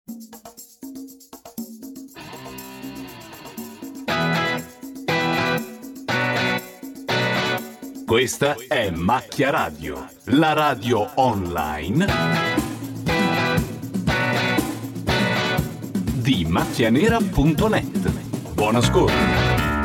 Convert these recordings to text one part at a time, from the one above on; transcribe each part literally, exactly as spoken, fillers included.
Questa è Macchia Radio, la radio online di macchianera punto net. Buon ascolto.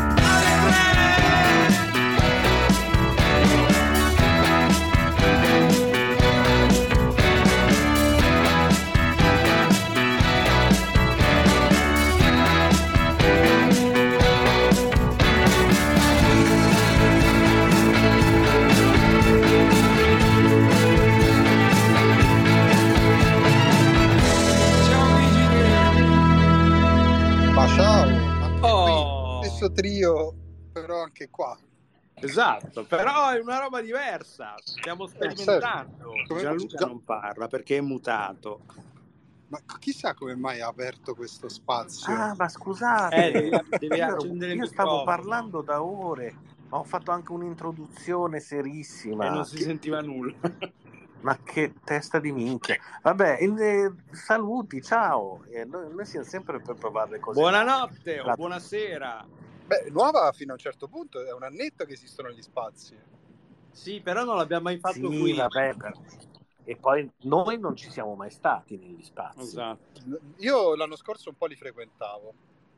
Trio, però anche qua esatto, però è una roba diversa, stiamo sperimentando. Eh, certo. Gianluca Già... non parla perché è mutato, ma chissà come mai ha aperto questo spazio. Ah, ma scusate, eh, devi, devi io, accendere il io stavo microfono. parlando da ore, ma ho fatto anche un'introduzione serissima e non si sentiva nulla. Ma che testa di minchia. Vabbè, eh, saluti, ciao. Eh, noi, noi siamo sempre per provare le cose. Buonanotte o La... buonasera. Beh, nuova fino a un certo punto, è un annetto che esistono gli spazi. Sì, però non l'abbiamo mai fatto sì, qui. Vabbè, per... E poi noi non ci siamo mai stati negli spazi. Esatto. Io l'anno scorso un po' li frequentavo.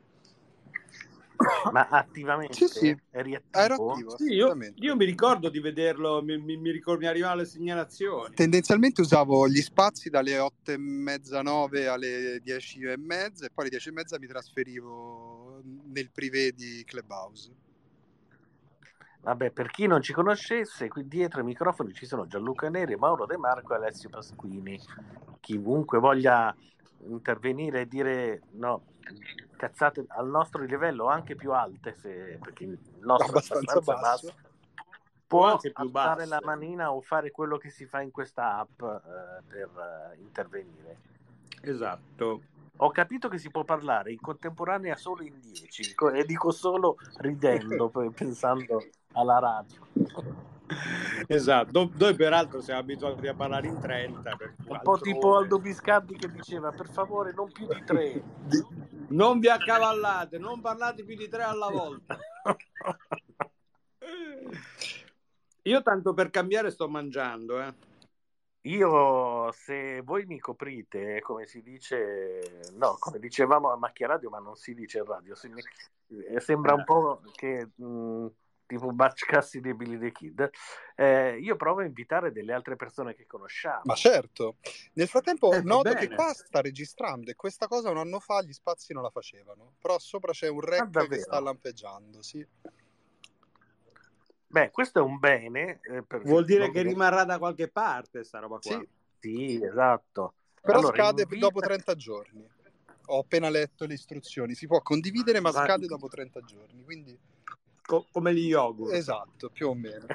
Ma attivamente? Sì, sì. Eri attivo? Ero attivo, sì, io, io mi ricordo di vederlo, mi, mi, mi, ricordo, mi arrivavano le segnalazioni. Tendenzialmente usavo gli spazi dalle otto e mezza, nove alle dieci e mezza, e poi alle dieci e mezza mi trasferivo nel privé di Clubhouse. Vabbè, per chi non ci conoscesse, qui dietro i microfoni ci sono Gianluca Neri, Mauro De Marco e Alessio Pasquini. Chiunque voglia intervenire e dire no, cazzate al nostro livello, anche più alte, se, perché il nostro abbastanza è abbastanza basso, basso, può anche più alzare basso. la manina o fare quello che si fa in questa app eh, per uh, intervenire. Esatto. Ho capito che si può parlare in contemporanea solo in dieci, e dico solo ridendo, pensando alla radio. Esatto, noi peraltro siamo abituati a parlare in trenta, per un po' altrove. tipo Aldo Biscardi che diceva per favore non più di tre, non vi accavallate, non parlate più di tre alla volta. Io tanto per cambiare sto mangiando, eh. Io, se voi mi coprite, come si dice, no, come dicevamo a Macchia Radio, ma non si dice in radio, si, eh, sembra un po' che mh, tipo Butch Cassidy e Billy the Kid, eh, io provo a invitare delle altre persone che conosciamo. Ma certo, nel frattempo eh, noto bene. che qua sta registrando, e questa cosa un anno fa gli spazi non la facevano, però sopra c'è un rec ah, che sta lampeggiando, sì. Beh, questo è un bene. Eh, per Vuol dire che rimarrà da qualche parte sta roba qua. Sì, sì, esatto. Però allora, scade invita... dopo trenta giorni. Ho appena letto le istruzioni. Si può condividere, ma Va... scade dopo trenta giorni. Quindi... Co- come gli yogurt. Esatto, più o meno.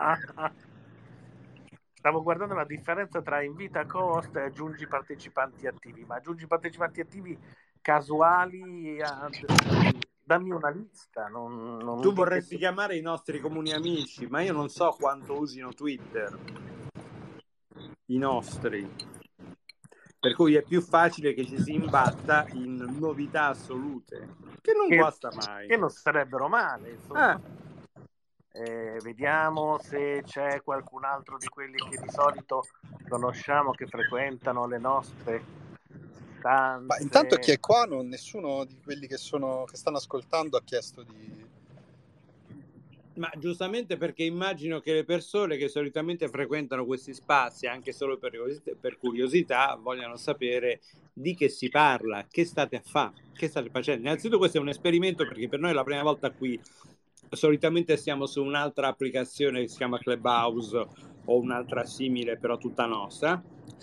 Stavo guardando la differenza tra invita co-host e aggiungi partecipanti attivi. Ma aggiungi partecipanti attivi casuali... A... dammi una lista. Non, non tu vorresti che... chiamare i nostri comuni amici, ma io non so quanto usino Twitter i nostri, per cui è più facile che ci si imbatta in novità assolute che non che, guasta mai, che non sarebbero male, insomma. eh. Eh, vediamo se c'è qualcun altro di quelli che di solito conosciamo che frequentano le nostre stanze. Ma intanto chi è qua, non, nessuno di quelli che sono che stanno ascoltando ha chiesto di... Ma giustamente, perché immagino che le persone che solitamente frequentano questi spazi, anche solo per curiosità, per curiosità, vogliano sapere di che si parla, che state a fare, che state facendo. Innanzitutto questo è un esperimento, perché per noi è la prima volta qui. Solitamente siamo su un'altra applicazione che si chiama Clubhouse o un'altra simile, però tutta nostra.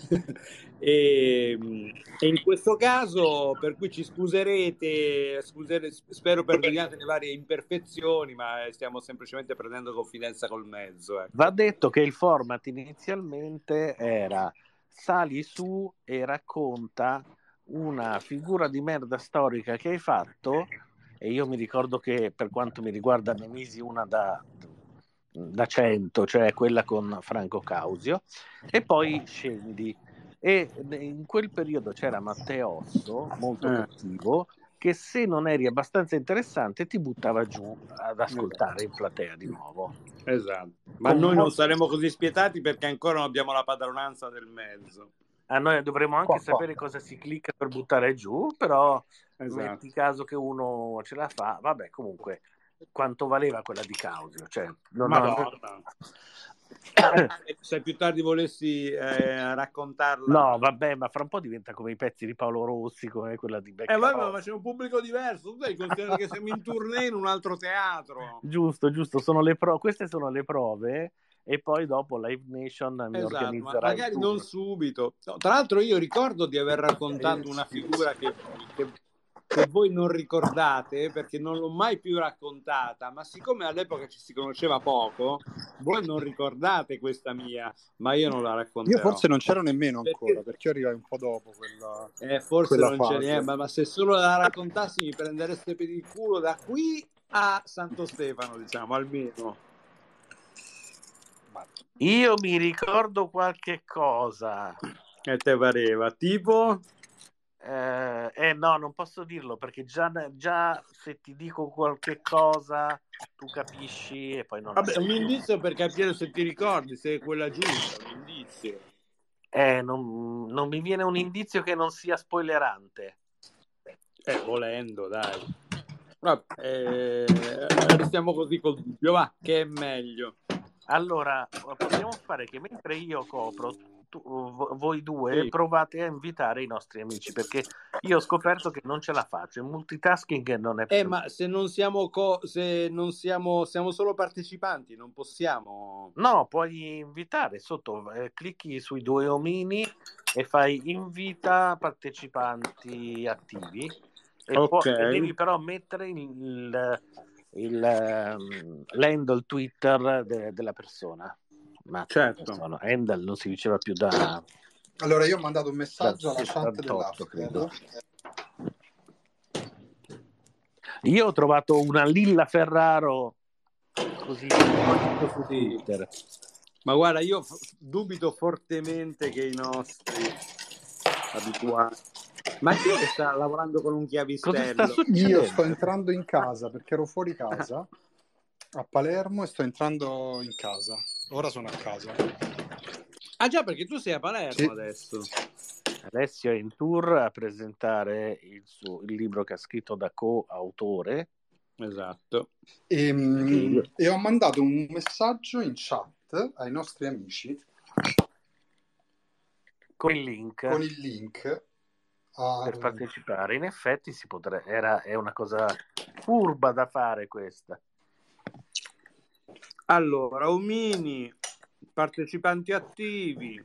e, e in questo caso, per cui ci scuserete, scusere, spero perdoniate le varie imperfezioni, ma stiamo semplicemente prendendo confidenza col mezzo. Ecco. Va detto che il format inizialmente era sali su e racconta una figura di merda storica che hai fatto, e io mi ricordo che per quanto mi riguarda ne misi una da da cento, cioè quella con Franco Causio, e poi scendi. e in quel periodo c'era Matteosso, molto Eh. cattivo, che se non eri abbastanza interessante ti buttava giù ad ascoltare in platea di nuovo. Esatto, ma Con noi non molto- saremo così spietati perché ancora non abbiamo la padronanza del mezzo. A noi dovremmo anche Qua, qua. sapere cosa si clicca per buttare giù, però Esatto. metti caso che uno ce la fa, vabbè, comunque quanto valeva quella di Causio? Cioè, non, Madonna. non- Se più tardi volessi eh, raccontarla, No, vabbè, ma fra un po' diventa come i pezzi di Paolo Rossi, come quella di Becca. eh, vabbè, ma c'è un pubblico diverso. Tu devi considerare che siamo in tournée in un altro teatro. Giusto, giusto, sono le pro- queste sono le prove e poi dopo Live Nation mi Esatto, ma organizzerà il magari tour. non subito. No, tra l'altro io ricordo di aver raccontato una figura che, che, che voi non ricordate perché non l'ho mai più raccontata, ma siccome all'epoca ci si conosceva poco, voi non ricordate questa mia, ma io non la racconterò. Io forse non c'ero nemmeno Perché- ancora, perché io arrivai un po' dopo quella... Eh, forse quella non ce fase. n'è, ma, ma se solo la raccontassi mi prendereste per il culo da qui a Santo Stefano, diciamo, almeno. Io mi ricordo qualche cosa. Che te pareva? Tipo? Eh, eh, no, non posso dirlo perché già, già se ti dico qualche cosa tu capisci e poi non... Vabbè, un indizio per capire se ti ricordi, se è quella giusta, un indizio. Eh, non, non mi viene un indizio che non sia spoilerante. Eh, volendo, dai. Vabbè, eh, restiamo così col dubbio, va, che è meglio. Allora, possiamo fare che mentre io copro, tu, vo- voi due Sì. provate a invitare i nostri amici, perché io ho scoperto che non ce la faccio, il multitasking non è... Eh, ma se non siamo, co- se non siamo, siamo solo partecipanti, non possiamo... No, puoi invitare, sotto eh, clicchi sui due omini e fai invita partecipanti attivi e, Ok. poi, e devi però mettere il, il, il, ehm, l'handle Twitter de- della persona. Ma Certo. no, handle non si diceva più da... Allora io ho mandato un messaggio da alla chat settantotto, credo. dell'After. Io ho trovato una Lilla Ferraro così su Sì. Twitter. Ma guarda, io f- dubito fortemente che i nostri abituati... Ma chi è che sta lavorando con un Cosa chiavistello? sta succedendo? Io sto entrando in casa perché ero fuori casa a Palermo e sto entrando in casa. Ora sono a casa. Ah già, perché tu sei a Palermo Sì. adesso. Alessio è in tour a presentare il, suo, il libro che ha scritto da co-autore. Esatto. E, Sì. e ho mandato un messaggio in chat ai nostri amici Con il link con il link a... per partecipare. In effetti si potrebbe, era, è una cosa furba da fare questa. Allora, omini, partecipanti attivi.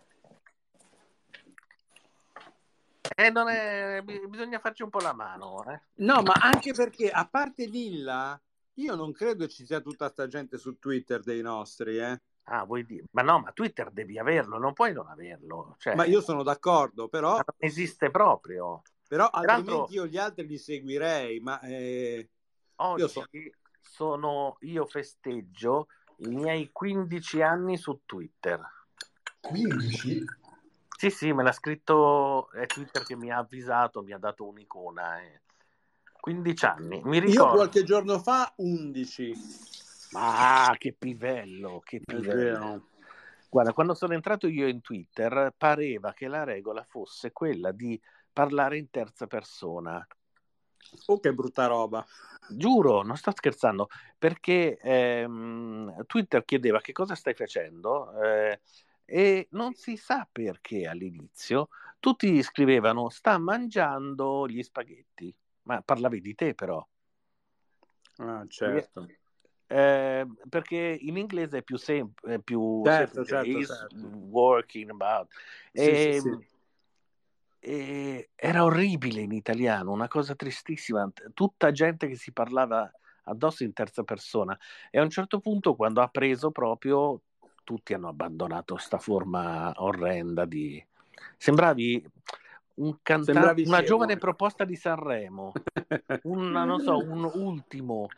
E non è, bisogna farci un po' la mano. Eh. No, ma anche perché, a parte Lilla, io non credo ci sia tutta sta gente su Twitter dei nostri, eh. Ah, vuoi dire? Ma no, ma Twitter devi averlo, non puoi non averlo. Cioè, Ma io sono d'accordo, però, non esiste proprio. però Peraltro- altrimenti io gli altri li seguirei, ma eh, Oggi io so- sono, io festeggio i miei quindici anni su Twitter. quindici? Sì, sì, me l'ha scritto, è Twitter che mi ha avvisato, mi ha dato un'icona. Eh. quindici anni, mi io ricordo. qualche giorno fa undici. Ma che pivello, che È pivello. vero. Guarda, quando sono entrato io in Twitter pareva che la regola fosse quella di parlare in terza persona. Oh, che brutta roba. Giuro, non sto scherzando, perché ehm, Twitter chiedeva che cosa stai facendo eh, e non si sa perché all'inizio tutti scrivevano sta mangiando gli spaghetti, ma parlavi di te però. Ah, certo. Eh, perché in inglese è più, sem- è più Certo, semplice, certo, is certo. working about. Sì, e, sì, sì. e era orribile in italiano, una cosa tristissima, tutta gente che si parlava addosso in terza persona e a un certo punto quando ha preso proprio tutti hanno abbandonato sta forma orrenda di... Sembravi un cantante, Sembravi una scemo. giovane proposta di Sanremo, un, non so, un ultimo.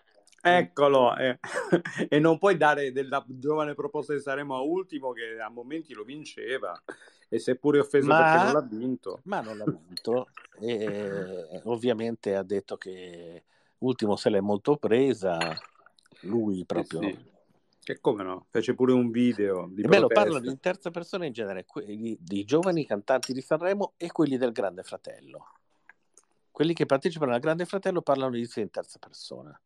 Eccolo, eh. E non puoi dare della giovane proposta di Sanremo a Ultimo, che a momenti lo vinceva, e seppure offeso Ma- perché non l'ha vinto. Ma non l'ha vinto. E ovviamente ha detto che Ultimo se l'è molto presa. Lui proprio. Sì, sì. Che come no? Fece pure un video di È bello, protesta. parlano in terza persona in genere, quelli di giovani cantanti di Sanremo e quelli del Grande Fratello. Quelli che partecipano al Grande Fratello parlano di sé in terza persona.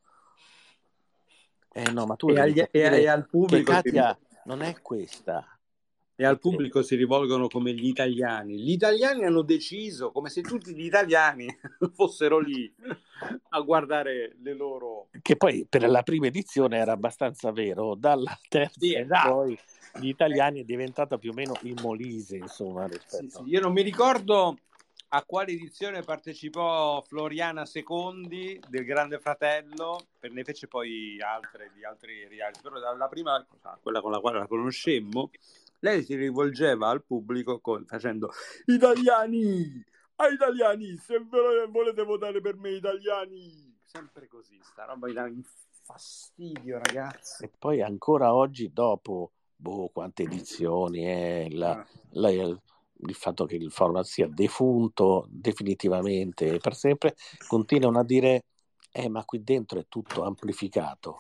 Eh no, ma tu E, devi agli- e- capire e al che pubblico si Katia non è questa. E al pubblico si rivolgono come gli italiani. Gli italiani hanno deciso, come se tutti gli italiani fossero lì a guardare le loro... Che poi per la prima edizione era abbastanza vero, dalla terza Sì, in esatto. poi gli italiani è diventata più o meno il Molise, insomma, rispetto. Sì, sì. Io non mi ricordo a quale edizione partecipò Floriana Secondi del Grande Fratello, per ne fece poi altre di altri reality, però la prima, quella con la quale la conoscemmo, lei si rivolgeva al pubblico con, facendo italiani, a italiani, se volete votare per me italiani, sempre così, sta roba mi dà un fastidio, ragazzi. E poi ancora oggi, dopo boh, quante edizioni, eh, la, Ah. la, il fatto che il format sia defunto definitivamente e per sempre, continuano a dire eh ma qui dentro è tutto amplificato.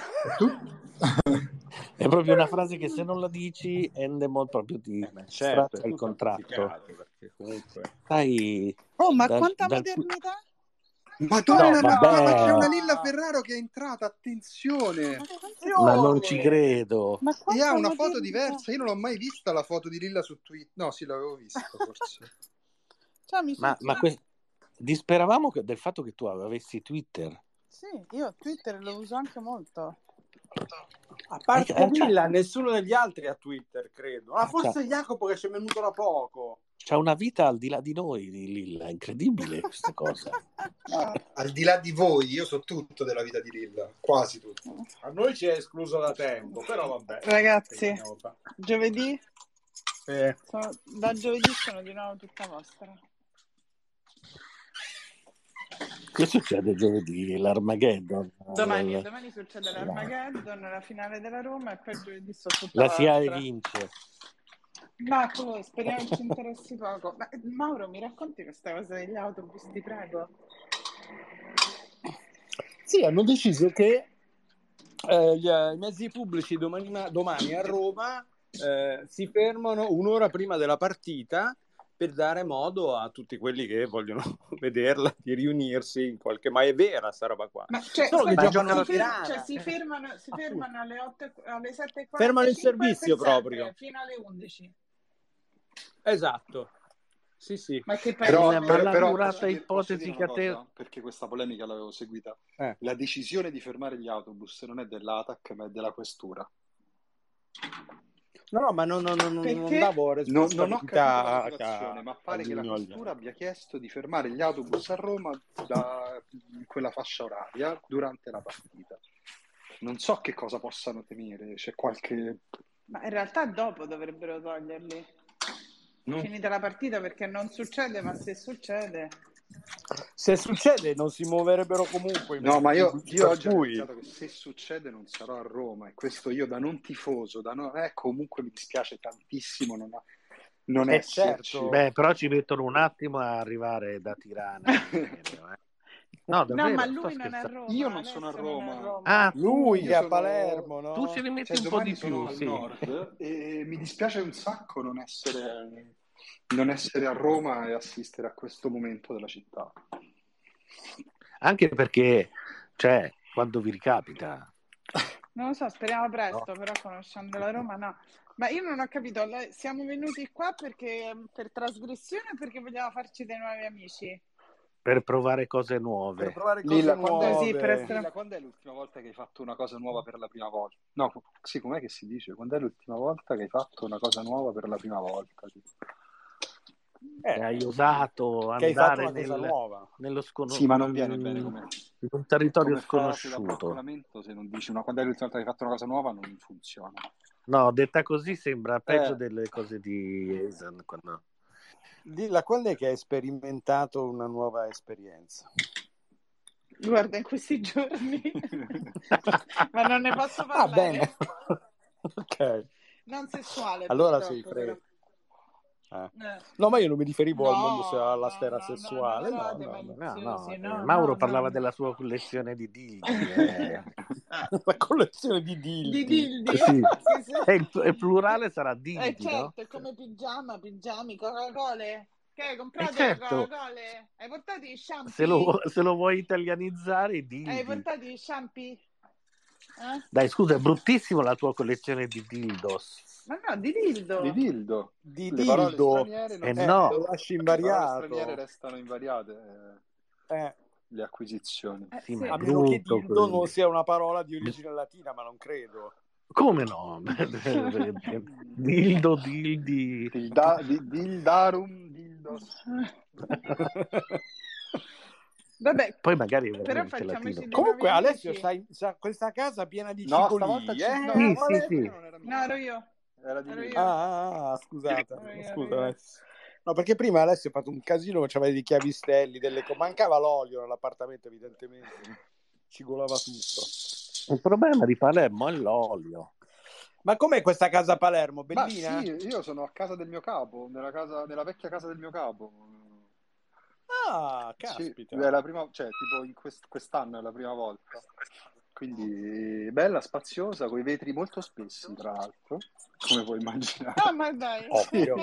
È proprio una frase che se non la dici Endemol proprio ti Eh, ma certo, straccia il contratto. perché comunque... Sai, Oh, ma dal- quanta dal- modernità? Madonna, No, no, vabbè. ma c'è una Lilla Ferraro che è entrata, attenzione! Ma, quanta- ma non ci credo. ma E quanta ha una foto modernità? diversa, io non l'ho mai vista la foto di Lilla su Twitter. No, sì, l'avevo vista forse. Ciao amici. Ma, ma que- disperavamo che- del fatto che tu avessi Twitter. Sì, io Twitter lo uso anche molto. A parte Eh, eh, Lilla, nessuno degli altri ha Twitter, credo. Ah, Ah, forse Jacopo che ci è venuto da poco. C'ha una vita al di là di noi, di Lilla, incredibile questa cosa. Al di là di voi, io so tutto della vita di Lilla, quasi tutto. A noi ci è escluso da tempo, però vabbè. Ragazzi, Che dobbiamo fare? giovedì, Eh, sono- da giovedì sono di nuovo tutta vostra. Che succede giovedì? L'Armageddon? Domani, La, domani succede l'Armageddon, la finale della Roma e poi giovedì sto tutta la S I A E vostra. vince. Ma tu, speriamo che ci interessi poco. Ma Mauro, mi racconti questa cosa degli autobus, ti prego? Sì, hanno deciso che eh, gli, i mezzi pubblici domani, ma- domani a Roma eh, si fermano un'ora prima della partita per dare modo a tutti quelli che vogliono vederla di riunirsi in qualche... Ma è vera sta roba qua. Ma cioè, Solo che aspetta, giocano si, a ferm- Tirana. cioè, si Eh. fermano, si fermano alle, otto, alle sette e quarantacinque Fermano il servizio per sempre, proprio. fino alle undici. Esatto. Sì, sì. Ma che Però, paese? ma però, la però curata posso dire- posso ipotesi dire che una a te- cosa, perché questa polemica l'avevo seguita. Eh. La decisione di fermare gli autobus non è dell'A T A C, ma è della questura. No, no, ma non, non, non, non Perché? davo Non, non ho capito responsabilità la a- motivazione, ma pare che la all'Unione. questura abbia chiesto di fermare gli autobus a Roma da in quella fascia oraria durante la partita. Non so che cosa possano temere, c'è qualche... Ma in realtà dopo dovrebbero toglierli. Non- Finita la partita, perché non succede, ma se succede... Se succede non si muoverebbero comunque i No, mezzi ma io, pubblici, io per oggi ho cui- pensato che se succede non sarò a Roma, e questo io da non tifoso, da non... Eh, comunque mi dispiace tantissimo non, non Eh, esserci. certo. Beh, però ci mettono un attimo a arrivare da Tirana. eh. No, davvero, No, ma sto lui non è a scherzando. Roma. Io non Alessio sono a non è Roma. Ah, Lui Io che è a sono- Palermo, no? Tu ci rimetti Cioè, un po' domani di sono più, al sì. nord e mi dispiace un sacco non essere, non essere a Roma e assistere a questo momento della città. Anche perché, cioè, quando vi ricapita, Non lo so, speriamo presto, però conoscendo la Roma no. Ma io non ho capito, lei- siamo venuti qua perché per trasgressione o perché vogliamo farci dei nuovi amici? per provare cose nuove. Per provare cose Lilla, quando nuove. è, Sì, per essere- Lilla, quando è l'ultima volta che hai fatto una cosa nuova per la prima volta? No, sì, com'è che si dice? Quando è l'ultima volta che hai fatto una cosa nuova per la prima volta? Eh, Hai osato che hai fatto andare una cosa nel, nuova. nello sconosciuto. Sì, ma non viene bene come, in un territorio come frase da sconosciuto. proclamamento, se non dici una quando è l'ultima volta che hai fatto una cosa nuova non funziona. No, detta così sembra peggio Eh. delle cose di Esan. Quando... Dilla, quando è che hai sperimentato una nuova esperienza? Guarda, in questi giorni, ma non ne posso Ah, parlare. bene. Ok. Non sessuale, Allora purtroppo, sei freddo. però. Eh. Eh. No, ma io non mi riferivo al mondo, se No, alla no, sfera no, no, non sessuale. No, erate no, no. No, no, maliziosi, eh, no, Mauro no, parlava no. della sua collezione di dildi. eh. La collezione di Di dildi. dildi. Sì. Che se- E il, il plurale sarà Eh dildi, no? certo, è come pigiama, pigiami, Coca-Cola. Che comprate Eh, certo. le Coca-Cola? Hai portato i shampoo? Se lo, se lo vuoi italianizzare, Hai dildi. portato i shampoo? Eh? Dai, scusa, è bruttissimo la tua collezione di dildos. Ma no, di dildo. Di dildo. Di Le parole dildo. straniere non Eh, Eh, no. lo lasci Le parole invariato. straniere restano invariate, eh, Eh, le acquisizioni. Eh, Sì, sì. ma è a meno che brutto dildo quello. non sia una parola di origine latina, ma non credo. Come no? Dildo, dildi. Dilda, di, dildarum, dildos. Vabbè, Poi magari è però veramente facciamoci latino. dei Comunque nuovi Alessio amici. c'ha, c'ha questa casa piena di No, cigolii, stavolta ci... eh? no, Sì, stavolta sì, sì. non era mio. No, ero io. Era di Ero lui. io. Ah, ah, scusate, Ero io, scusa ero io. Alessio. No, perché prima Alessio ha fatto un casino, c'aveva dei chiavistelli, delle co- mancava l'olio nell'appartamento, evidentemente. Cigolava tutto. Il problema di Palermo è l'olio. Ma com'è questa casa a Palermo? Ma Bellina? sì, io sono a casa del mio capo, nella, casa, nella vecchia casa del mio capo. Ah, Sì, caspita. è la prima, cioè, tipo in quest- quest'anno è la prima volta. Quindi bella, spaziosa, con i vetri molto spessi, tra l'altro, come puoi immaginare. Ah, ma dai. Ovvio.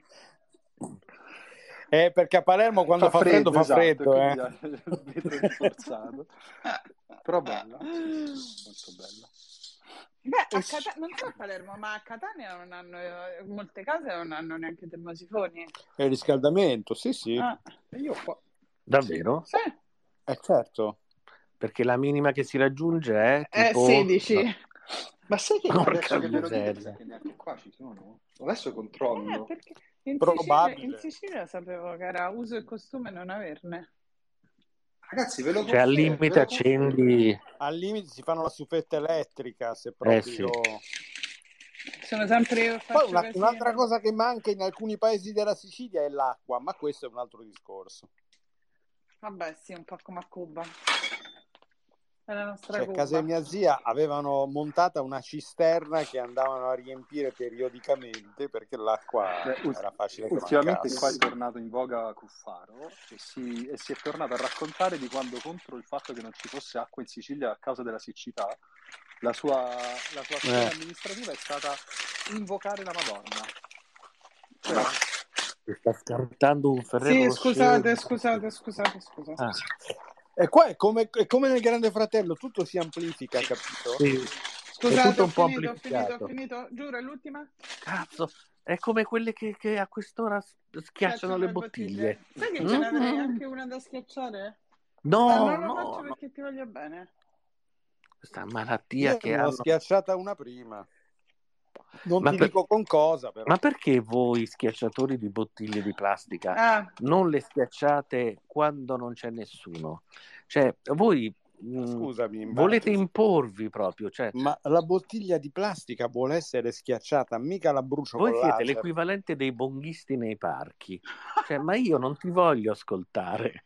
Eh, perché a Palermo quando fa, freddo, fa esatto, freddo, e eh. quindi il vetro rinforzato. Però bella, sì, sì, molto bella. Beh, a E Cata- non so a Palermo, ma a Catania non hanno, molte case non hanno neanche termosifoni. E il riscaldamento, sì, sì. Ah, e io qua... Davvero? sì. Eh, certo. Perché la minima che si raggiunge è Eh, tipo... sedici. no. Ma sai che Porca adesso che ve lo dite, miseria. sai che neanche qua ci sono? Adesso Eh, controllo. perché in Sicilia, Probabile. in Sicilia sapevo che era uso e costume non averne. Ragazzi, ve lo Cioè, al confermo, limite ve lo confermo. accendi... Al limite si fanno la sufetta elettrica, se Eh, sì. proprio... Sono sempre io che Poi faccio una- casino. un'altra cosa che manca in alcuni paesi della Sicilia è l'acqua, ma questo è un altro discorso. Vabbè, sì, un po' come a Cuba. È la nostra Cioè, Cuba. casa di mia zia avevano montata una cisterna che andavano a riempire periodicamente perché l'acqua Beh, ult- era facile che ultimamente mancasse. qua è tornato in voga Cuffaro e si, e si è tornato a raccontare di quando, contro il fatto che non ci fosse acqua in Sicilia a causa della siccità, la sua, la sua azione Eh. amministrativa è stata invocare la Madonna. Cioè, Si sta scartando un Ferrero Sì, Rocher. scusate, scusate, scusate, scusate. Ah, E qua è come, è come nel Grande Fratello, tutto si amplifica, capito? sì. Scusate, È tutto ho un po' finito, ho finito, ho amplificato. finito. Giuro, è l'ultima? Cazzo, è come quelle che, che a quest'ora s- schiacciano le bottiglie. Sai che ce ne avrei Mm. anche una da schiacciare? No, Ma non lo no, faccio no. perché ti voglio bene. Questa malattia Io che ne ho hanno. schiacciata una prima. Non Ma ti per- dico con cosa, però. Ma perché voi schiacciatori di bottiglie di plastica Ah, non le schiacciate quando non c'è nessuno? Cioè, voi mh, Scusami, ma- volete imporvi proprio, cioè, Ma la bottiglia di plastica vuole essere schiacciata, mica la brucio voi con siete laser. l'equivalente dei bonghisti nei parchi. Cioè, ma io non ti voglio ascoltare.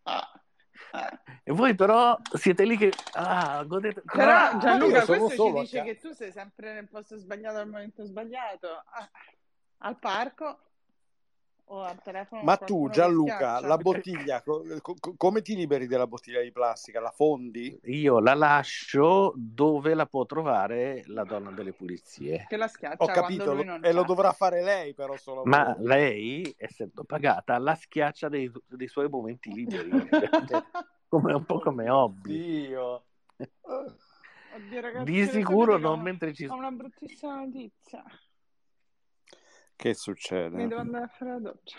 E voi però siete lì che ah, godete. però Ah, Gianluca, io sono questo ci solo a dice ca- che tu sei sempre nel posto sbagliato al momento sbagliato. Ah, al parco o al telefono. Ma con tu, qualcuno che Gianluca, schiaccia. la bottiglia, co- co- come ti liberi della bottiglia di plastica? La fondi? io la lascio dove la può trovare la donna delle pulizie. Che la schiaccia Ho quando capito, lui lo- non e lo c'è. dovrà fare lei però solo. Ma lei, essendo pagata, la schiaccia dei, dei suoi momenti liberi, come un po' come hobby. Dio. Oddio, ragazzi, Di lo sicuro sapete che non ho- mentre ci... Ho una bruttissima notizia. Che Mi succede? devo andare a fare la doccia.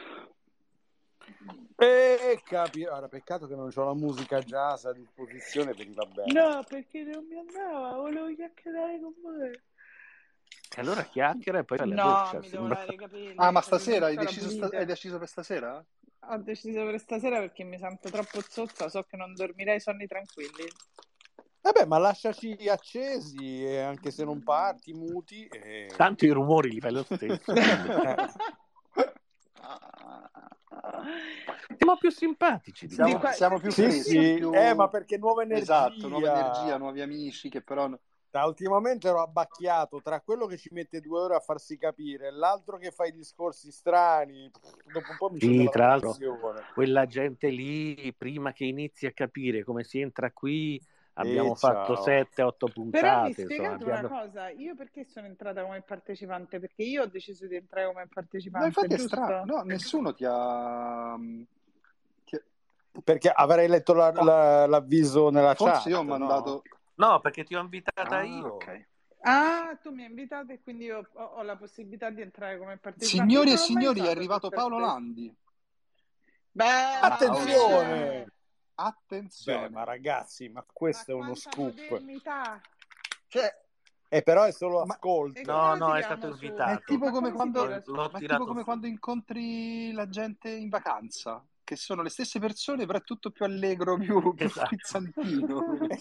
Eh, capi... Ora, peccato che non ho la musica jazz a disposizione, veniva bene. No, perché non mi andava, volevo chiacchierare con voi. E allora chiacchiera e poi fai la No, doccia. mi devo sembra- lavare i capelli. ah, ma sono stasera hai ancora deciso, sta- pulite. hai deciso per stasera? Ho deciso per stasera perché mi sento troppo zozza, so che non dormirei sonni tranquilli. Vabbè, ma lasciaci accesi, e anche se non parti, muti. E... Tanto i rumori li fai lo stesso. Eh. Siamo più simpatici. Siamo, Di qua- siamo più Sì, freschi, sì, più... eh, ma perché nuova energia. Esatto, nuova energia, nuovi amici che però... Da ultimamente ero abbacchiato tra quello che ci mette due ore a farsi capire e l'altro che fa i discorsi strani. Dopo un po' mi Sì, scende tra la l'altro, pressione. quella gente lì, prima che inizi a capire come si entra qui, abbiamo Eh, fatto ciao. sette otto Però mi puntate. Insomma, spiegate una abbiamo... cosa, io perché sono entrata come partecipante? Perché io ho deciso di entrare come No, partecipante, infatti è giusto? strano, no, nessuno ti ha... ti ha- Perché avrei letto la- la- l'avviso nella Forse chat, io ho no? mandato... No, perché ti ho invitata Ah, io. ok. Ah, tu mi hai invitato e quindi io ho, ho la possibilità di entrare come partecipante. Signori Io e non l'ho mai signori, è usato arrivato tutto Paolo questo. Landi. Beh, Attenzione! vabbè. Attenzione. Beh, ma ragazzi, ma Ma questo è uno quanta scoop. modernità. Cioè, E però è solo Ma- ascolto. E No, come no, si è chiama stato su- è invitato. tipo Ma come come si quando, tira su- L'ho ma è tipo tirato come su. quando incontri la gente in vacanza, che sono le stesse persone, però è tutto più allegro, più, più Esatto. frizzantino.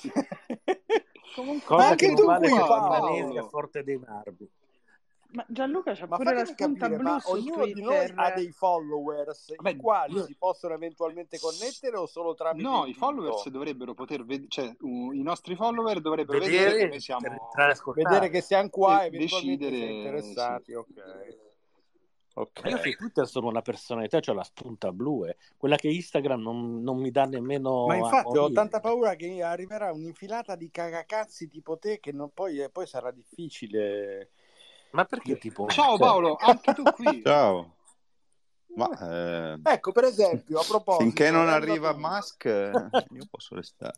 Comunque, Cosa anche che non tu vale qui, per Paolo. Milanesi a Forte dei Marmi. ma Gianluca c'ha Ma pure la fatemi spunta capire, blu ma su ognuno di noi Twitter. ha dei followers, Vabbè, i quali io- si possono eventualmente connettere o solo tramite No, il i followers dito? dovrebbero poter vedere, cioè uh, i nostri follower dovrebbero vedere che Vedere noi per siamo entrare a ascoltare. Vedere che siamo qua e e eventualmente decidere, sei interessati, ok. Ok. Ma io su Twitter sono una personalità, c'ho la spunta blu, eh. Quella che Instagram non, non mi dà nemmeno Ma a infatti ho morire. tanta paura che arriverà un'infilata di cagacazzi tipo te che non, poi, eh, poi sarà difficile. Ma perché tipo... Ciao cioè, Paolo, anche tu qui. Ciao. Ma eh, Ecco, per esempio, a proposito, finché non è arriva andato- Musk, eh, io posso restare.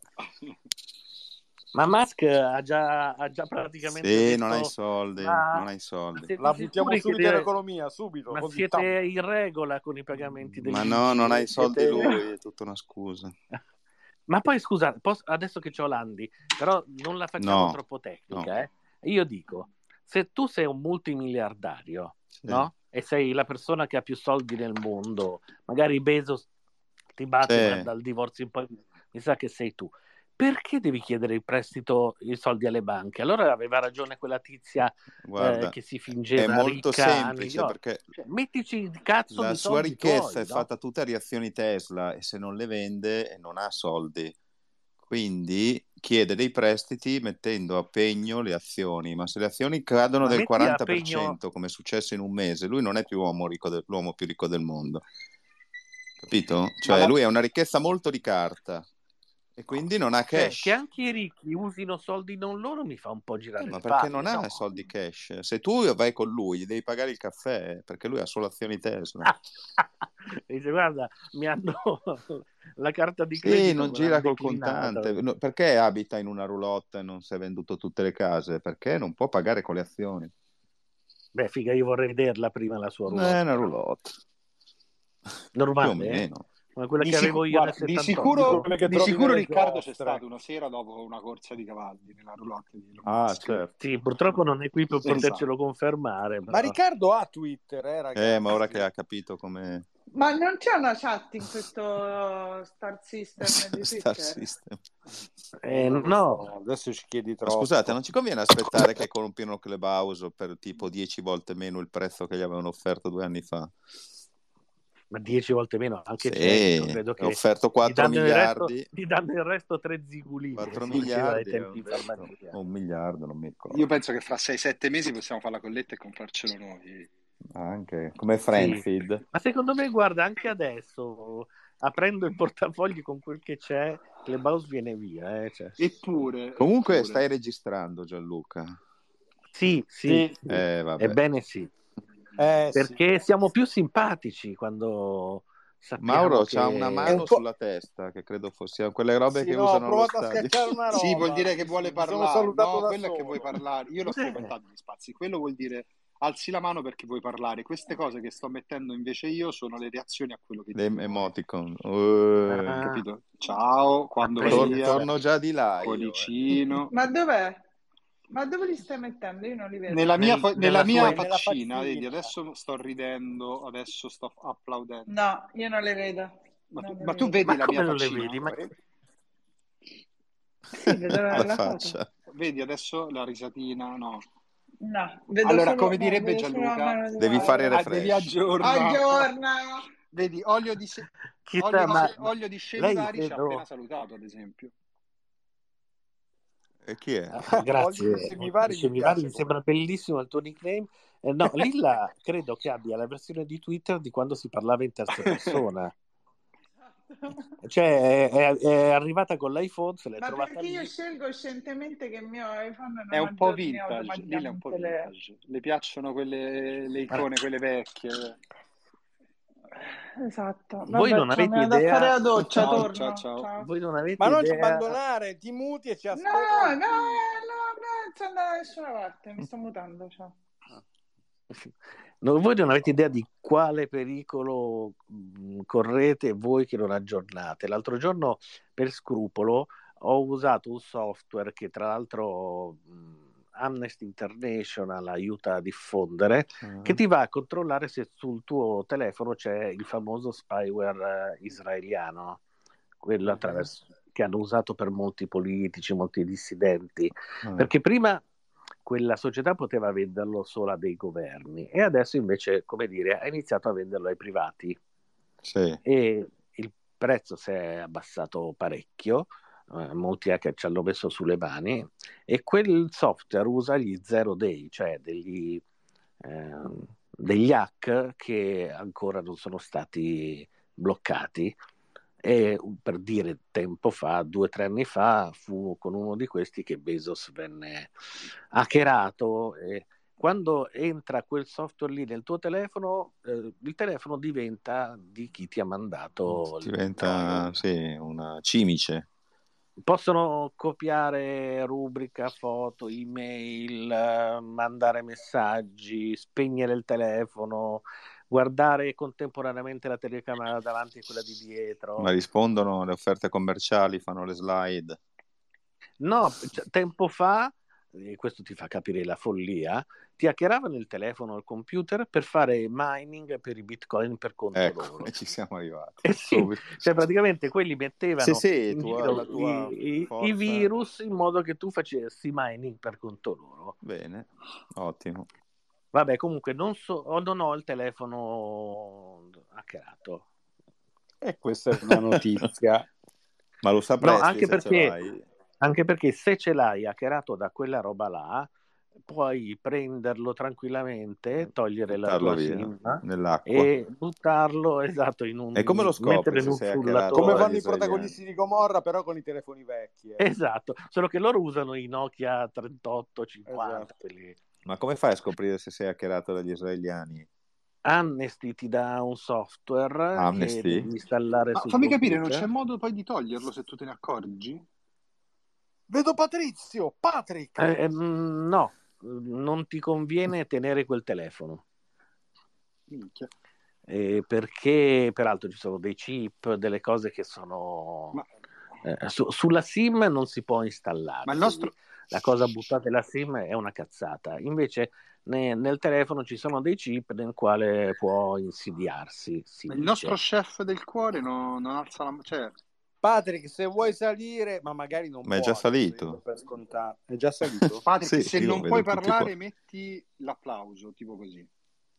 Ma Musk ha già, ha già praticamente Sì, detto... non hai soldi, ma non hai soldi. siete la buttiamo sicuri che subito deve- in economia, subito. Ma così, siete tam. in regola con i pagamenti degli Ma no, non hai soldi siete- lui, è tutta una scusa. Ma poi scusa, posso- adesso che c'ho Landi, però non la facciamo No, troppo tecnica, no. eh? Io dico, se tu sei un multimiliardario, Sì. no? E sei la persona che ha più soldi nel mondo, magari Bezos ti batte, Sì. guarda il divorzio in poi, mi sa che sei tu. Perché devi chiedere il prestito, i soldi alle banche? Allora aveva ragione quella tizia Guarda, eh, che si fingeva è molto ricca anni semplice fa. perché Cioè, mettici il cazzo la di sua soldi ricchezza tuoi, è no? fatta tutta di azioni Tesla e se non le vende non ha soldi. Quindi chiede dei prestiti mettendo a pegno le azioni, ma se le azioni cadono Ma del metti a quaranta per pegno- cento come è successo in un mese, lui non è più uomo ricco del- l'uomo più ricco del mondo. Capito? Cioè la- lui ha una ricchezza molto di carta e quindi non ha Cioè, cash. che anche i ricchi usino soldi non loro mi fa un po' girare Eh, ma le perché palle, non ha no? soldi cash? Se tu vai con lui, gli devi pagare il caffè perché lui ha solo azioni Tesla. Dice, guarda, mi hanno la carta di Sì, credito non me gira l'hanno col declinata. contante. No, perché abita in una roulotte e non si è venduto tutte le case? Perché non può pagare con le azioni. Beh, figa, io vorrei vederla prima la sua È roulotte. una roulotte. Normale, Più o eh? meno. Come quella Di, che sicu- avevo io guarda, nel di settantotto. sicuro, Quelle che di trovi sicuro nelle Riccardo c'è giostre. stato una sera dopo una corsa di cavalli nella roulotte di Elon Ah, Musk. certo. Sì, purtroppo non è qui per Esatto. potercelo confermare. Ma Però. Riccardo ha Twitter, eh, ragazzi. Eh, ma ora che ha capito come Ma non c'è una chat in questo Star System di Star Twitter? System. Eh, no, Adesso ci chiedi Ma troppo. scusate, non ci conviene aspettare che compino Clubhouse per tipo dieci volte meno il prezzo che gli avevano offerto due anni fa? ma dieci volte meno, anche Sì, Cedric, credo è che offerto gli quattro danno, il resto, miliardi. gli danno il resto tre zigulini, quattro si diceva ai miliardi, tempi di ho detto, farmacia. o un miliardo, non mi ricordo. Io penso che fra sei sette mesi possiamo fare la colletta e comprarcelo noi. Anche come Friendfeed. Ma secondo me, guarda, anche adesso, aprendo il portafogli con quel che c'è, Clubhouse viene via. Eh, cioè. Eppure, Comunque eppure. stai registrando, Gianluca. Sì, sì, Sì. sì. Eh, vabbè. Ebbene sì, Eh, sì. perché siamo più simpatici quando sappiamo Mauro che... c'ha una È mano un po'- sulla testa, che credo fosse quelle robe Sì, che no, ho usano allo provato a stadio. schiacciare una roba. Sì, vuol dire che Sì, vuole sì, mi sono parlare. salutato No, da quello è che solo. vuoi parlare. Io l'ho Cos'è? frequentato gli spazi. Quello vuol dire alzi la mano perché vuoi parlare. Queste cose che sto mettendo invece io sono le reazioni a quello che Le dico. emoticon. Ah. Eh, Capito? Ciao, quando vai tor- via, torno già di là io. eh. cuoricino. Ma dov'è? Ma dove li stai mettendo? Io non li vedo. Nella mia, Nel- fo- nella nella mia tua- nella faccina, faccina. vedi, adesso sto ridendo, adesso sto applaudendo. No, io non le vedo. Ma No, tu, non ma le tu vedo. vedi Ma la mia come non le faccina? vedi? Ma... Sì, vedo la, La la foto. faccia. Vedi adesso la risatina? No. No, vedo Allora, solo, come no, direbbe vedo solo la Gianluca, mano di Devi Mauro. fare Ah, devi refresh. aggiornare. Aggiorna! Vedi, olio di, se- Chissà, olio di, ma, se- ma olio di scemi lei vari ci ha appena credo... salutato, ad esempio. E chi è? Ah, Olio di grazie, semivari gli Scemivari, piace mi come. sembra bellissimo il tuo nickname. Eh, no, Lilla credo che abbia la versione di Twitter di quando si parlava in terza persona. Cioè è, è arrivata con l'iPhone, se l'è Ma trovata perché io lì. scelgo scientemente che il mio iPhone È non un po' aggiorni vintage, Lilla è un po' automaticamente le... vintage. Le piacciono quelle, le Ah, icone, quelle vecchie. Esatto. voi non Vabbè, ciao, mi avete vado a fare idea, la doccia, Ciao, ciao, torno. ciao. Ciao. voi non Ma avete non ci idea. abbandonare, ti muti e ci No, ascolti. no, no, non sto andando da nessuna parte, mi sto mutando, ciao. No, voi non avete idea di quale pericolo mh, correte voi che non aggiornate. L'altro giorno, per scrupolo, ho usato un software che tra l'altro mh, Amnesty International aiuta a diffondere, che Ah, ti va a controllare se sul tuo telefono c'è il famoso spyware eh, israeliano, quello Mhm. attraverso, che hanno usato per molti politici, molti dissidenti, ah, perché prima quella società poteva venderlo solo a dei governi e adesso invece, come dire, ha iniziato a venderlo ai privati sì. e il prezzo si è abbassato parecchio, eh, molti hacker ci hanno messo sulle mani e quel software usa gli zero day, cioè degli, ehm, degli hack che ancora non sono stati bloccati. E per dire, tempo fa, due o tre anni fa, fu con uno di questi che Bezos venne hackerato. E quando entra quel software lì nel tuo telefono, eh, il telefono diventa di chi ti ha mandato il Diventa trojan. sì, una cimice. Possono copiare rubrica, foto, email, eh, mandare messaggi, spegnere il telefono, guardare contemporaneamente la telecamera davanti e quella di Ma dietro. rispondono alle offerte commerciali, fanno le slide. No, cioè, tempo fa, e questo ti fa capire la follia, ti hackeravano il telefono o il computer per fare mining per i bitcoin per conto Ecco, loro. e ci siamo arrivati. Eh sì, Subito. cioè praticamente quelli Sì, mettevano sì, in tua- giro la tua i, i- i forza. virus in modo che tu facessi mining per conto loro. Bene, ottimo. Vabbè, comunque non, so, o non ho il telefono hackerato. E questa è una notizia. Ma lo No, sapresti anche se ce perché, l'hai? anche perché se ce l'hai hackerato da quella roba là, puoi prenderlo tranquillamente, togliere la Buttarlo tua via SIM nell'acqua. e buttarlo, esatto, in E come un, lo scopri metterlo in se un sei hackerato Come frullatore. dagli fanno i israeliani? protagonisti di Gomorra, però con i telefoni vecchi. eh. Esatto, solo che loro usano i Nokia trentotto cinquanta, Esatto. quelli. Ma come fai a scoprire se sei hackerato dagli israeliani? Amnesty ti dà un software che Amnesty? devi installare Ma sul fammi capire, non c'è computer. modo poi di toglierlo se tu te ne accorgi? Vedo Patrizio, Patrick. Eh, eh, mm, no, non ti conviene tenere quel telefono. Minchia. Eh, perché peraltro ci sono dei chip, delle cose che sono Ma, eh, su- sulla SIM non si può ma installare, il quindi nostro... la cosa buttata della SIM è una cazzata. Invece ne- nel telefono ci sono dei chip nel quale può insidiarsi, si ma il nostro dice. chef del cuore no- non alza la... Cioè, Patrick, se vuoi salire, ma magari non Ma è può già adesso, io do salito? per scontato. È già salito? Patrick, Sì, se io non vedo puoi tutti parlare, qua. metti l'applauso, tipo così.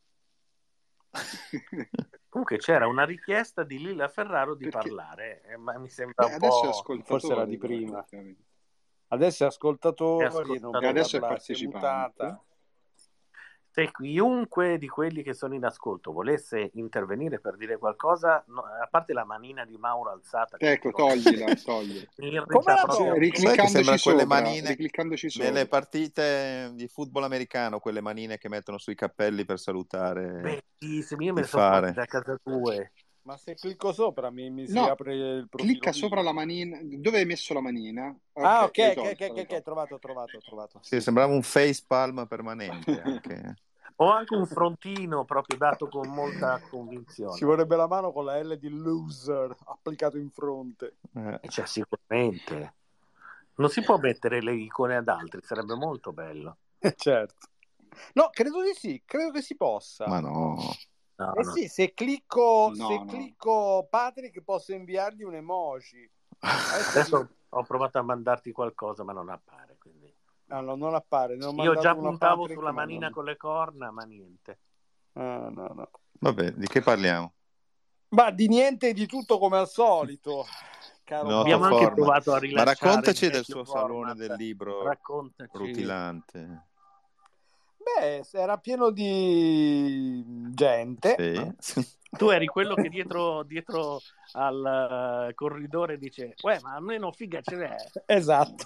Comunque c'era una richiesta di Lilla Ferraro di Perché... parlare, eh, ma mi sembra Beh, un adesso è po' Forse era ascoltatore, di però, prima. effettivamente. Adesso è è ascoltatori e non E può adesso è parlare, si è partecipante. mutata. Se chiunque di quelli che sono in ascolto volesse intervenire per dire qualcosa, no, a parte la manina di Mauro alzata che Ecco, ultimamente toglila, toglila. mi irrita Come la proprio. togli? Sai che Ricliccandoci sembra quelle sopra, manine ricliccandoci nelle sopra. partite di football americano, quelle manine che mettono sui cappelli per salutare Bellissimi, io il me ne sono portati fare. a casa due. Ma se clicco sopra mi, mi si No, apre il profilo clicca sopra mio. la manina. Dove hai messo la manina? Ah, Ok, ok, l'hai ok, tolta, ok, l'hai ok, tolta. trovato, ho trovato, ho trovato. Sì, sembrava un facepalm permanente anche. Ho anche un frontino proprio dato con molta Ci convinzione. vorrebbe la mano con la L di loser applicato in fronte. Eh, E c'è sicuramente. Non si può mettere le icone ad altri, sarebbe molto bello. Certo. No, credo di sì, credo che si possa. ma no. No, Eh no. sì, se clicco, No, se no. clicco Patrick posso inviargli un emoji. Adesso Adesso ho provato a mandarti qualcosa, ma non appare. Quindi. ah, no, non appare, ne ho Io mandato già una a puntavo Patrick, sulla ma manina non... con le corna, ma niente. Ah, no, no. Vabbè, di che parliamo? Ma di niente e di tutto come al solito, caro. No, Abbiamo anche format. provato a Ma rilanciare raccontaci il del vecchio suo salone format. del libro Raccontaci. rutilante. Beh, era pieno di gente. Sì. Tu eri quello che dietro, dietro al uh, corridore dice uè, ma almeno figa ce n'è. Esatto.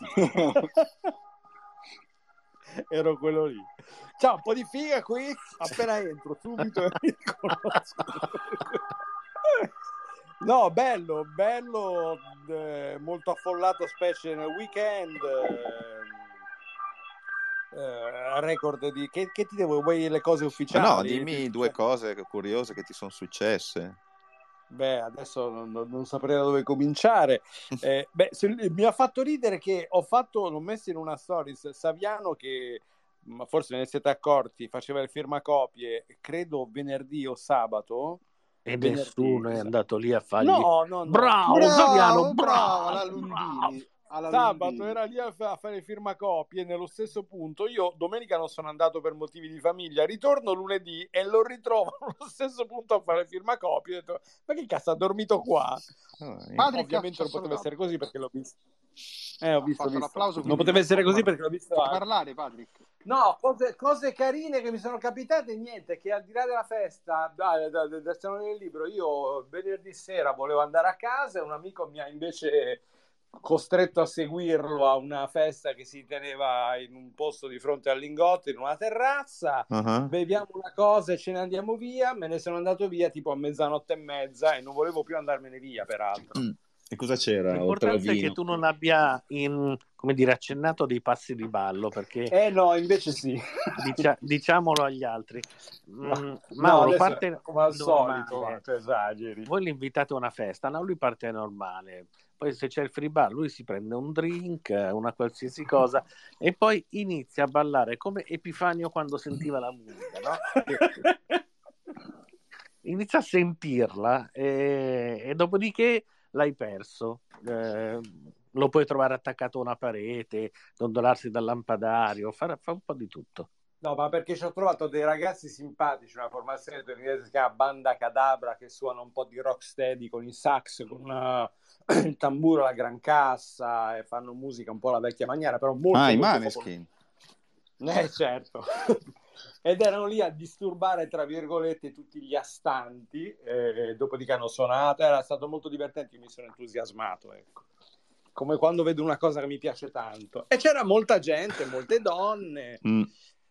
Ero quello lì. Ciao, un po' di figa qui, appena entro, subito mi riconosco. No, bello, bello, eh, molto affollato, specie nel weekend. Eh, eh, record di... Che, che ti devo... Vuoi le cose ufficiali? Ma no, dimmi due cose curiose che ti sono successe. Beh, adesso non, non saprei da dove cominciare. Eh, beh, se, mi ha fatto ridere che ho fatto, l'ho messo in una stories, Saviano che, ma forse ne siete accorti, faceva il firmacopie, credo venerdì o sabato. E venerdì, nessuno è esatto. andato lì a fargli No, no, no. bravo, Bravo, Saviano, bravo, bravo, alla bravo. Lundini. Alla Sabato Lundini. era lì a, fa- a fare firmacopie nello stesso punto. Io domenica non sono andato per motivi di famiglia, ritorno lunedì e lo ritrovo allo stesso punto a fare firmacopie. Ho detto, ma che cazzo, ha dormito qua? Oh, Patrick Ovviamente ha non poteva salutato. essere così perché l'ho visto. Eh, ho Ha visto, ho fatto visto. l'applauso, Non quindi poteva essere così può- perché l'ho visto. può parlare, Patrick. No, cose, cose carine che mi sono capitate, niente, che al di là della festa, da- da- da- del Salone del Libro, io venerdì sera volevo andare a casa e un amico mi ha invece costretto a seguirlo a una festa che si teneva in un posto di fronte al Lingotto, in una terrazza, uh-huh. beviamo una cosa e ce ne andiamo via, me ne sono andato via tipo a mezzanotte e mezza e non volevo più andarmene via, peraltro. Mm. E cosa c'era oltre al L'importante è vino? che tu non abbia in, come dire, accennato dei passi di ballo, perché Eh no, invece sì. dicia- diciamolo agli altri. Mm, No, Mauro adesso parte come al normale. solito, tu esageri. Voi l'invitate a una festa, no? Lui parte normale. Poi se c'è il free bar, lui si prende un drink, una qualsiasi cosa, e poi inizia a ballare come Epifanio quando sentiva la musica, no? E inizia a sentirla e, e dopodiché l'hai perso. Eh, lo puoi trovare attaccato a una parete, dondolarsi dal lampadario, fa, fa un po' di tutto. No, ma perché ci ho trovato dei ragazzi simpatici, una formazione inglese che si chiama Banda Cadabra, che suona un po' di rocksteady con il sax, con una, il tamburo, la gran cassa, e fanno musica un po' alla vecchia maniera, però molto, Ah, i molto Maneskin. Eh, certo. Ed erano lì a disturbare, tra virgolette, tutti gli astanti, eh, dopodiché hanno suonato, era stato molto divertente, io mi sono entusiasmato, ecco. Come quando vedo una cosa che mi piace tanto. E c'era molta gente, molte donne, Mm.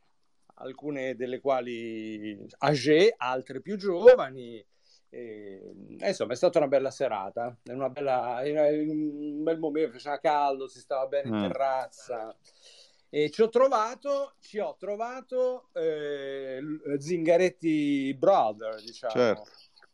alcune delle quali âgée, altre più giovani. E, insomma, è stata una bella serata, una bella, un bel momento, faceva caldo, si stava bene in Mm. terrazza. E ci ho trovato, ci ho trovato eh, Zingaretti Brother, diciamo. Certo.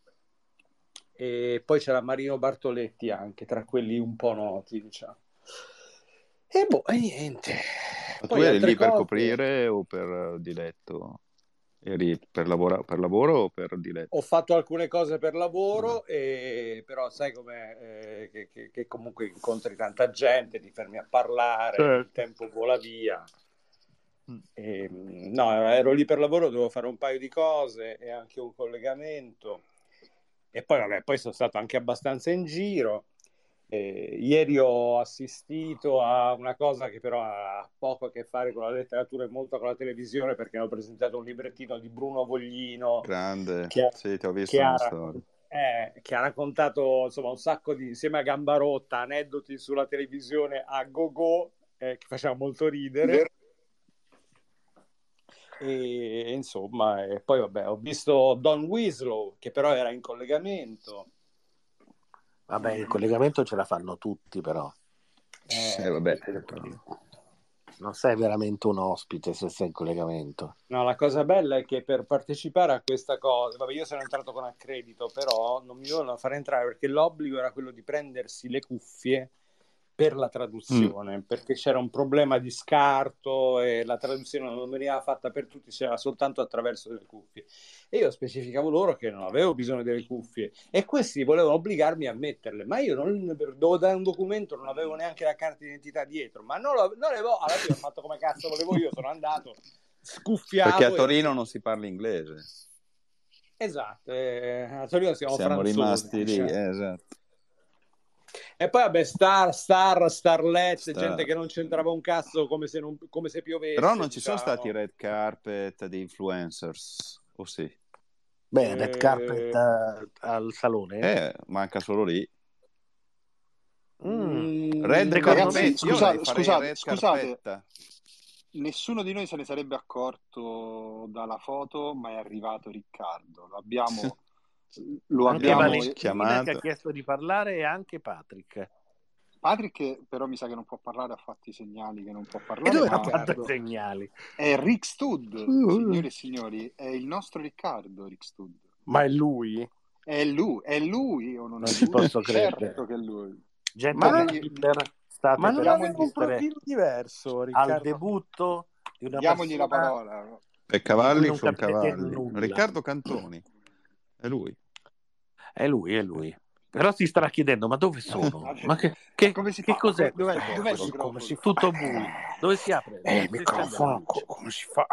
E poi c'era Marino Bartoletti anche, tra quelli un po' noti, diciamo. E boh, e niente. Ma Poi tu eri altre lì per cose- coprire o per diletto? Eri per, lavora- per lavoro o per diletto? Ho fatto alcune cose per lavoro, e, però sai com'è, eh, che, che, che comunque incontri tanta gente, ti fermi a parlare, Certo. il tempo vola via. E, no, ero lì per lavoro, dovevo fare un paio di cose e anche un collegamento. E poi, vabbè, poi sono stato anche abbastanza in giro. Eh, ieri ho assistito a una cosa che però ha poco a che fare con la letteratura e molto con la televisione, perché ho presentato un librettino di Bruno Voglino, Grande. che ha- Sì, ti ho visto che ha, nella raccon- storia. eh, che ha raccontato insomma un sacco di, insieme a Gambarotta, aneddoti sulla televisione a go-go, eh, che faceva molto ridere. E, e insomma, e poi vabbè, ho visto Don Winslow, che però era in collegamento. Vabbè, il collegamento ce la fanno tutti, però. Eh, vabbè, però. Non sei veramente un ospite se sei in collegamento. No, la cosa bella è che per partecipare a questa cosa, vabbè, io sono entrato con accredito, però non mi volevano far entrare perché l'obbligo era quello di prendersi le cuffie per la traduzione, perché c'era un problema di scarto e la traduzione non veniva fatta per tutti, c'era soltanto attraverso le cuffie. E io specificavo loro che non avevo bisogno delle cuffie e questi volevano obbligarmi a metterle, ma io non dovevo dare un documento, non avevo neanche la carta d'identità dietro, ma non, lo, non avevo, alla fine ho fatto come cazzo volevo io, sono andato scuffiato. Perché a e- Torino non si parla inglese. Esatto, eh, a Torino siamo, Siamo franzosi, rimasti lì, cioè. eh, esatto. E poi vabbè, star, star, starlet, Star. gente che non c'entrava un cazzo, come se, non, come se piovesse. Però non ci diciamo. sono stati red carpet di influencers, o sì? Beh, Eh, red carpet eh, al salone. Eh, manca solo lì. Mm. Red Secondo Ragazzi, carpet, me- io scusate, vorrei fare scusate, red scusate. carpetta. Nessuno di noi se ne sarebbe accorto dalla foto, ma è arrivato Riccardo. Lo abbiamo, lo Anche abbiamo... Valentina chiamato. che ha chiesto di parlare e anche Patrick. Patrick però mi sa che non può parlare, ha fatto i segnali che non può E parlare, dove ha ma fatto i segnali? è Rick Stud, Uh. signore e signori, è il nostro Riccardo Rick Stud. Ma è lui? È lui, è lui o non, Non è ci lui? posso credere. Certo che è lui. Gente Ma di non- Twitter, state Ma non per aveva un assistere profilo diverso, al Riccardo? debutto di una Diamogli la persona parola. E di cui cavalli non sul capirete cavalli. nulla. Riccardo Cantoni. È lui. È lui, è lui. Però si starà chiedendo, ma dove sono? Ma che, che, Come si che fa? cos'è Dov'è- questo dov'è il posto? microfono? Come si fa? Tutto buio. Dove si apre? Eh, il Dove si accende la microfono, luce? co- come si fa?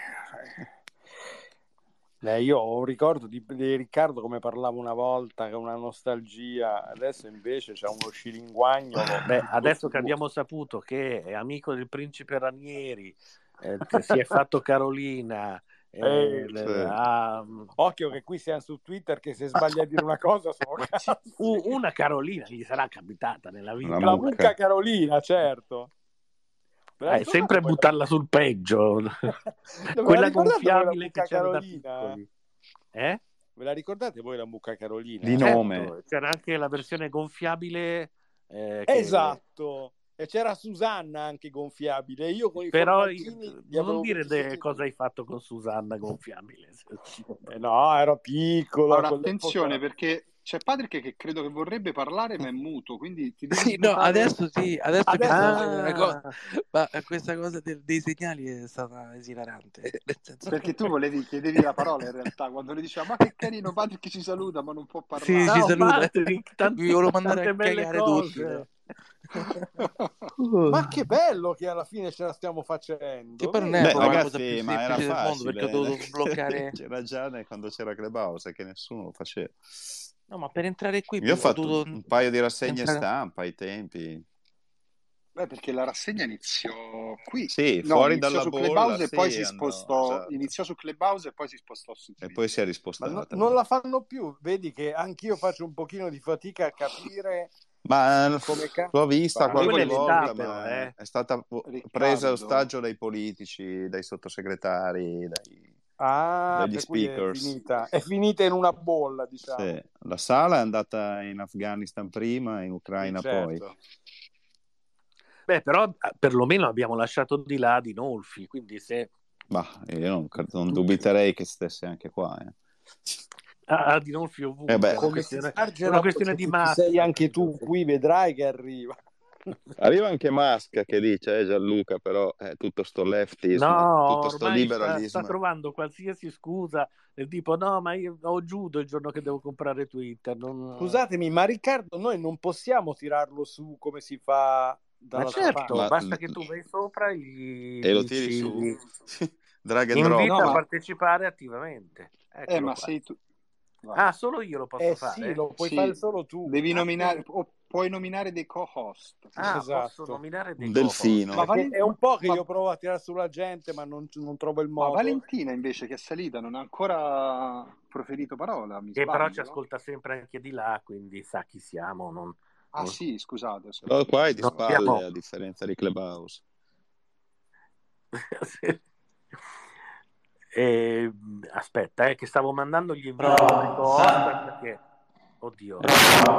Eh, io ho un ricordo di, di Riccardo come parlava una volta, con una nostalgia, adesso invece c'è uno scilinguagnolo. Beh, tutto adesso suo. che abbiamo saputo che è amico del principe Ranieri, eh, che si è fatto Carolina, eh, Eh, l- sì. ha- Occhio che qui siamo su Twitter, che se sbaglia a dire una cosa sono cazzi. u- una Carolina gli sarà capitata nella vita. La La mucca. mucca Carolina, certo. Ve la Eh, ricordate sempre quella- buttarla sul peggio. Ve la Quella ricordate voi la gonfiabile mucca che c'era da Carolina? piccoli. Eh? Ve la ricordate voi la mucca Carolina? Di Certo, nome. c'era anche la versione gonfiabile. eh, che- Esatto. E c'era Susanna anche gonfiabile. Io con i Però formaggini io- li avevo non dire messi de- tutti. cosa hai fatto con Susanna gonfiabile. Eh no, ero piccolo. Ora a quell'epoca- attenzione perché c'è Patrick che credo che vorrebbe parlare ma è muto, quindi ti devi Sì, no, mutare. adesso sì, adesso, Adesso che sì. sto facendo una cosa, Ah, ma questa cosa del- dei segnali è stata esilarante, nel senso Perché tu volevi, chiedevi la parola in realtà, quando le diceva ma che carino Patrick ci saluta ma non può parlare. Sì, ci ciao saluta. Patrick, tante, Vi volevo mandare tante a belle cagare cose. tutti, no? Ma che bello che alla fine ce la stiamo facendo. Che poi non Beh, è proprio la cosa ragazzi, più ma era semplice del mondo, perché ho facile. dovuto bloccare. C'era già ne- quando c'era Clubhouse che nessuno lo faceva. No, ma per entrare qui Io ho fatto dovuto un paio di rassegne entrare- stampa ai tempi. Beh, perché la rassegna iniziò qui. Sì, No, fuori iniziò dalla su bolla, Clubhouse e sì, poi si andò, spostò, esatto. iniziò su Clubhouse e poi si spostò su E Twitter. poi si è Ma rispostata. no- non la fanno più. Vedi che anch'io faccio un pochino di fatica a capire. Ma Come cazzo l'ho vista fa? qualche Quella è l'età, volta, però, ma eh. è stata Riccardo. presa a ostaggio dai politici, dai sottosegretari, dai... Ah, Dagli per cui è speakers. finita. È finita in una bolla, diciamo. Sì. La sala è andata in Afghanistan prima, in Ucraina Sì, certo. poi. Beh, però eh, perlomeno abbiamo lasciato di là Dinolfi, quindi se Ma io non, non dubiterei che stesse anche qua. Eh. ah, Dinolfi ovunque, Eh beh. è una Come questione, si esagera, è una questione perché di ci massa. sei anche tu qui, vedrai che arriva. Arriva anche Musk che dice, eh, Gianluca, però è tutto sto leftismo, No, tutto sto ormai sta, liberalismo. sta trovando qualsiasi scusa del tipo no, ma io ho giudo il giorno che devo comprare Twitter. Non... Scusatemi, ma Riccardo, noi non possiamo tirarlo su come si fa Ma dall'altra certo, parte. Ma- basta che tu vai sopra e gli E lo dici- tiri su? Drag and invita drop. No, a ma- partecipare attivamente. Eccolo Eh, ma qua. sei tu. Vai. Ah, solo io lo posso Eh fare? sì, lo puoi Sì, fare solo tu. Devi Ah, nominare, sì. o puoi nominare dei co-host. Ah, Esatto. posso nominare dei Un delfino. Ma Perché Valen- è un po' che ma- io provo a tirare sulla gente, ma non, non trovo il Ma modo. Valentina invece che è salita non ha ancora proferito parola, mi Che però ci sbaglio? ascolta sempre anche di là, quindi sa chi siamo. Non... Ah non- sì, scusate. scusate. Però qua è di No, spalle, abbiamo- a differenza di Clubhouse. E, aspetta, eh, che stavo mandando gli inviti ai co-host perché... Oddio. Che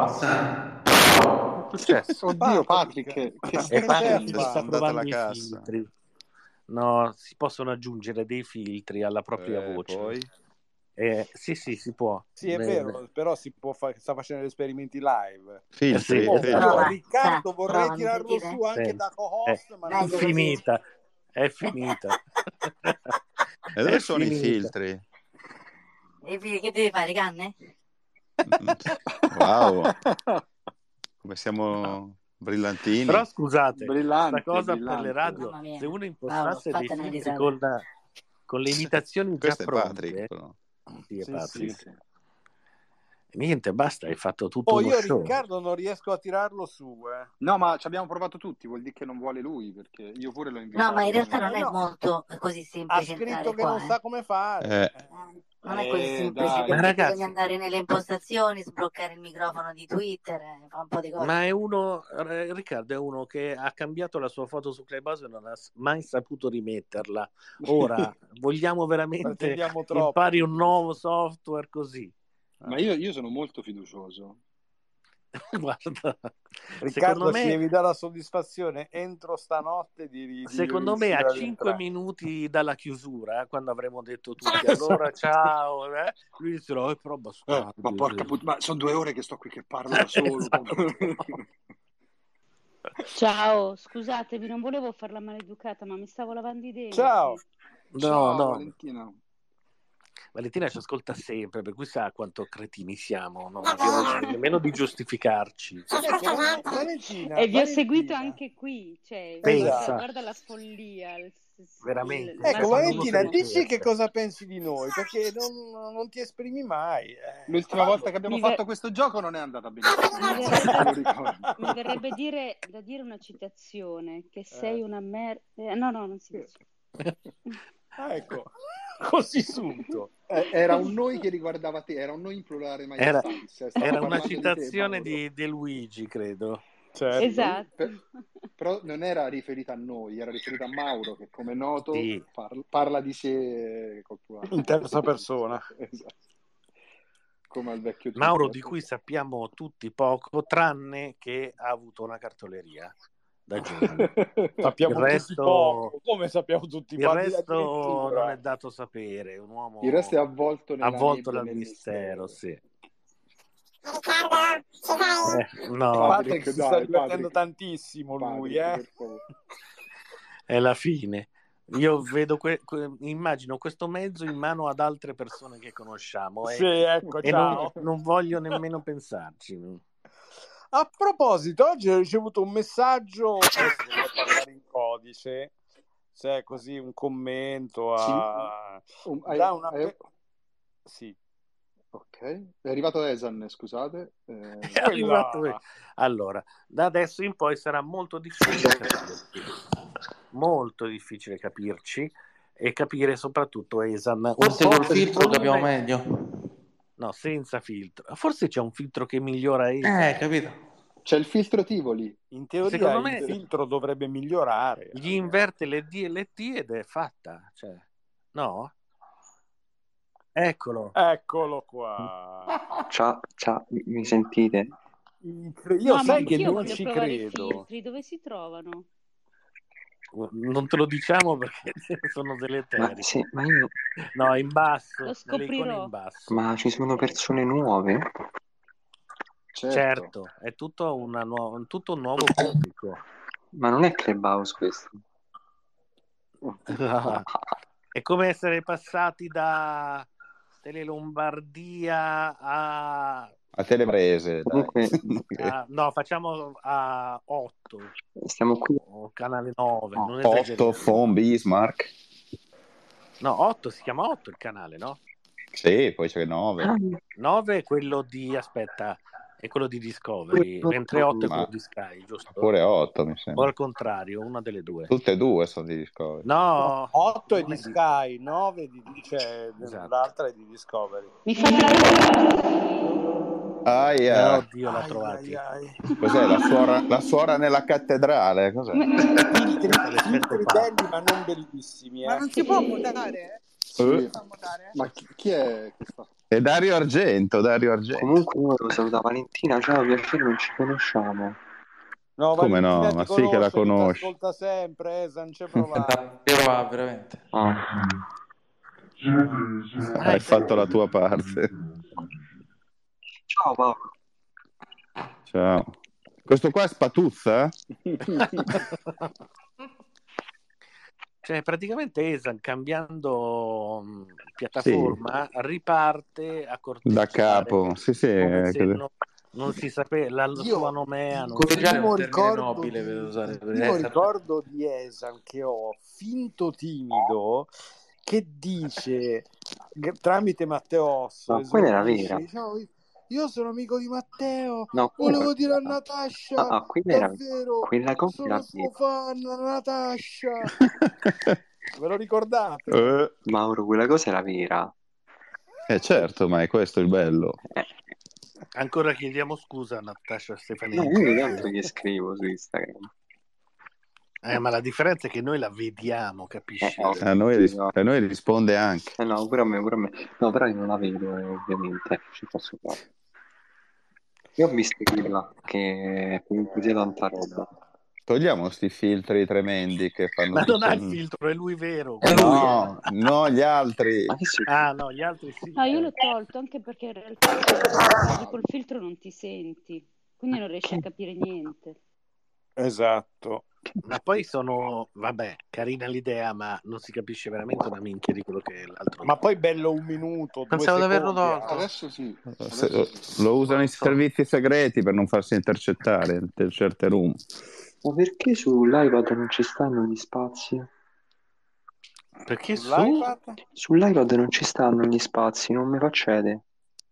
è successo? Oddio, Patrick. Patrick, che E stai Patrick facendo? sta Andate provando alla i cassa. filtri. No, si possono aggiungere dei filtri alla propria Eh, voce. poi? Eh, sì, sì, si può. Sì, è Eh, vero, però si può fa- sta facendo gli esperimenti live. Filtri, sì, Oh, filtri. io Prova. Riccardo Sa, vorrei prova, mi tirarlo sentite? su anche Sì. da co-host, ma È non Meglio così. finita, è finita. E dove È sono i finita. filtri? E vi- che devi fare, canne? Wow, come siamo brillantini. Però scusate, Brillante, questa cosa brillante. per le radio, Mamma mia. se uno Paolo, impostasse dei fatene una filtri risata. con, con le imitazioni già Questo è pronte, Patrick, però. Sì, è Sì, pazzo. sì. Sì. Niente, basta, hai fatto tutto Oh, uno io show. Riccardo non riesco a tirarlo su, eh. No, ma ci abbiamo provato tutti, vuol dire che non vuole lui, perché io pure l'ho invitato. No, ma in realtà Eh, non è no. molto così Ha semplice scritto entrare che non qua, sa eh. come fare. Eh, Eh, Non è così Eh, semplice dai. Ma perché ragazzi, bisogna andare nelle impostazioni, sbloccare il microfono di Twitter, eh, fa un po' di cose. ma è uno, eh, Riccardo è uno che ha cambiato la sua foto su Clubhouse e non ha s- mai saputo rimetterla. Ora vogliamo veramente Pretendiamo troppo. impari un nuovo software così? Ma io, io sono molto fiducioso. Guarda, Riccardo, secondo se me, mi dà la soddisfazione entro stanotte di, di secondo me riuscire a ad cinque entrare. minuti dalla chiusura, eh, quando avremo detto tutti allora ciao, eh, lui dirà, eh, però Eh, bastardi, ma porca sì." puttana, ma sono due ore che sto qui che parlo da solo. Esatto. Ciao, scusatemi, non volevo farla maleducata, ma mi stavo lavando i denti. Ciao. No, Ciao no, Valentina. Valentina ci ascolta sempre, per cui sa quanto cretini siamo, non abbiamo bisogno nemmeno di giustificarci. Ecco, Va- Valentina, E vi ho Valentina. seguito anche qui, cioè, Pensa. guarda, guarda la follia. il- il- Veramente. il Ecco, Ma Valentina, non lo dici sapete. che cosa pensi di noi, perché non, non ti esprimi mai. eh. L'ultima volta che abbiamo Mi ver- fatto questo gioco non è andata benissimo. Mi Non so se te lo verrebbe, ricordi. mi verrebbe dire, da dire una citazione, che sei una merda. no, no, non si dice. Ah, ecco, così subito. Eh, Era un noi che riguardava te, era un noi in plurale Era, maiestatis. eh, stavo era una parlando di te, citazione Mauro. di De Luigi, credo. Certo. Esatto. Per- però non era riferita a noi, era riferita a Mauro che come noto Sì. par- parla di sé col plurale. In terza persona. Esatto. Come al vecchio Mauro, Twitter. di cui sappiamo tutti poco, tranne che ha avuto una cartoleria da giovane. Sappiamo Il tutti resto- poco. Come sappiamo tutti Il poco? resto Addirittura. non è dato sapere, un uomo Il resto è avvolto nella avvolto nebbia dal del mistero, mistero. sì. Riccardo, ci sei? Eh, no, Patrick Patrick, si sta dai, divertendo Patrick. tantissimo lui, Patrick, eh. per favore. è la fine. Io vedo, que- que- immagino questo mezzo in mano ad altre persone che conosciamo e, Sì, ecco, e ciao. non, non voglio nemmeno pensarci. A proposito, oggi ho ricevuto un messaggio, adesso dovrei parlare in codice, c'è così un commento a... Um, hai- da una hai- pe- Sì. Ok, è arrivato Esan, scusate. Eh, È arrivato là. qui. Allora, da adesso in poi sarà molto difficile capirci, molto difficile capirci e capire soprattutto Esan. Un Forse po' col per il filtro capiamo volume- meglio. No, senza filtro. Forse c'è un filtro che migliora Esan. Eh, capito. c'è il filtro Tivoli. In teoria Secondo il me- filtro dovrebbe migliorare. Gli inverte le D e le T ed è fatta. Cioè, no? Eccolo. Eccolo qua. Ciao, ciao, mi mi sentite? Incre- Io No, ma sai che anch'io non voglio ci provare i credo. filtri, dove si trovano? Non te lo diciamo perché sono Ma, deleteri. sì, ma, io, No, in basso. Lo nelle icone scoprirò. in basso. ma ci sono persone nuove? Certo. Certo, è tutto, una nuova, tutto un nuovo pubblico. Ma non è Clubhouse questo? È come essere passati da Tele Lombardia a, A Telebrese, dai. Comunque, a- no, facciamo a otto stiamo qui. o canale nove, non Otto, esageriamo. Phone, Bismarck. No, otto si chiama otto il canale, no? Sì, poi c'è nove. Ah, nove è quello di aspetta, è quello di Discovery, mentre otto è quello Ma- di Sky, giusto? Pure otto, mi O sembra. al contrario, una delle due. Tutte e due sono di Discovery. No, otto è una di Sky, nove di, cioè, Esatto. l'altra è di Discovery. Mi fate Eh, Aia, oddio, l'ha Ai, trovati. ai, ai. cos'è la suora, la suora nella cattedrale? Cos'è? Filtri, Questa è l'effetto filtri Papa. belli ma non bellissimi, Ma eh. non si può mutare? Sì. Eh, Fa mutare? Ma chi, chi è che sta? È Dario Argento, Dario Argento. comunque io volevo salutare Valentina, ciao, piacere, non ci conosciamo. No, Come no? Valentina Ma ti sì che la conosce, che ti conosci. ascolta sempre, eh, se non c'è provare. Io va, veramente. Ah, Hai fatto la tua parte. ciao Paolo. Ciao. Questo qua è Spatuzza? Cioè, praticamente Esan cambiando mh, piattaforma riparte a corteggiare Da capo. Sì, sì. come eh, se credo. non, non si sapeva la Io sua nomea. Non il si Corteggiare è primo un termine ricordo nobile di, per usare il per primo essere- ricordo di Esan che ho, finto timido, che dice G- tramite Matteo Osso No, quella era esordisce, vera. diciamo, io sono amico di Matteo, No, quella volevo dire a no, Natascia, no, quella era davvero, quella cosa sono era suo vera. fan, Natascia. Ve lo ricordate? Eh, Mauro, quella cosa era vera. eh, certo, ma è questo il bello. Eh, Ancora chiediamo scusa a Natascia no, Stefanini. io ogni tanto gli scrivo su Instagram. Eh, ma la differenza è che noi la vediamo, Eh, capisci? ho A noi, ris- capito. a noi risponde anche. Eh, no, pure a me, pure a me. No, però io non la vedo, eh, ovviamente. Ci posso fare. Io ho visto quella che comunque sia tanta roba. Togliamo sti filtri tremendi che fanno Ma non tutto ha il il- filtro, è lui vero. È lui. No, no, gli altri. Ma che si Ah, no, gli altri sì. No, io l'ho tolto anche perché in realtà se guardi col filtro non ti senti, quindi non riesci a capire niente. Esatto. Ma poi sono, vabbè, carina l'idea, ma non si capisce veramente una minchia di quello che è l'altro. Ma poi bello un minuto, due Pensavo di averlo secondi, tolto. eh. Adesso sì. Se- Adesso sì. lo usano i servizi segreti per non farsi intercettare in certe room. Ma perché sull'iPad non ci stanno gli spazi? Perché su? Sull'iPad? Sull'iPad non ci stanno gli spazi, non mi fa accedere.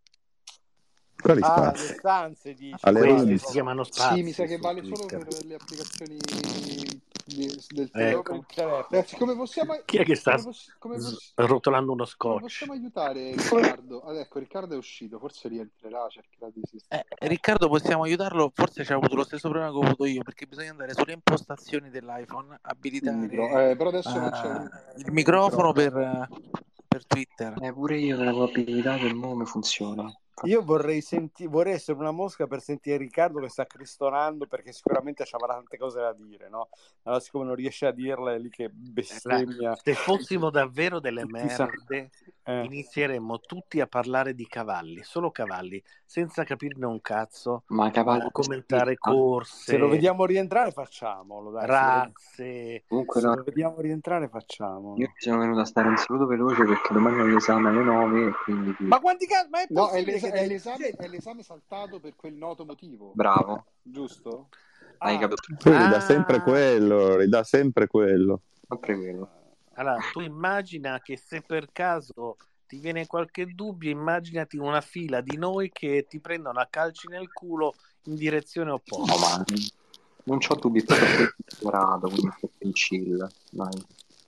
Quali Ah, le spazi? stanze dici. Alle Quali room. Questi si sono? chiamano spazi. Sì, mi sa che su vale solo Twitter. per le applicazioni di- del Ecco. Per il telefono. telefono. Ragazzi, come possiamo, Chi è che sta come poss- come s- poss- rotolando uno come scotch? possiamo aiutare Riccardo? Ah, ecco, Riccardo è uscito, forse rientrerà, cercherà di sistemare. Eh, Riccardo, possiamo aiutarlo? Forse ci ha avuto lo stesso problema che ho avuto io, perché bisogna andare sulle impostazioni dell'iPhone, Il abilitare micro- eh, però adesso non c'è eh, un il microfono microfono. per, eh, per Twitter. Eh, pure io nella probabilità del nome funziona. Io vorrei senti- vorrei essere una mosca per sentire Riccardo che sta cristonando, perché sicuramente ci avrà tante cose da dire, no? Allora, siccome non riesce a dirle, è lì che bestemmia. Se fossimo davvero delle Tutti sa- merde, eh. inizieremmo tutti a parlare di cavalli, solo cavalli, senza capirne un cazzo, Ma a cavallo commentare ah, corse, Se lo vediamo rientrare, facciamolo. Dai, se, lo, razze. comunque se no, lo vediamo rientrare, io facciamolo. mi sono venuto a stare un saluto veloce perché domani ho l'esame alle nove e quindi Ma quanti cazzo? Ma è No, è, possibile l'esa- che è dai... l'esame, è l'esame saltato per quel noto motivo, bravo, giusto? hai Ah, capito Lui ridà sempre Ah, quello, ridà sempre quello. sempre quello. allora, tu immagina che se per caso ti viene qualche dubbio, immaginati una fila di noi che ti prendono a calci nel culo in direzione No, opposta. ma non c'ho dubbi perché ho preparato, quindi sto in chill, dai.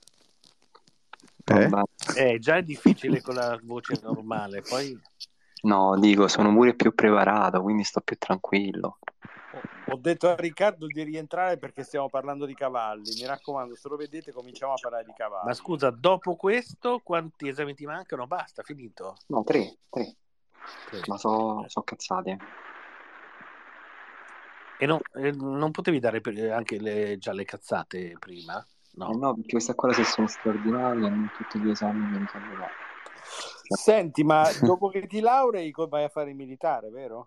Eh? Vabbè. Eh, già è difficile con la voce normale, poi No, dico, sono pure più preparato, quindi sto più tranquillo. Ho detto a Riccardo di rientrare perché stiamo parlando di cavalli. Mi raccomando, se lo vedete cominciamo a parlare di cavalli. ma scusa, dopo questo quanti esami ti mancano? Basta, finito. No, tre, tre, Tre. ma so, so cazzate. E no, eh, non potevi dare per- anche le, già le cazzate prima? Eh No. no, perché questa qua se sono straordinarie, non tutti gli esami me li fanno là. Cioè, Senti, ma dopo che ti laurei co- vai a fare il militare, vero?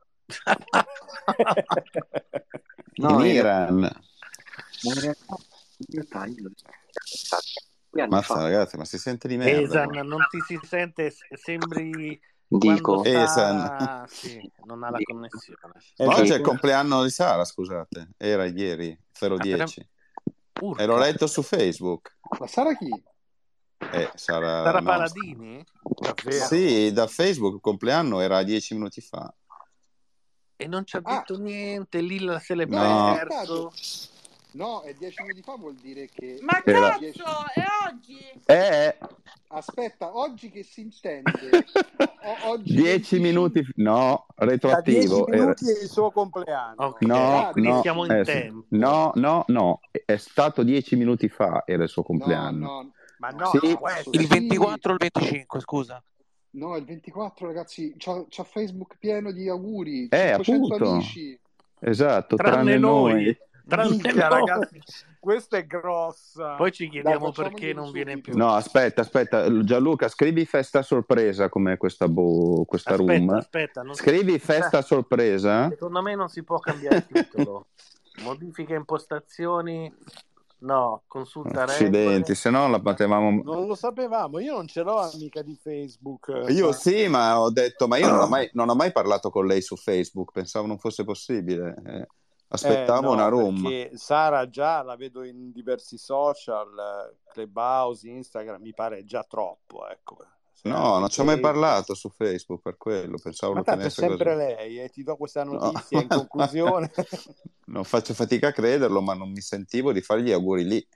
no, In in realtà, Iran. ma in realtà, in realtà io due anni Mazza fa ragazzi, ma si sente di merda Esan, qua. non ti si sente, s- sembri dico, quando Esan. Sara sì, non ha la dico, connessione. Ma oggi è il Esatto. compleanno di Sara, scusate. Era ieri, Ah, per... zero dieci. E l'ho Urca. letto su Facebook. Ma Sara chi? Eh, Sara Sara nostra. Paladini? Davvero? Sì, da Facebook il compleanno era dieci minuti fa. E non ci ha Ah, detto niente, Lilla se l'è no, No. è perso. aspettate. No, è dieci minuti fa vuol dire che Ma Era... dieci... cazzo, è oggi? Eh, Aspetta, oggi che si intende? O- oggi dieci minuti, f- no, Da dieci retroattivo. Era... minuti è il suo compleanno. Ok, No, Ah, quindi no, siamo in eh, sì. tempo. no, no, no, è stato dieci minuti fa, era il suo No, compleanno. no, Ma no, no, Sì, non può cazzo, essere. Il sì. ventiquattro o il venticinque, scusa. No, il ventiquattro, ragazzi, c'ha, c'ha Facebook pieno di auguri, eh, cinquecento appunto, amici. esatto, Tranne tranne noi, noi. tranne Minchia, noi. ragazzi, questa è grossa. Poi ci Dai, chiediamo perché facciamoglielo non viene subito. più. No, aspetta, aspetta, Gianluca, scrivi festa sorpresa come questa, bo- questa Aspetta, room. aspetta, non si... Scrivi festa sorpresa. Secondo me non si può cambiare titolo. Modifica impostazioni. No, consulta Accidenti, regole. se no la potevamo. Non lo sapevamo, io non ce l'ho amica di Facebook. Io Ma... sì, ma ho detto, ma io non ho mai, non ho mai parlato con lei su Facebook, pensavo non fosse possibile. Eh, aspettavo Eh, no, una room. perché Sara già la vedo in diversi social, eh, Clubhouse, Instagram, mi pare già troppo, ecco. No, non ci ho mai Facebook. parlato su Facebook per quello, pensavo Ma lo tanto è tenesse sempre così. lei, e ti do questa No. notizia in conclusione. Non faccio fatica a crederlo, ma non mi sentivo di fargli gli auguri lì.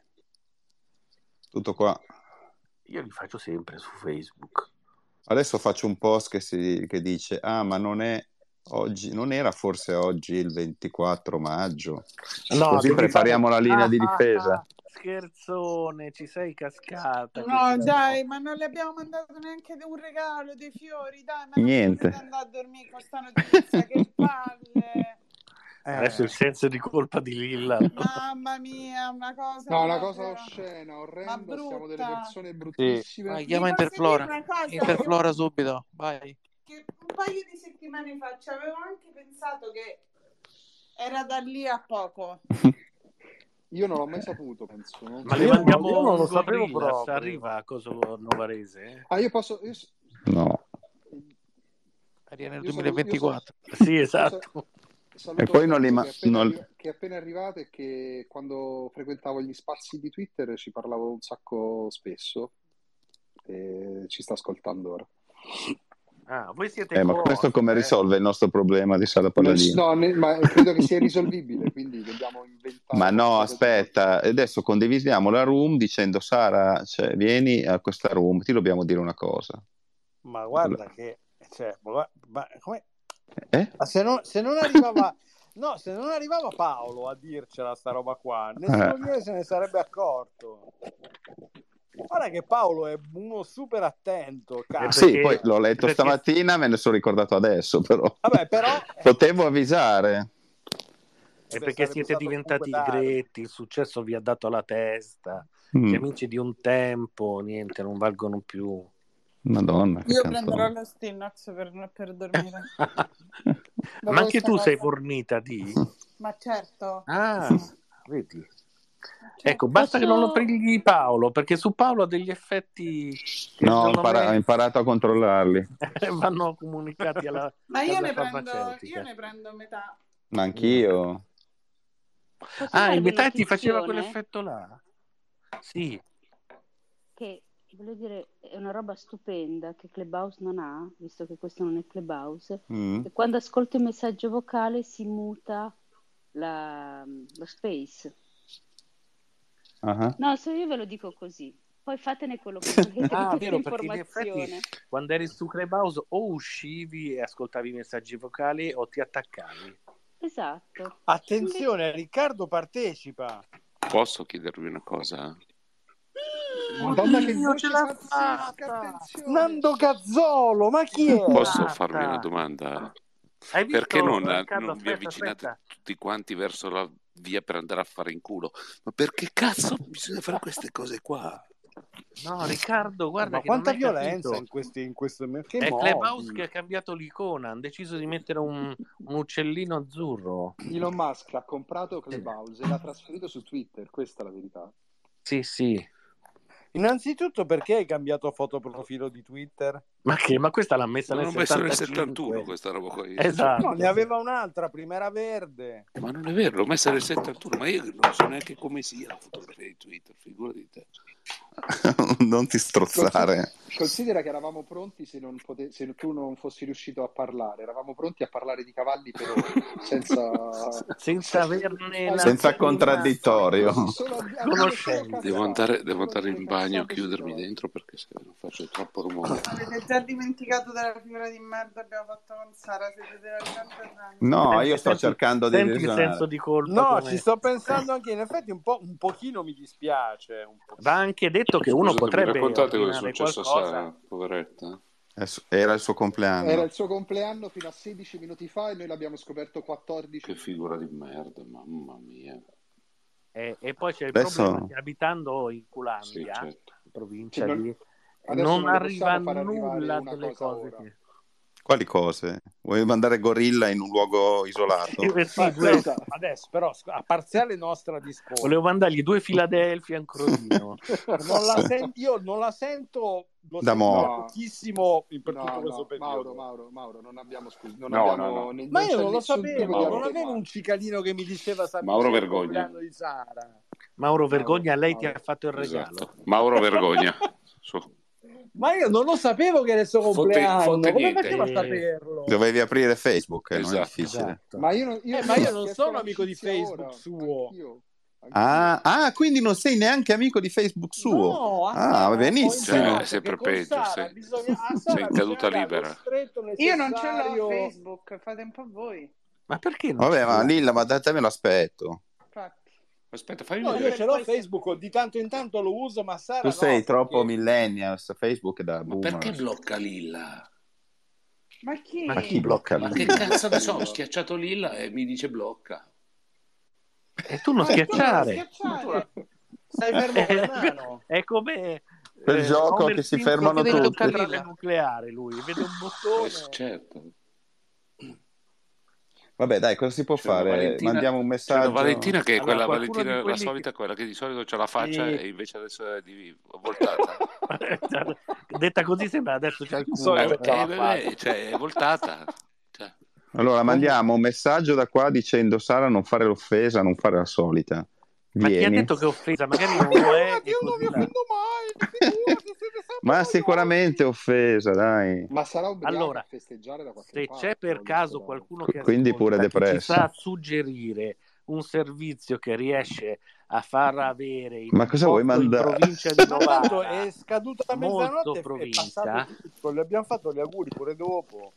Tutto qua. Io li faccio sempre su Facebook. Adesso faccio un post che, si, che dice: ah, ma non è oggi, non era forse oggi il ventiquattro maggio? No, Così devi prepariamo fare... la linea Ah, di ah, difesa. ah, scherzone, ci sei cascata. No, dai, ma non le abbiamo mandato neanche un regalo, dei fiori, dai, ma non Niente. potete andare a dormire con sta notizia, che palle. Adesso il senso di colpa di Lilla. Mamma mia, una cosa No, una proprio- cosa oscena, ma orrenda, siamo delle brutta. persone bruttissime. Vai, Vi chiama posso Interflora. dire una cosa? Interflora subito, vai. Che un paio di settimane fa ci avevo anche pensato che era da lì a poco. Io non l'ho mai saputo, penso. non Ma so. le Io mandiamo non- io non lo un sapevo gorilla, proprio. arriva a Kosovo Novarese? Ah, io posso... Io, s- No. Arriva nel io saluto- duemilaventiquattro. Sì, io esatto. sa- saluto E poi non li Lorenzo, ma- che, è appena non- arri- che è appena arrivato e che quando frequentavo gli spazi di Twitter ci parlavo un sacco spesso e ci sta ascoltando ora. Ah, voi siete Eh, ma co- questo come eh? risolve il nostro problema di Sala Non- Palladino? no, ne- ma credo che sia irrisolvibile, quindi dobbiamo inventare Ma no, qualcosa di- aspetta, adesso condivisiamo la room dicendo: Sara, cioè, vieni a questa room, ti dobbiamo dire una cosa. Ma guarda che... Cioè, ma, gua- ma come... Eh? Ma se non, se non arrivava... No, se non arrivava Paolo a dircela sta roba qua, nessuno Eh. di noi se ne sarebbe accorto. Guarda che Paolo è uno super attento, cazzo. Sì, poi l'ho letto perché- stamattina, me ne sono ricordato adesso, però. Vabbè, però... Potevo avvisare. È Beh, perché sarebbe siete stato diventati comunque tardi. gretti, il successo vi ha dato la testa. Mm. Gli amici di un tempo, niente, non valgono più. Madonna, che Io canzone. prenderò lo Stilnox per, per dormire. Ma anche questa tu sei cosa. fornita di? Ma certo. Ah, vedi. Cioè, Ecco, basta posso- che non lo preghi Paolo, perché su Paolo ha degli effetti che No, ho, secondo impara- ho me imparato a controllarli. vanno comunicati alla Ma io casa ne, prendo, farmaceutica. io ne prendo metà. Ma anch'io. Posso Ah, darvi in metà ti faceva notizione? quell'effetto là? Sì. Che voglio dire, è una roba stupenda che Clubhouse non ha, visto che questo non è Clubhouse, Mm. e quando ascolto il messaggio vocale si muta la- lo space. Ah. No, se io ve lo dico così, poi fatene quello che volete Ah, di questa vero, perché in informazione. effetti quando eri su Clubhouse o uscivi e ascoltavi i messaggi vocali o ti attaccavi. Esatto. Attenzione, Riccardo partecipa. Posso chiedervi una cosa? Madonna, che Oddio, voce ce l'ha pazzesca, fatta! attenzione. Nando Gazzolo, ma chi è? Posso Fatta. farvi una domanda? Hai visto, Perché non, Riccardo, non vi aspetta, avvicinate aspetta. tutti quanti verso la via per andare a fare in culo? Ma perché cazzo bisogna fare queste cose qua? No, Riccardo, guarda Ma che quanta non hai violenza capito. in questi, in questo che È modi? Clubhouse che ha cambiato l'icona, hanno deciso di mettere un, un uccellino azzurro. Elon Musk ha comprato Clubhouse e l'ha trasferito su Twitter, questa è la verità. Sì, sì. Innanzitutto, perché hai cambiato fotoprofilo di Twitter? Ma che? Ma questa l'ha messa Ma nel l'ho messo nel settantacinque. settantuno questa roba qua. Esatto. No, ne aveva un'altra, prima era verde. Ma non è vero, l'ho messa nel settantuno, ma io non so neanche come sia la fotografia di Twitter, figurati te. Non ti strozzare. Considera che eravamo pronti se, non pote- se tu non fossi riuscito a parlare, eravamo pronti a parlare di cavalli per ore, senza... Senza averne la Senza minima contraddittorio. Solo a- a dire solo conoscenza. cazzate, Devo andare, devo solo andare dire in bagno, cazzate chiudermi sui cavalli. dentro perché se non faccio troppo rumore. Avete già dimenticato della figura di merda che abbiamo fatto con Sara? Siete della grande No, Senti- io sto senti- cercando di Senti il visionare. senso di colpa. No, come- ci sto pensando anche, in effetti un, po', un pochino mi dispiace. Un po'. Va anche detto che uno Scusate, mi potrebbe raccontate cosa è ordinare successo a qualcosa. Sara, poveretta? È su- Era il suo compleanno. Era il suo compleanno fino a sedici minuti fa e noi l'abbiamo scoperto quattordici. Che figura di merda, mamma mia. E, e poi c'è il Adesso- problema che abitando in Sì, Culandia, certo. in provincia Che non- di... adesso non non le arriva possiamo far arrivare nulla una delle cosa cose ora. che... Quali cose? Vuoi mandare Gorilla in un luogo isolato? Eh sì, Ma due- aspetta, adesso però, sc- a parziale nostra discorso, Volevo mandargli due Philadelphia e un Crodino. non la sen- io non la sento, l'ho Da sentita mo'. pochissimo in per No, tutto questo no, periodo. Mauro, Mauro, Mauro, non abbiamo scuse, non No, abbiamo no, no. ne- Ma non io c'è non lo nessun tipo sapevo, di non atteggiamento. avevo un cicalino che mi diceva sapere Mauro il vergogna. compleanno di Sara. Mauro Vergogna, lei ti Mauro. ha fatto il regalo. Esatto. Mauro vergogna. Su. Ma io non lo sapevo che era il suo Fotte- compleanno. fotte Come niente. facevo a Eh, saperlo? Dovevi aprire Facebook, eh, non è Esatto. difficile. esatto. Ma io, non- io, Eh, ma io io ho non chiesto sono amico di l'amicizia Facebook ora. suo. Anch'io. Anch'io. Ah, ah, quindi non sei neanche amico di Facebook suo. No, a Ah, Sara ho benissimo. Cioè, è imparato sempre che con peggio, Sara sei, bisogna, a sei Sara in bisogna caduta dare lo libera. stretto Io non ce l'ho necessario. Facebook, fate un po' voi. Ma perché non Vabbè, ce ma l'hai? Lilla, ma da te me l'aspetto. Infatti. Aspetta, fammi No, io vedere. ce l'ho Facebook, di tanto in tanto lo uso, ma Sara Tu no, sei troppo perché... millennials, Facebook è da Ma perché boomers. blocca Lilla? Ma chi? Ma Ma chi chi blocca Ma che Lilla? cazzo ne so, ho schiacciato Lilla e mi dice blocca. E tu non Ma tu non schiacciare. schiacciare. Stai fermo con le È, mano. è come Quel eh, gioco Homer che si Simpson fermano nella tutti. centrale nucleare. Lui vede un Eh, bottone. certo. Vabbè, dai, cosa si può C'è una fare? Valentina, Mandiamo un c'è una messaggio. Valentina che è Allora, quella qualcuno Valentina, di la quelli che... solita, quella che di solito c'ha la faccia Sì. e invece adesso è di, voltata. Detta così sembra adesso c'è il Di Eh, culo. solito c'ha eh, la beh, faccia. cioè, è voltata. Cioè, Allora, mandiamo un messaggio da qua dicendo Sara non fare l'offesa, non fare la solita. Ma chi ha Vieni. detto che è offesa? Magari non lo è. Figurati, E io non così mi la... offendo mai, figurati, siete sempre Ma noiosi. sicuramente offesa, dai. Ma sarà ubriaco Allora, a festeggiare da qualche se parte, c'è per voglio caso sperare. qualcuno Qu- che Quindi pure ascolta, che ci depresso. sa suggerire un servizio che riesce a far avere in Ma un cosa vuoi posto in mandare? provincia di Ma tanto Novara, è scaduta a molto mezzanotte, è provincia, passato tutto, gli abbiamo fatto gli auguri pure dopo.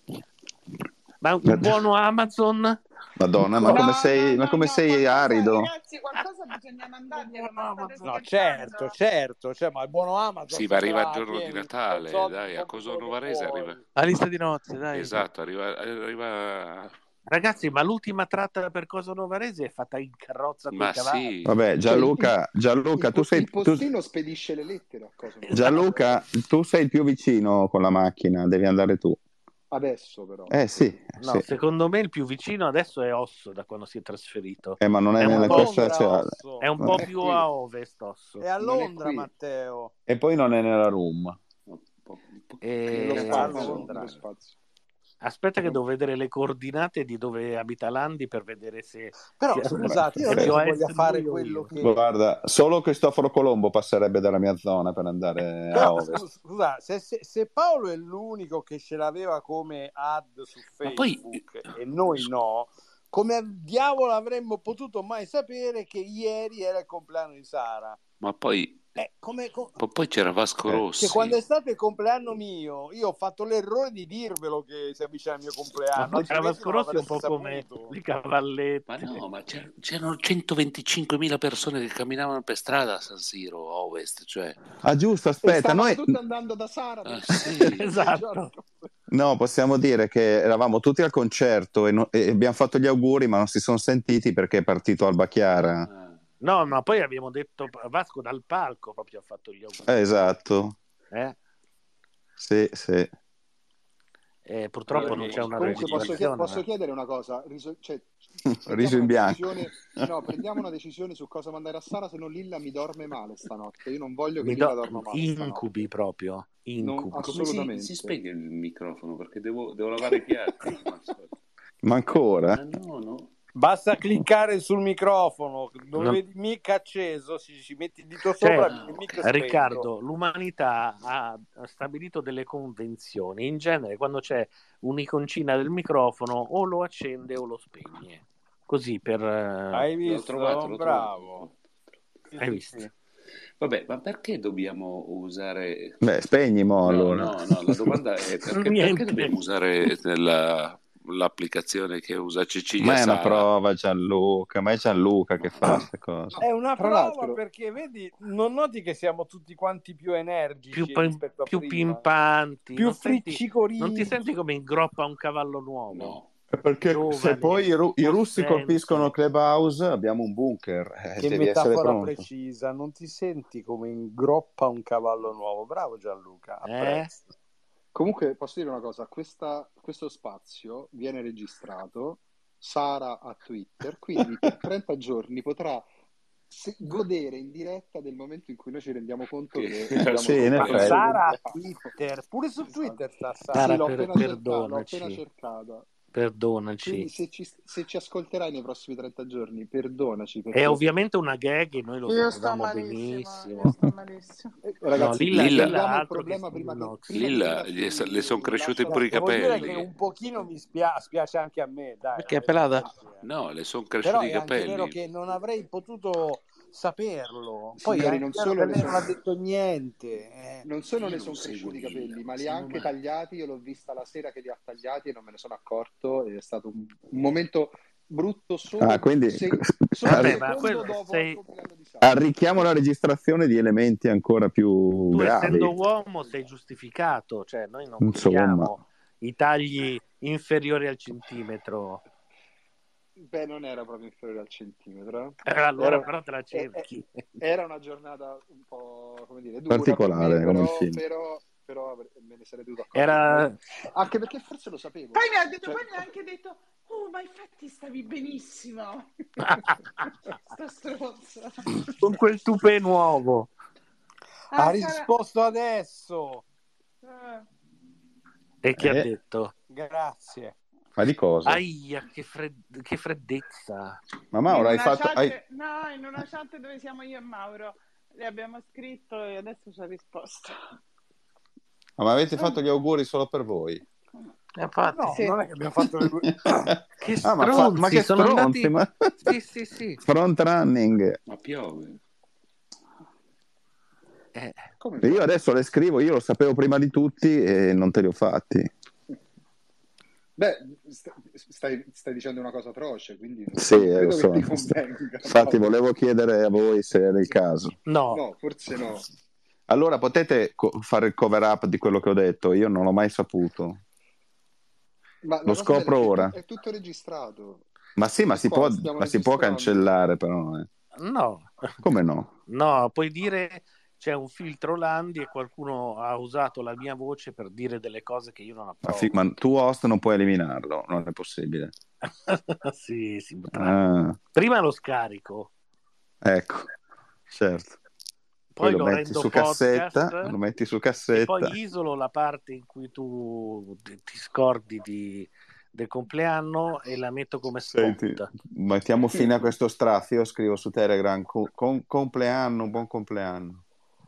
ma un buono Amazon? Madonna, ma No, come no, sei, ma no, come no, sei qualcosa, arido? ragazzi, qualcosa bisogna mandarglielo, ma state No, scherzando? certo, certo, cioè, ma il buono Amazon sì, ma arriva il sembra giorno di tieni, Natale, soldi, dai, a compri Coso quello che Novarese arriva. vuoi. La lista di nozze, dai. Esatto, arriva, arriva... Ragazzi, ma l'ultima tratta per Coso Novarese è fatta in carrozza con i Ma cavalli. sì, Vabbè, Cioè, Gianluca, il, Gianluca, il tu po- sei il tu, postino spedisce le lettere a cosa non Gianluca, tu sei il più vicino con la macchina, devi andare tu. adesso però. Eh sì, No, sì. secondo me il più vicino adesso è Osso da quando si è trasferito. Eh, ma non è, È un nella A po', tua Londra, stazione. Osso. è un po' Non è più qui, a ovest Osso. È a non è Londra, qui, Matteo. E poi non è nella room. un po', un po', che nello E... cazzo A spazio, Londra. nello spazio. Aspetta che devo vedere le coordinate di dove abita Landi per vedere se, Però se scusate, io se non è più che a voglia est fare lui o quello io. che... Guarda, solo Cristoforo Colombo passerebbe dalla mia zona per andare a Però ovest. scusa, se, se, se Paolo è l'unico che ce l'aveva come ad su Ma poi, Facebook e noi no, come diavolo avremmo potuto mai sapere che ieri era il compleanno di Sara? ma poi, Eh, come, co- po- poi c'era Vasco Eh. che quando è Rossi. stato il compleanno mio, io ho fatto l'errore di dirvelo che si avvicina il mio Ma compleanno, poi c'era altrimenti Vasco non Rossi un l'avresti po' come saputo. le Ma cavallette. no, ma c'er- c'erano centoventicinquemila persone che camminavano per strada a San Siro, a ovest, cioè... Ah, giusto, E aspetta, stavano noi tutti andando da Sara Ah, per sì. festeggiare il Esatto. giorno. no, possiamo dire che eravamo tutti al concerto e, no- e abbiamo fatto gli auguri, ma non si sono sentiti perché è partito Alba Chiara. Ah, No, ma poi abbiamo detto Vasco dal palco proprio ha fatto gli auguri. Eh, esatto, Eh? sì, sì. Eh, purtroppo Allora, non c'è una Comunque posso, chie- registrazione. posso ma- chiedere una cosa? Riso- cioè, Riso prendiamo in una bianco. decisione, no, prendiamo una decisione su cosa mandare a Sara, se no Lilla mi dorme male stanotte. Io non voglio che Mi Lilla do- dorma male incubi stanotte. proprio, Non, incubi. come si, assolutamente. si spegne il microfono? Perché devo, devo lavare i piatti. come al solito. Ma ancora? Ma no, no. Basta cliccare sul microfono, dove Non- vedi mic acceso, ci, ci metti il dito sopra, Cioè, il mic spento. Riccardo, l'umanità ha stabilito delle convenzioni. In genere, quando c'è un'iconcina del microfono, o lo accende o lo spegne. Così per... eh, Hai L'ho visto? trovato, l'ho Bravo. trovato. Sì, Hai sì, visto? sì. Vabbè, ma perché dobbiamo usare... Beh, spegni mo No, allora. no, no, la domanda è perché, Niente. perché dobbiamo usare la- l'applicazione che usa Cecilia Ma è una Sara? prova, Gianluca, ma è Gianluca che fa queste cose. È una Tra prova l'altro, perché vedi, non noti che siamo tutti quanti più energici Più, pim- rispetto a più prima, pimpanti. più Non senti, friccicorini. non ti senti come ingroppa un cavallo nuovo? No. Perché Giovane, se poi i, ru- i russi possente. colpiscono Clubhouse, abbiamo un bunker, eh, Che devi essere metafora pronto. precisa, non ti senti come ingroppa un cavallo nuovo. Bravo Gianluca, Eh? apprezzo. comunque posso dire una cosa, questa- questo spazio viene registrato, Sara a Twitter, quindi per trenta giorni potrà se- godere in diretta del momento in cui noi ci rendiamo conto Che- che abbiamo Sì, in scoperto il effetti. suo Sara a compleanno. Twitter, pure su Esatto. Twitter sta Sì, Sara. Sara, l'ho per- appena cercata, l'ho perdonaci. appena cercata. perdonaci. Quindi se ci, se ci ascolterai nei prossimi trenta giorni, perdonaci. Perché... È ovviamente una gag e noi lo Io sto sapevamo malissimo, benissimo. io sto malissimo. Eh, ragazzi, No, Lilla, Lilla, Lilla ha risolviamo il altro che problema prima che, Snox. prima che Lilla, Lilla gli si le sono cresciuti lascia pure i Devo dire che capelli. un pochino mi spia- spiace anche a me, dai. Perché è in pelata? effetti, eh. No, le sono Però cresciuti i è anche vero capelli. che non avrei potuto saperlo. Poi è Signori, anche non vero solo che le lei non ha sono, detto niente. eh. non solo Io le non sono seguo cresciuti i Lilla, capelli, ma li ha secondo anche me. tagliati. Io l'ho vista la sera che li ha tagliati e non me ne sono accorto. Ed è stato un, un momento brutto solo, Ah, quindi se- solo un Vabbè, ma secondo quello dopo il sei compleanno di Sara. arricchiamo la registrazione di elementi ancora più tu essendo gravi. uomo sei giustificato, cioè noi non Insomma, vogliamo i tagli inferiori al centimetro. Beh, non era proprio inferiore al centimetro. Eh, allora Era, però te la eh, cerchi. eh, era una giornata un po', come dire, dura per particolare me, come il però, film. però, però me ne sarei dovuto accorgere. Era Anche perché forse lo sapevo. Poi mi ha detto, Cioè, poi mi ha anche detto, oh, ma infatti stavi benissimo. Sta stronza. con quel tupè nuovo. Ha Ah, Sara... risposto adesso. eh, E che ha Eh, detto? Grazie. ma di cosa? Aia, che, fred- che freddezza. Ma in Mauro, hai una fatto... chat, hai- no, in una chat dove siamo io e Mauro, le abbiamo scritto e adesso ci ha risposto. ah, ma avete fatto gli auguri solo per voi? Infatti, No, Sì. non è che abbiamo fatto le due. che Ah, ma, fa- ma stronzi, che sono stronzi, andati... ma... Sì, sì, sì. Front running. Ma piove. Eh, come Io no? adesso le scrivo, io lo sapevo prima di tutti e non te li ho fatti. Beh, st- stai, stai dicendo una cosa atroce, quindi non, Sì, non eh, lo credo che so. ti convenga. Infatti No, volevo chiedere a voi se era il caso. no, no, forse no. Allora, potete co- fare il cover up di quello che ho detto? Io non l'ho mai saputo. Ma Lo la cosa bella scopro è che è, ora. tu- è tutto registrato. Ma sì, ma Noi si qua può, lo stiamo ma si può registrando. cancellare però. eh. no. Come no? No, puoi dire c'è un filtro Landi e qualcuno ha usato la mia voce per dire delle cose che io non Ma, approvo. fi- ma tu host non puoi eliminarlo, non è possibile. Sì, si potrà. Ah, Prima lo scarico, ecco, certo. poi Poi lo lo metti rendo su cassetta, podcast lo metti su e cassetta. poi isolo la parte in cui tu ti ti scordi di- del compleanno e la metto come Senti, spot. mettiamo fine a questo strazio, scrivo su Telegram, co- con- compleanno, buon compleanno.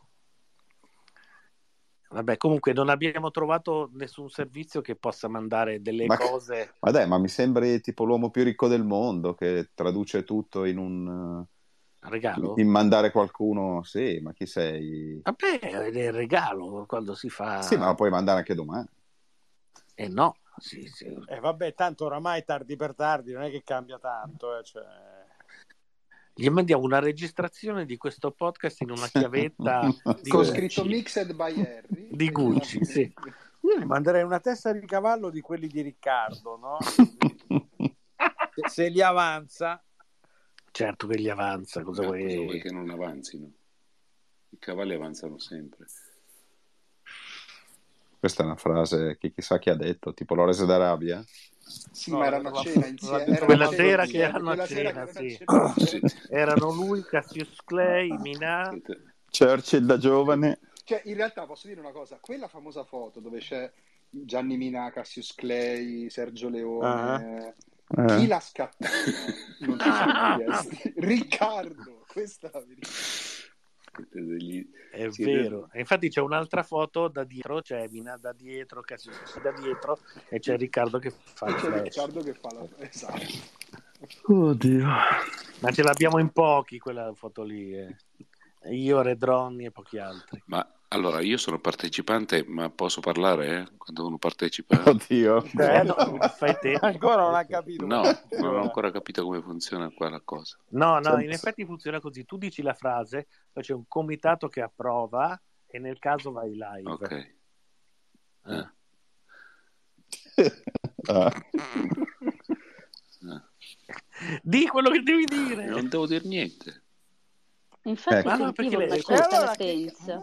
Vabbè, comunque non abbiamo trovato nessun servizio che possa mandare delle Ma, cose. ma dai, ma mi sembri tipo l'uomo più ricco del mondo che traduce tutto in un... Regalo? in mandare qualcuno, sì, ma chi sei? Vabbè, è il regalo quando si fa. Sì, ma lo puoi mandare anche domani. Eh no, sì, sì. E vabbè, tanto oramai tardi per tardi, non è che cambia tanto. Eh, cioè... Gli mandiamo una registrazione di questo podcast in una chiavetta di Con Sì. scritto Gucci. Mixed by Harry. Di e Gucci, gliela- sì. Io gli manderei una testa di cavallo di quelli di Riccardo, no? Se, se gli avanza. Certo che gli avanza, cosa Ma cosa vuoi vuoi? che non avanzino? I cavalli avanzano sempre. Questa è una frase che chissà chi ha detto, tipo Lores d'Arabia. Sì, No, ma l'ha- erano a l'ha- cena l'ha insieme. detto Erano Quella a cena sera che insieme. erano a Quella sera cena, che erano a sì. cena Sì. insieme. Erano lui, Cassius Clay, Minà. Siete- Churchill da giovane. Cioè, in realtà posso dire una cosa, quella famosa foto dove c'è Gianni Minà, Cassius Clay, Sergio Leone, chi Eh. l'ha scattata? Non si sono mai chiesti. Riccardo, questa è la verità. siete degli- È siete- vero. E infatti c'è un'altra foto da dietro, c'è Minà da dietro, Cassius Clay da dietro e c'è Riccardo che fa E il c'è flash. Riccardo che fa la... Esatto. Oddio. Ma ce l'abbiamo in pochi quella foto lì. eh. Io, Redronni e pochi altri. Ma allora io sono partecipante, ma posso parlare eh, quando uno partecipa? Oddio. Eh, no, fai te. Ancora non ha capito. No, come non ho funziona. ancora capito come funziona qua la cosa. No, no, Sì. in effetti funziona così. Tu dici la frase, poi c'è un comitato che approva e nel caso vai live. Ok. Eh. Ah. Ah. Di quello che devi dire. Non devo dire niente. Infatti Ecco. Ma no, perché sentivo lei- una E certa allora che- latenza.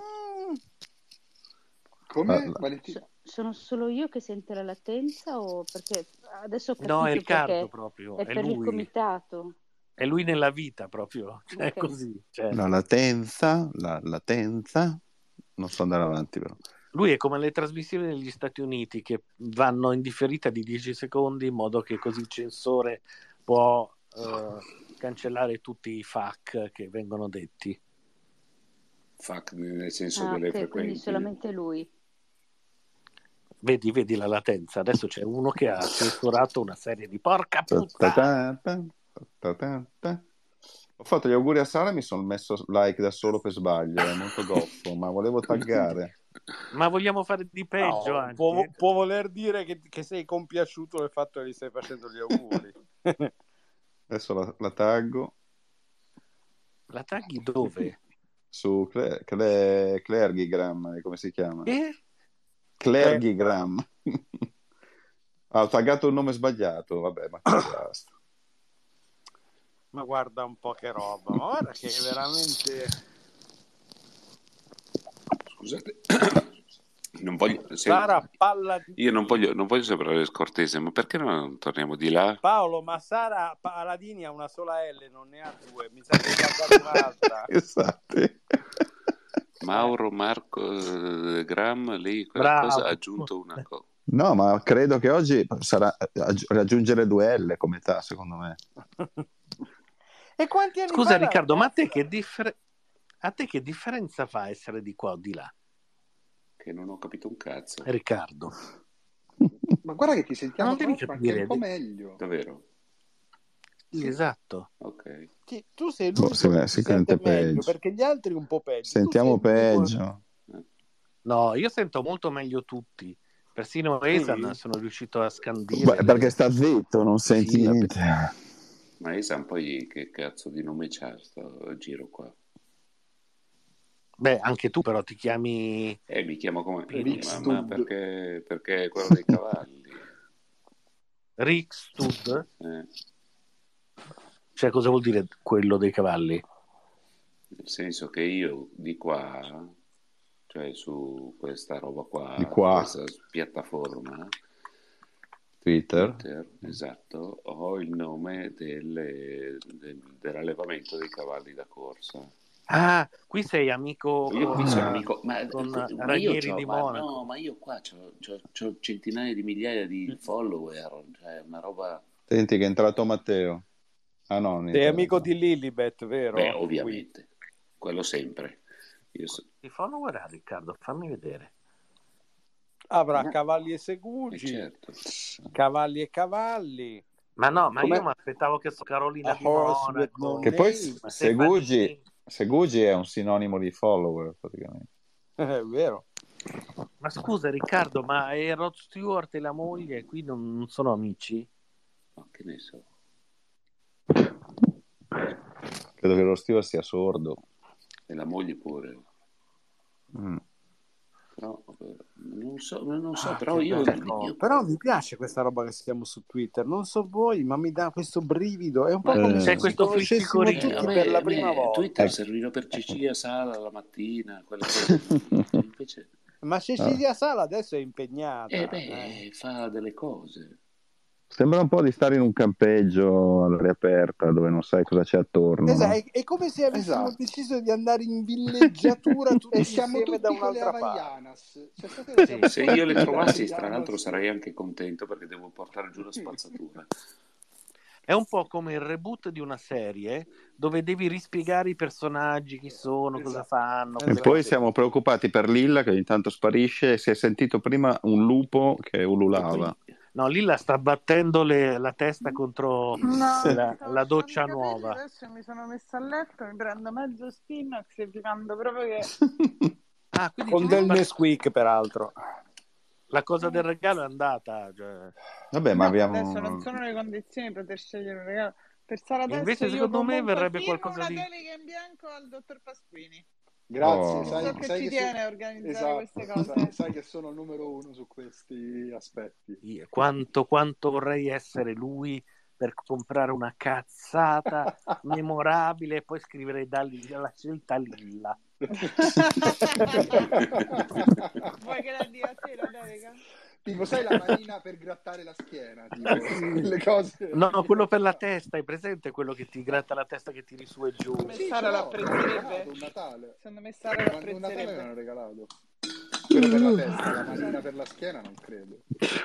Come, Allora. Valentina? So- sono solo io che sento la latenza o perché adesso ho No, è capito Riccardo perché proprio, è è per il lui. comitato. È lui nella vita proprio, cioè Ok. così. Cioè. La latenza, la latenza. Non so andare avanti però. Lui è come le trasmissioni negli Stati Uniti che vanno in differita di dieci secondi in modo che così il censore può eh, cancellare tutti i fuck che vengono detti. Fuck nel senso Ah, delle ok, quindi frequenze. solamente lui. Vedi, vedi la latenza. Adesso c'è uno che ha censurato una serie di porca puttana. Ho fatto gli auguri a Sara e mi sono messo like da solo per sbaglio, è molto goffo, ma volevo taggare. Ma vogliamo fare di peggio No, anche? può, può voler dire che, che sei compiaciuto del fatto che gli stai facendo gli auguri. Adesso la, la taggo. La tagli dove? Su Cle- Cle- Clergigram, come si chiama? Eh? Clergigram. Ah, ho taggato il nome sbagliato, vabbè, ma che basta. Ma guarda un po' che roba, ma guarda che è veramente... Scusate, non voglio, se- Sara Palladini. io non voglio, non voglio sembrare scortese, ma perché non torniamo di là? Paolo, ma Sara Palladini ha una sola L, non ne ha due, mi sa che ne ha dato un'altra. Esatto. Mauro Marco eh, Gram, lei quella Bravo. cosa ha aggiunto una cosa. No, ma credo che oggi sarà aggi- raggiungere due L come età, secondo me. E quanti anni Scusa fa la Riccardo, ma a te, ragazza? che differ- a te che differenza fa essere di qua o di là? Che non ho capito un cazzo. Riccardo. Ma guarda che ti Ma sentiamo non devi proprio anche capire. un po' meglio. Davvero? Sì, esatto. Ok. Sì, tu sei Boh, l'unico si- che si si sente sente meglio, peggio. perché gli altri un po' peggio. Sentiamo Tu sei l'unico- peggio. No, io sento molto meglio tutti. Persino Esan Sì. sono riuscito a scandire. Beh, le- perché sta zitto, non senti Sì, vabbè. niente. Ma Esan poi che cazzo di nome c'ha sto giro qua? Beh, anche tu però ti chiami... Eh, mi chiamo come... Rick Ma, ma Stud. perché, perché è quello dei cavalli? Rick Stud? Eh, Cioè, cosa vuol dire quello dei cavalli? nel senso che io di qua, cioè su questa roba qua, Di qua. questa piattaforma, Twitter. Twitter, esatto, ho il nome delle- del- dell'allevamento dei cavalli da corsa. Ah, qui sei amico Io qui con, sono amico, ma, con ma io Ranieri c'ho, di ma Monaco. no, ma io qua c'ho, c'ho- c'ho centinaia di migliaia di follower, cioè una roba... Senti che è entrato Matteo. Ah no, non è Sei entrato. amico di Lilibet, vero? Beh, ovviamente, quello sempre. Io so- Ti follower ha Riccardo? Fammi vedere. Avrà cavalli e eh, segugi, certo. cavalli e cavalli, Ma no, ma Com'è? io mi aspettavo che so Carolina a di horse with no Monaco, Che poi name. Segugi, Stefanini. Segugi è un sinonimo di follower, praticamente. È vero. Ma scusa Riccardo, ma è Rod Stewart e la moglie qui non, non sono amici? Ma che ne so. Credo che lo Stewart sia sordo. E la moglie pure. Mm. Però, vabbè, non so, non so, Ah, però che io, belle cose. io- Però mi piace questa roba che siamo su Twitter. Non so voi, ma mi dà questo brivido. È un po' Ma- come Eh. se C'è ci questo conoscessimo fliccicorino. tutti Eh, a me- per la a me prima volta. Twitter serviva per Cecilia Sala la mattina, quelle cose lì. Invece, Ma Cecilia Sala adesso è impegnata. eh beh, eh. fa delle cose. Sembra un po' di stare in un campeggio all'aria aperta dove non sai cosa c'è attorno. Esatto, no? è, è come se avessimo Esatto. deciso di andare in villeggiatura tutti E siamo insieme da tutti con le un'altra parte. Havaianas. Cioè, stasera siamo Se tutti io le con le trovassi, tra Havaianas. l'altro, sarei anche contento perché devo portare giù la spazzatura. È un po' come il reboot di una serie dove devi rispiegare i personaggi, chi sono, cosa Esatto. fanno. E quelle poi cose. siamo preoccupati per Lilla che ogni tanto sparisce e si è sentito prima un lupo che ululava. No, Lilla sta battendo le- la testa contro No, mi la, stavo la asciugando doccia i capelli, nuova. adesso mi sono messa a letto, mi prendo mezzo Spinax e vi mando proprio che... Ah, quindi Con ti del sei bat- Nesquik, peraltro. la cosa del regalo è andata. Cioè. Vabbè, ma No, abbiamo... adesso non sono le condizioni per poter scegliere un regalo. Per Sara E adesso invece io secondo me comunque verrebbe firmo qualcosa una di... delega in bianco al dottor Pasquini. Grazie, Oh. sai, So che sai ci che tiene so- a organizzare esatto, queste cose. sai, sai che sono il numero uno su questi aspetti. Io, Quanto, quanto vorrei essere lui per comprare una cazzata memorabile e poi scrivere da lì la scelta Lilla. Vuoi che la dia a te la delega? Tipo, sai la manina per grattare la schiena, tipo, le cose. No, no, quello per la testa, hai presente quello che ti gratta la testa che tiri su e giù? Secondo me Sì, Sara ce l'ho, me l'hanno l'apprezzerebbe. regalato un Natale. Secondo me Sara Quando un Natale me l'apprezzerebbe. l'hanno regalato. quello per la testa, la manina per la schiena non credo.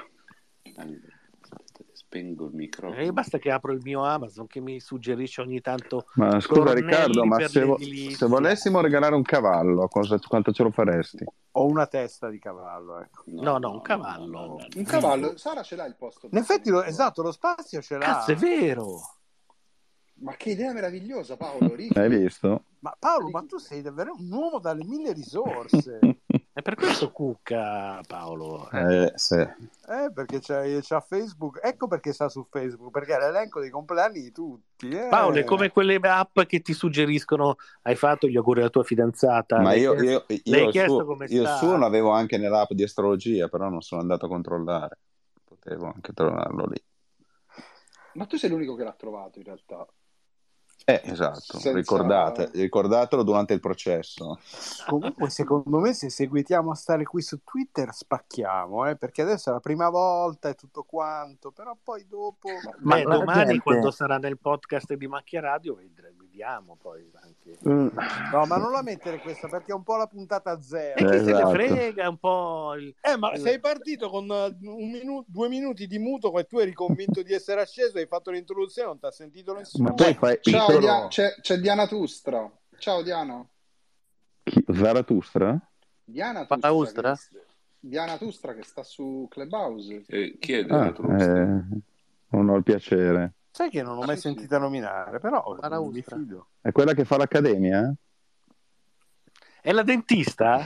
Spengo il microfono. E basta che apro il mio Amazon che mi suggerisce ogni tanto Ma scusa tornelli Riccardo, ma per se, vo- l'edilizia. se volessimo regalare un cavallo, cosa, quanto ce lo faresti? O una testa di cavallo, ecco. No, no, un cavallo. Un cavallo, Sara ce l'ha il posto. In effetti, lo, esatto, lo spazio ce l'ha. Cazzo, è vero. Ma che idea meravigliosa, Paolo. Ricky. Hai visto? Ma Paolo, ma tu sei davvero un uomo dalle mille risorse. È per questo cucca, Paolo. Eh, sì. Eh, perché c'è, c'ha Facebook. Ecco perché sta su Facebook, perché è l'elenco dei compleanni di tutti. Eh. Paolo, è come quelle app che ti suggeriscono hai fatto gli auguri alla tua fidanzata. Ma L'hai io, chiesto- io, io, l'hai il chiesto suo, come io il sta? suo l'avevo anche nell'app di astrologia, però non sono andato a controllare. Potevo anche trovarlo lì. Ma tu sei l'unico che l'ha trovato in realtà. Eh, esatto, Senza- ricordate, ricordatelo durante il processo. Comunque, secondo me, se seguitiamo a stare qui su Twitter, spacchiamo, eh, perché adesso è la prima volta e tutto quanto, però poi dopo... Ma Ma la domani, gente- quando sarà nel podcast di Macchia Radio, vedremo, vediamo poi anche. Mm. No, ma non la mettere questa, perché è un po' la puntata zero. E chi se ne Esatto. frega un po'. Il... Eh, ma sei partito con uh, un minuto, due minuti di muto e tu eri convinto di essere asceso, hai fatto l'introduzione, non ti ha sentito nessuno. Ma poi fai Ciao, solo- Dia- c'è, c'è Diana Tustra. Ciao Diana. Chi- Zarathustra? Diana Palaustra? Tustra, che, Diana Tustra che sta su Clubhouse. Eh, chi è Ah, Zarathustra? eh, non ho il piacere. Sai che non l'ho mai Sì, sì. sentita nominare, però mi Palaustra. fido. È quella che fa l'accademia? È la dentista?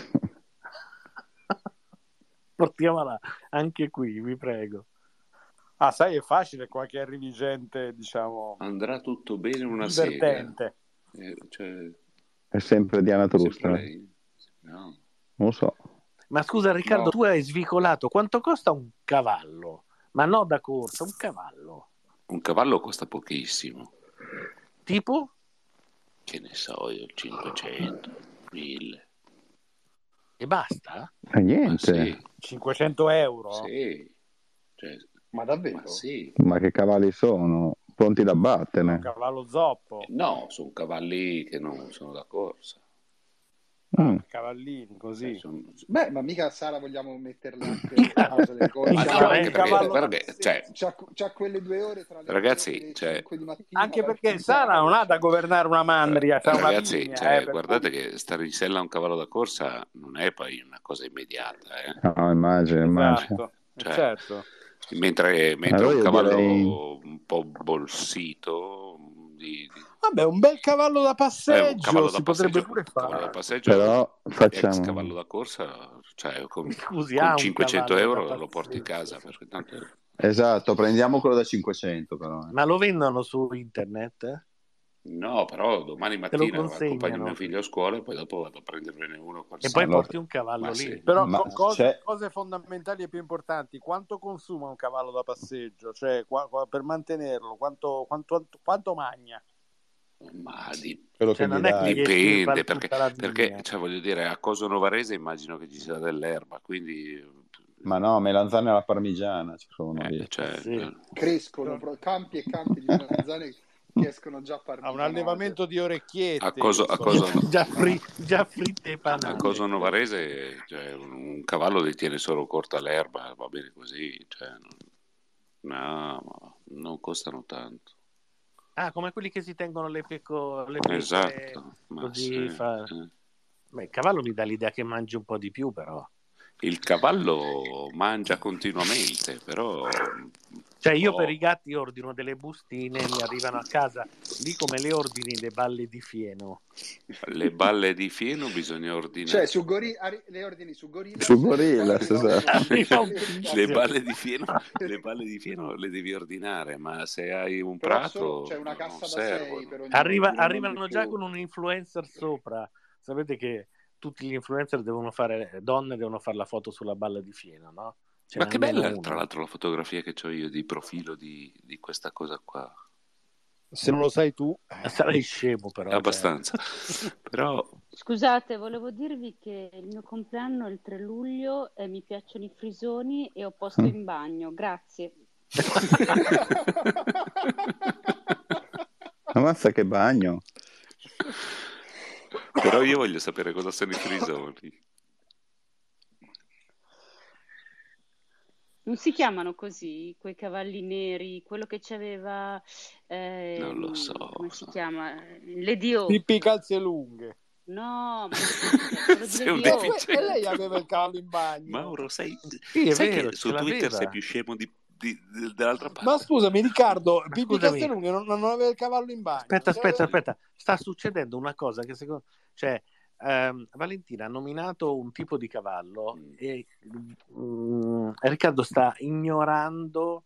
Portiamola anche qui, vi prego. Ah, sai, è facile qua che arrivi gente, diciamo, Andrà tutto bene una sega. divertente. Eh, cioè, È sempre Diana sempre Trustra? lei? No. Non lo so. Ma scusa Riccardo, No. tu hai svicolato. Quanto costa un cavallo? Ma no da corsa, un cavallo. Un cavallo costa pochissimo. Tipo? Che ne so io, cinquecento, mille. E basta? Eh, Ma niente. sì, cinquecento euro? sì. Cioè, Ma davvero? ma sì. Ma che cavalli sono? Pronti da Un battene? cavallo zoppo, No, sono cavalli che non sono da corsa. Mm. cavallini, così. Cioè, sono- Beh, ma mica Sara vogliamo metterla anche a causa del Ma corso. no, Il anche perché, cavallo perché, da- cioè, C'ha, c'ha quelle due ore tra le Ragazzi, ore e le cioè- cinque di mattina. Anche per perché puntare. Sara non ha da governare una mandria, c'ha una ragazzi, vigna, cioè, eh, per guardate cui- che stare in sella a un cavallo da corsa non è poi una cosa immediata, eh. No, immagino, immagino. Esatto, eh, Cioè, certo. Mentre, mentre Allora un io cavallo direi- un po' bolsito di, di- Vabbè, un bel cavallo da eh, un passeggio cavallo da si potrebbe passeggio, pure un cavallo da fare. passeggio Però ex facciamo... cavallo da corsa, cioè con, Scusi, con ha un cinquecento cavallo da euro lo porti in passeggio. casa perché tanto Esatto, prendiamo quello da cinquecento però. eh. Ma lo vendono su internet? no, però domani Te lo mattina consegnano. accompagno mio figlio a scuola e poi dopo vado a prendervene uno col E poi Allora- porti un cavallo Ma lì. sì. Però Ma co- cose, c'è- cose fondamentali e più importanti, quanto consuma un cavallo da passeggio? Cioè, qua- qua- per mantenerlo, quanto, quanto, quanto magna? ma di- Quello Cioè, che non gli è che dai. gli esci e dipende fai perché, tutta la perché vigna. cioè, voglio dire a Coso Novarese immagino che ci sia dell'erba quindi Ma no, melanzane alla parmigiana ci sono eh, lì. cioè, Sì. eh, Crescono pro- campi e campi di melanzane che escono già Ha un parmigianate. allevamento di orecchiette. a Coso, a insomma. Coso- Già, fri- già fritte e a panate. Coso Novarese cioè, un, un cavallo detiene solo corta l'erba va bene così cioè, non- no ma non costano tanto Ah, come quelli che si tengono le, peco- le pecore, esatto ma così sì, fa... eh. Beh, il cavallo mi dà l'idea che mangi un po' di più, però. il cavallo mangia continuamente però Cioè, io Oh. per i gatti ordino delle bustine, mi arrivano a casa, lì come le ordini le balle di fieno. le balle di fieno bisogna ordinare Cioè, su Gorilla, le ordini su Gorilla. Su Gorilla, esatto. Arriva un tizio. le balle di fieno le balle di fieno le devi ordinare ma se hai un Però prato solo c'è una non cassa da servono. sei per ogni Arriva- ordine, non arrivano di già più. con un influencer sopra. Sapete che tutti gli influencer devono fare, donne devono fare la foto sulla balla di fieno, no? Ce Ma n'è che almeno bella, una. tra l'altro, la fotografia che ho io di profilo di, di questa cosa qua. Se non lo sai tu, Sarai scemo, però. È abbastanza. Però, Scusate, volevo dirvi che il mio compleanno è il tre luglio e mi piacciono i frisoni e ho posto Mm. in bagno. Grazie. Ammazza che bagno. però io voglio sapere cosa sono i frisoni. Non si chiamano così quei cavalli neri, quello che c'aveva, Non lo ehm, so. come si chiama? Lady O. Pippi calze lunghe. No, ma quello di Sei un Lady O. E, que- e deficiente. lei aveva il cavallo in bagno. Mauro, sei... Sì, è sai vero, che ce su Twitter sei l'aveva. più scemo di, di- di- dell'altra Ma parte? scusami, Riccardo, Ma Pippi scusami, Castellunghe non, non aveva il cavallo in bagno. aspetta, Ce aspetta, l'aveva- aspetta. Sta succedendo una cosa che secondo... Cioè, ehm, Valentina ha nominato un tipo di cavallo Mm. e mm, Riccardo sta ignorando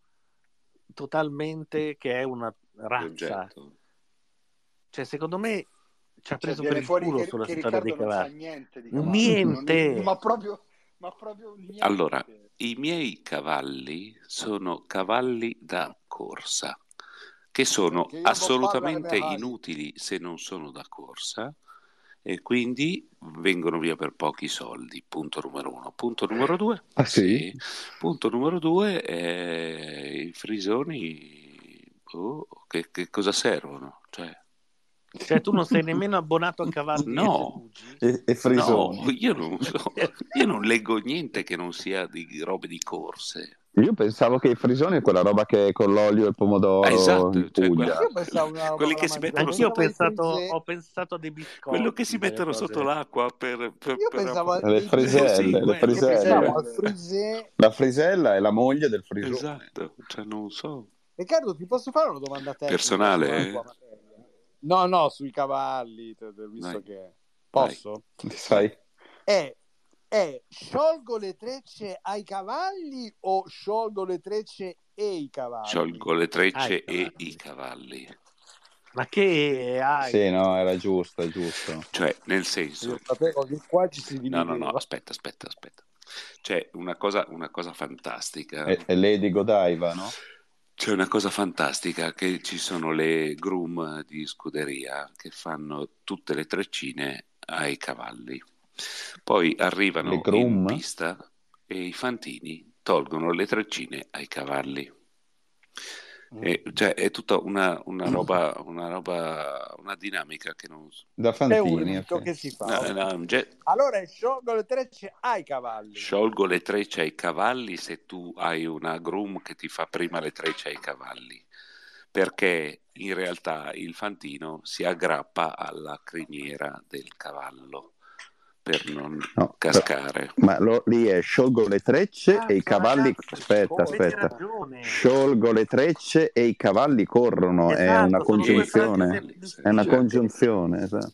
totalmente che è una razza. L'oggetto. Cioè, secondo me ci ha Cioè, preso per viene il fuori culo che, sulla che storia Riccardo dei non sa cavalli. niente di cavalli, non- Niente. ma proprio, ma proprio niente. Allora, i miei cavalli sono cavalli da corsa, che sono Perché io non assolutamente parlo alle inutili se non sono da corsa e quindi vengono via per pochi soldi. Punto numero uno. Punto numero due. Ah sì? Sì. Punto numero due, eh, i frisoni, oh, che, che cosa servono? Cioè, Cioè, tu non sei nemmeno abbonato a cavalli no, F G? E, e no, frisoni. io non so, io non leggo niente che non sia di robe di corse. Io pensavo che i frisoni è quella roba che è con l'olio e il pomodoro Ah, esatto, in cioè, Puglia. Anch'io pensavo una roba quelli alla che si mettono manzana. Anch'io ho sotto, Pensavo ai pensato, frisè. ho pensato a dei biscotti. quello che si delle mettono cose- sotto l'acqua per, per, Io per pensavo a Le dei friselle, Sì, le quello. Io friselle. pensavo al Friselle. frisè. La frisella è la moglie del frisone. Esatto, cioè non so. Riccardo, ti posso fare una domanda tecnica Personale, sulla eh? tua materia? No, no, sui cavalli, te- te- visto Vai. che... Vai. Posso? Sai? È, è sciolgo le trecce ai cavalli o sciolgo le trecce e i cavalli? Sciolgo le trecce Ah, i e i cavalli. Ma che hai? Sì, no, era giusto, è giusto. Cioè, nel Io senso... sapevo che qua ci si No, divideva. no, no, aspetta, aspetta, aspetta. C'è una cosa, una cosa fantastica. È, è Lady Godiva, no? C'è una cosa fantastica che ci sono le groom di scuderia che fanno tutte le treccine ai cavalli. Poi arrivano Le in groom? pista e i fantini tolgono le treccine ai cavalli. E, cioè, è tutta una, una roba, una roba, una dinamica che non... Da È un Fantini, rito ok. che si fa. No, ok. no, un ge- Allora sciolgo le trecce ai cavalli. Sciolgo le trecce ai cavalli se tu hai una groom che ti fa prima le trecce ai cavalli, perché in realtà il fantino si aggrappa alla criniera del cavallo per non No, cascare. ma lo- lì è sciolgo le trecce e i Cazzo, cavalli... ragazzi, Aspetta, Come? avete aspetta. ragione. Sciolgo le trecce e i cavalli corrono. È Esatto, una sono due frasi congiunzione. distinte. È una congiunzione, esatto.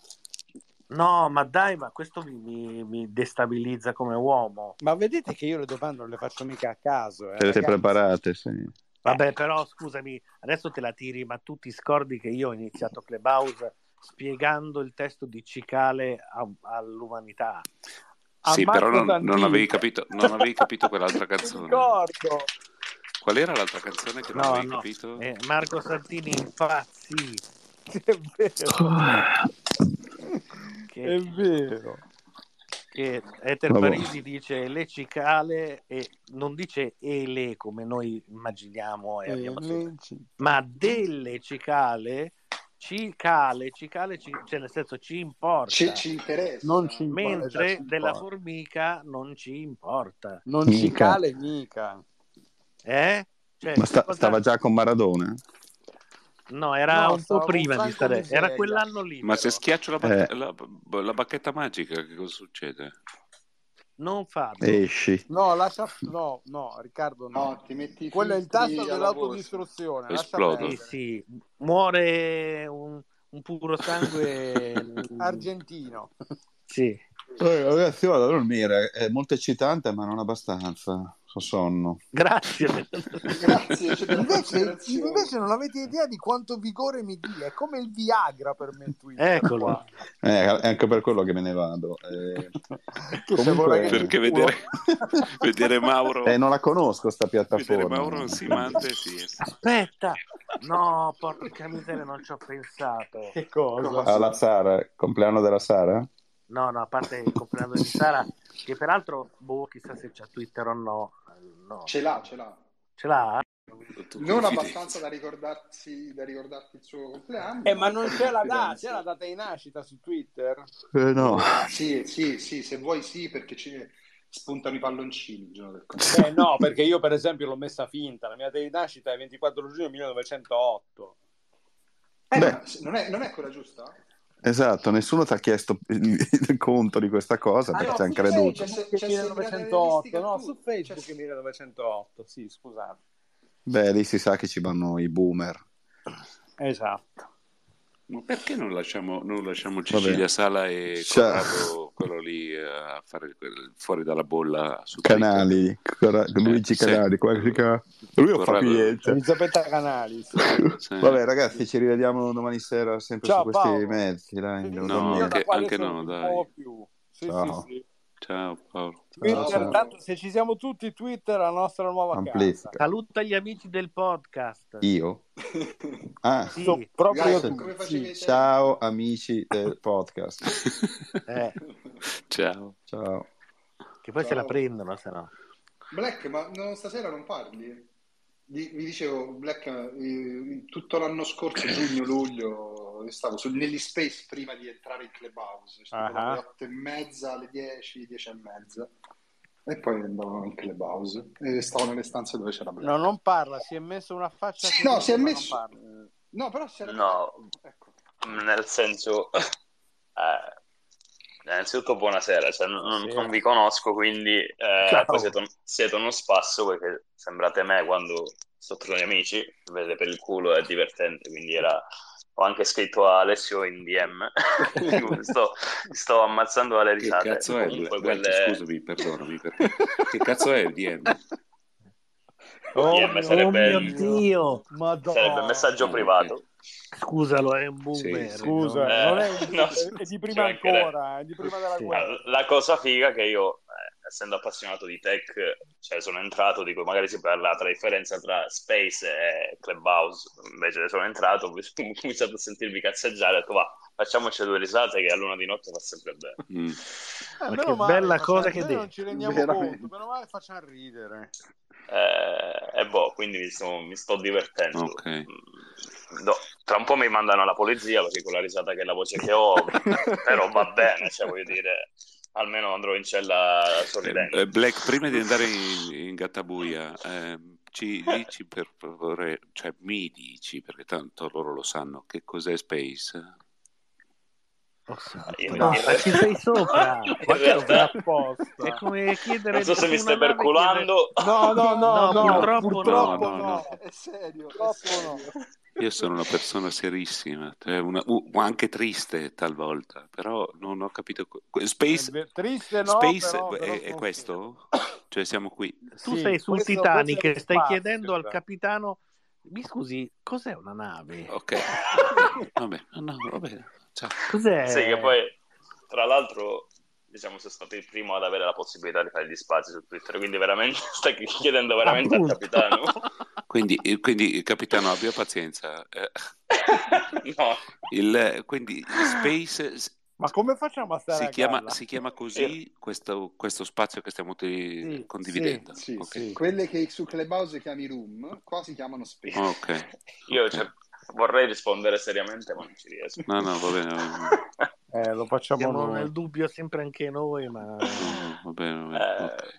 No, ma dai, ma questo mi, mi- mi destabilizza come uomo. Ma vedete che io le domande non le faccio mica a caso, eh, Se le sei ragazzi. preparate, sì. Vabbè, però scusami, adesso te la tiri, ma tu ti scordi che io ho iniziato Clubhouse spiegando il testo di Cicale a- all'umanità. A Sì, però Marco non, non Santini. avevi capito, non avevi capito quell'altra Mi canzone. ricordo. Qual era l'altra canzone che non No, avevi no, capito? eh, Marco Santini impazzì. È vero. Che, È vero. che Eter Vabbè. Parisi dice le cicale e non dice ele come noi immaginiamo e Eh, abbiamo le sempre, ci- ma delle cicale, cicale, cicale, ci- cioè nel senso ci importa, Ci, ci interessa. Non ci importa, mentre ci della importa. formica non ci importa, Non ci Mica. cale mica. eh? Cioè, Ma sta- cosa- stava già con Maradona? No, era No, un stava po' con prima di Franco stare, Miseria. era quell'anno lì. Ma se però. schiaccio la, bacche- Eh. la, la bacchetta magica, che cosa succede? Non farlo. Esci. No, lascia... No, no, Riccardo no. No, ti metti i Quello è il filtri tasto alla dell'autodistruzione. Lascia Esplodo. Sì, perdere. sì, muore un, un puro sangue. Argentino. Sì. Eh, ragazzi, vado a dormire. È molto eccitante, ma non abbastanza. Ho sonno. Grazie. Grazie, c'è della Invece, considerazione. invece non avete idea di quanto vigore mi dia. È come il Viagra per me Twitter. Eccolo. qua. Eh, è anche per quello che me ne vado. Eh, Che sei comunque- vorrei che Perché ti culo. vedere, vedere Mauro eh, non la conosco sta vedere piattaforma. Mauro ansimante, sì. Aspetta. No, porca miseria, non ci ho pensato. Che cosa? Alla Sara, compleanno della Sara? No, no, a parte il compleanno di Sara, che peraltro, boh, chissà se c'ha Twitter o no. no. Ce l'ha, ce l'ha. Ce l'ha? Tu Non confidenza. abbastanza da ricordarsi, da ricordarti il suo compleanno. Eh, ma non c'è la data, confidenza. c'è la data di nascita su Twitter? Eh, no. Sì, sì, sì, se vuoi sì, perché ci, spuntano i palloncini il giorno del compleanno. Beh, no, perché io per esempio l'ho messa finta, la mia data di nascita è ventiquattro giugno millenovecentootto. Eh, Beh. ma non è, non è quella giusta? Esatto, nessuno ti ha chiesto il, il conto di questa cosa Ah, perché no, ci hanno su creduto. Facebook C'è- è c'è millenovecentootto, no, tu. su Facebook è millenovecentootto, sì, scusate. Beh, lì si sa che ci vanno i boomer. Esatto. Ma perché non lasciamo, non lasciamo Vabbè. Cecilia Sala e Ciao. Corrado, quello lì, eh, a fare quel- fuori dalla bolla su Twitter? Canali, Cora- Luigi Eh, sì. Canali, come si chiama? Lui non fa Corrado- niente. Elisabetta Canalis. Sì. Vabbè ragazzi, ci rivediamo domani sera sempre Ciao, su questi Paolo. mezzi, dai, Sì, devo No, dormire. io da anche- qua anche adesso no, non mi dai. muovo più. Sì, Ciao. sì, sì. Ciao Paolo. Twitter, ciao. tanto se ci siamo tutti, Twitter è la nostra nuova Amplifica. casa. Saluta gli amici del podcast. Io? Ah, Sì. So- proprio Guys, tu. come facevi Sì. te? ciao amici del podcast. Eh, Ciao. Ciao. che poi Ciao. se la prendono, se no. Black, ma no, stasera non parli? Di- vi dicevo, Black, eh, tutto l'anno scorso, giugno-luglio, io stavo su, negli space prima di entrare in Clubhouse, stavo Ah. dalle otto e mezza alle dieci, dieci e mezza, e poi andavo in Clubhouse e stavo nelle stanze dove c'era Black. No, non parla, si è messo una faccia Sì, su no, Twitter, si è ma non messo- parla. No, però c'era No, ecco. nel senso, eh, innanzitutto buonasera, cioè, non, Buonasera. non vi conosco, quindi eh, Ciao. poi siete, un- siete uno spasso perché sembrate me quando sto con gli amici, vedete per il culo è divertente, quindi era... Ho anche scritto a Alessio in D M, mi sto, mi sto ammazzando alle Che risate. cazzo è? Comunque Black, quelle... scusami, perdonami, perché... che cazzo è il D M? Oh, D M mio sarebbe- Oh mio Dio! Madonna. Sarebbe messaggio Ah, ok. privato. Scusalo, è un boomer. Sì, Scusa, Eh, non è, un, no, è, è di ci prima mancherebbe. ancora, è di prima della Sì. guerra. Ah, La cosa figa è che io, eh, essendo appassionato di tech, cioè sono entrato, dico, magari si parla tra differenza tra Space e Clubhouse, invece sono entrato, ho cominciato a sentirvi cazzeggiare, ho detto va, facciamoci due risate che a luna di notte fa sempre bene. Mm. Eh, Ma meno che male, bella facciamo- cosa che noi devi. non ci rendiamo Veramente. conto, meno male facciamo ridere. Eh, e boh, quindi mi sto, mi sto divertendo. Ok. Mm, no, tra un po' mi mandano alla polizia perché con la risata che è la voce che ho, però va bene, cioè voglio dire, almeno andrò in cella sorridendo. Eh, eh, Black, prima di andare in, in Gattabuia, ehm, ci dici per favore, cioè mi dici, perché tanto loro lo sanno, che cos'è Space? Oh, santo. In- No, in- ma ci sei sopra. In Ma che lo fai realtà, apposta? È come chiedere non so se su mi una stai nave perculando. No, no, no, No, no, purtroppo purtroppo no. no. No, no, È serio, è Purtroppo serio. no. Io sono una persona serissima, cioè una- uh, anche triste talvolta, però non ho capito. co- Space, Eh, triste no, Space però, è, però è sono questo? Cioè siamo qui. Tu Sì, sei sul questo- Titanic questo è e stai spazio, chiedendo al cioè. capitano, mi scusi, cos'è una nave? Ok, vabbè, no, vabbè, ciao. Cos'è? Sì, che poi, tra l'altro, diciamo, sei stato il primo ad avere la possibilità di fare gli spazi su Twitter, quindi veramente stai chiedendo veramente Appunto. al capitano. Quindi, eh, quindi capitano, abbia pazienza. Eh, No, il, quindi Space s- Ma come facciamo a stare si a chiama, galla? si chiama così questo, questo spazio che stiamo ti- Sì, condividendo? Sì, Ok. sì. Quelle che su Clubhouse chiami room, qua si chiamano space. Ok. io ok. cioè, vorrei rispondere seriamente, ma non ci riesco. No, no, va bene, va bene. Eh, lo facciamo Siamo noi. nel dubbio sempre anche noi, ma No, no, va bene, va bene. Eh, ok.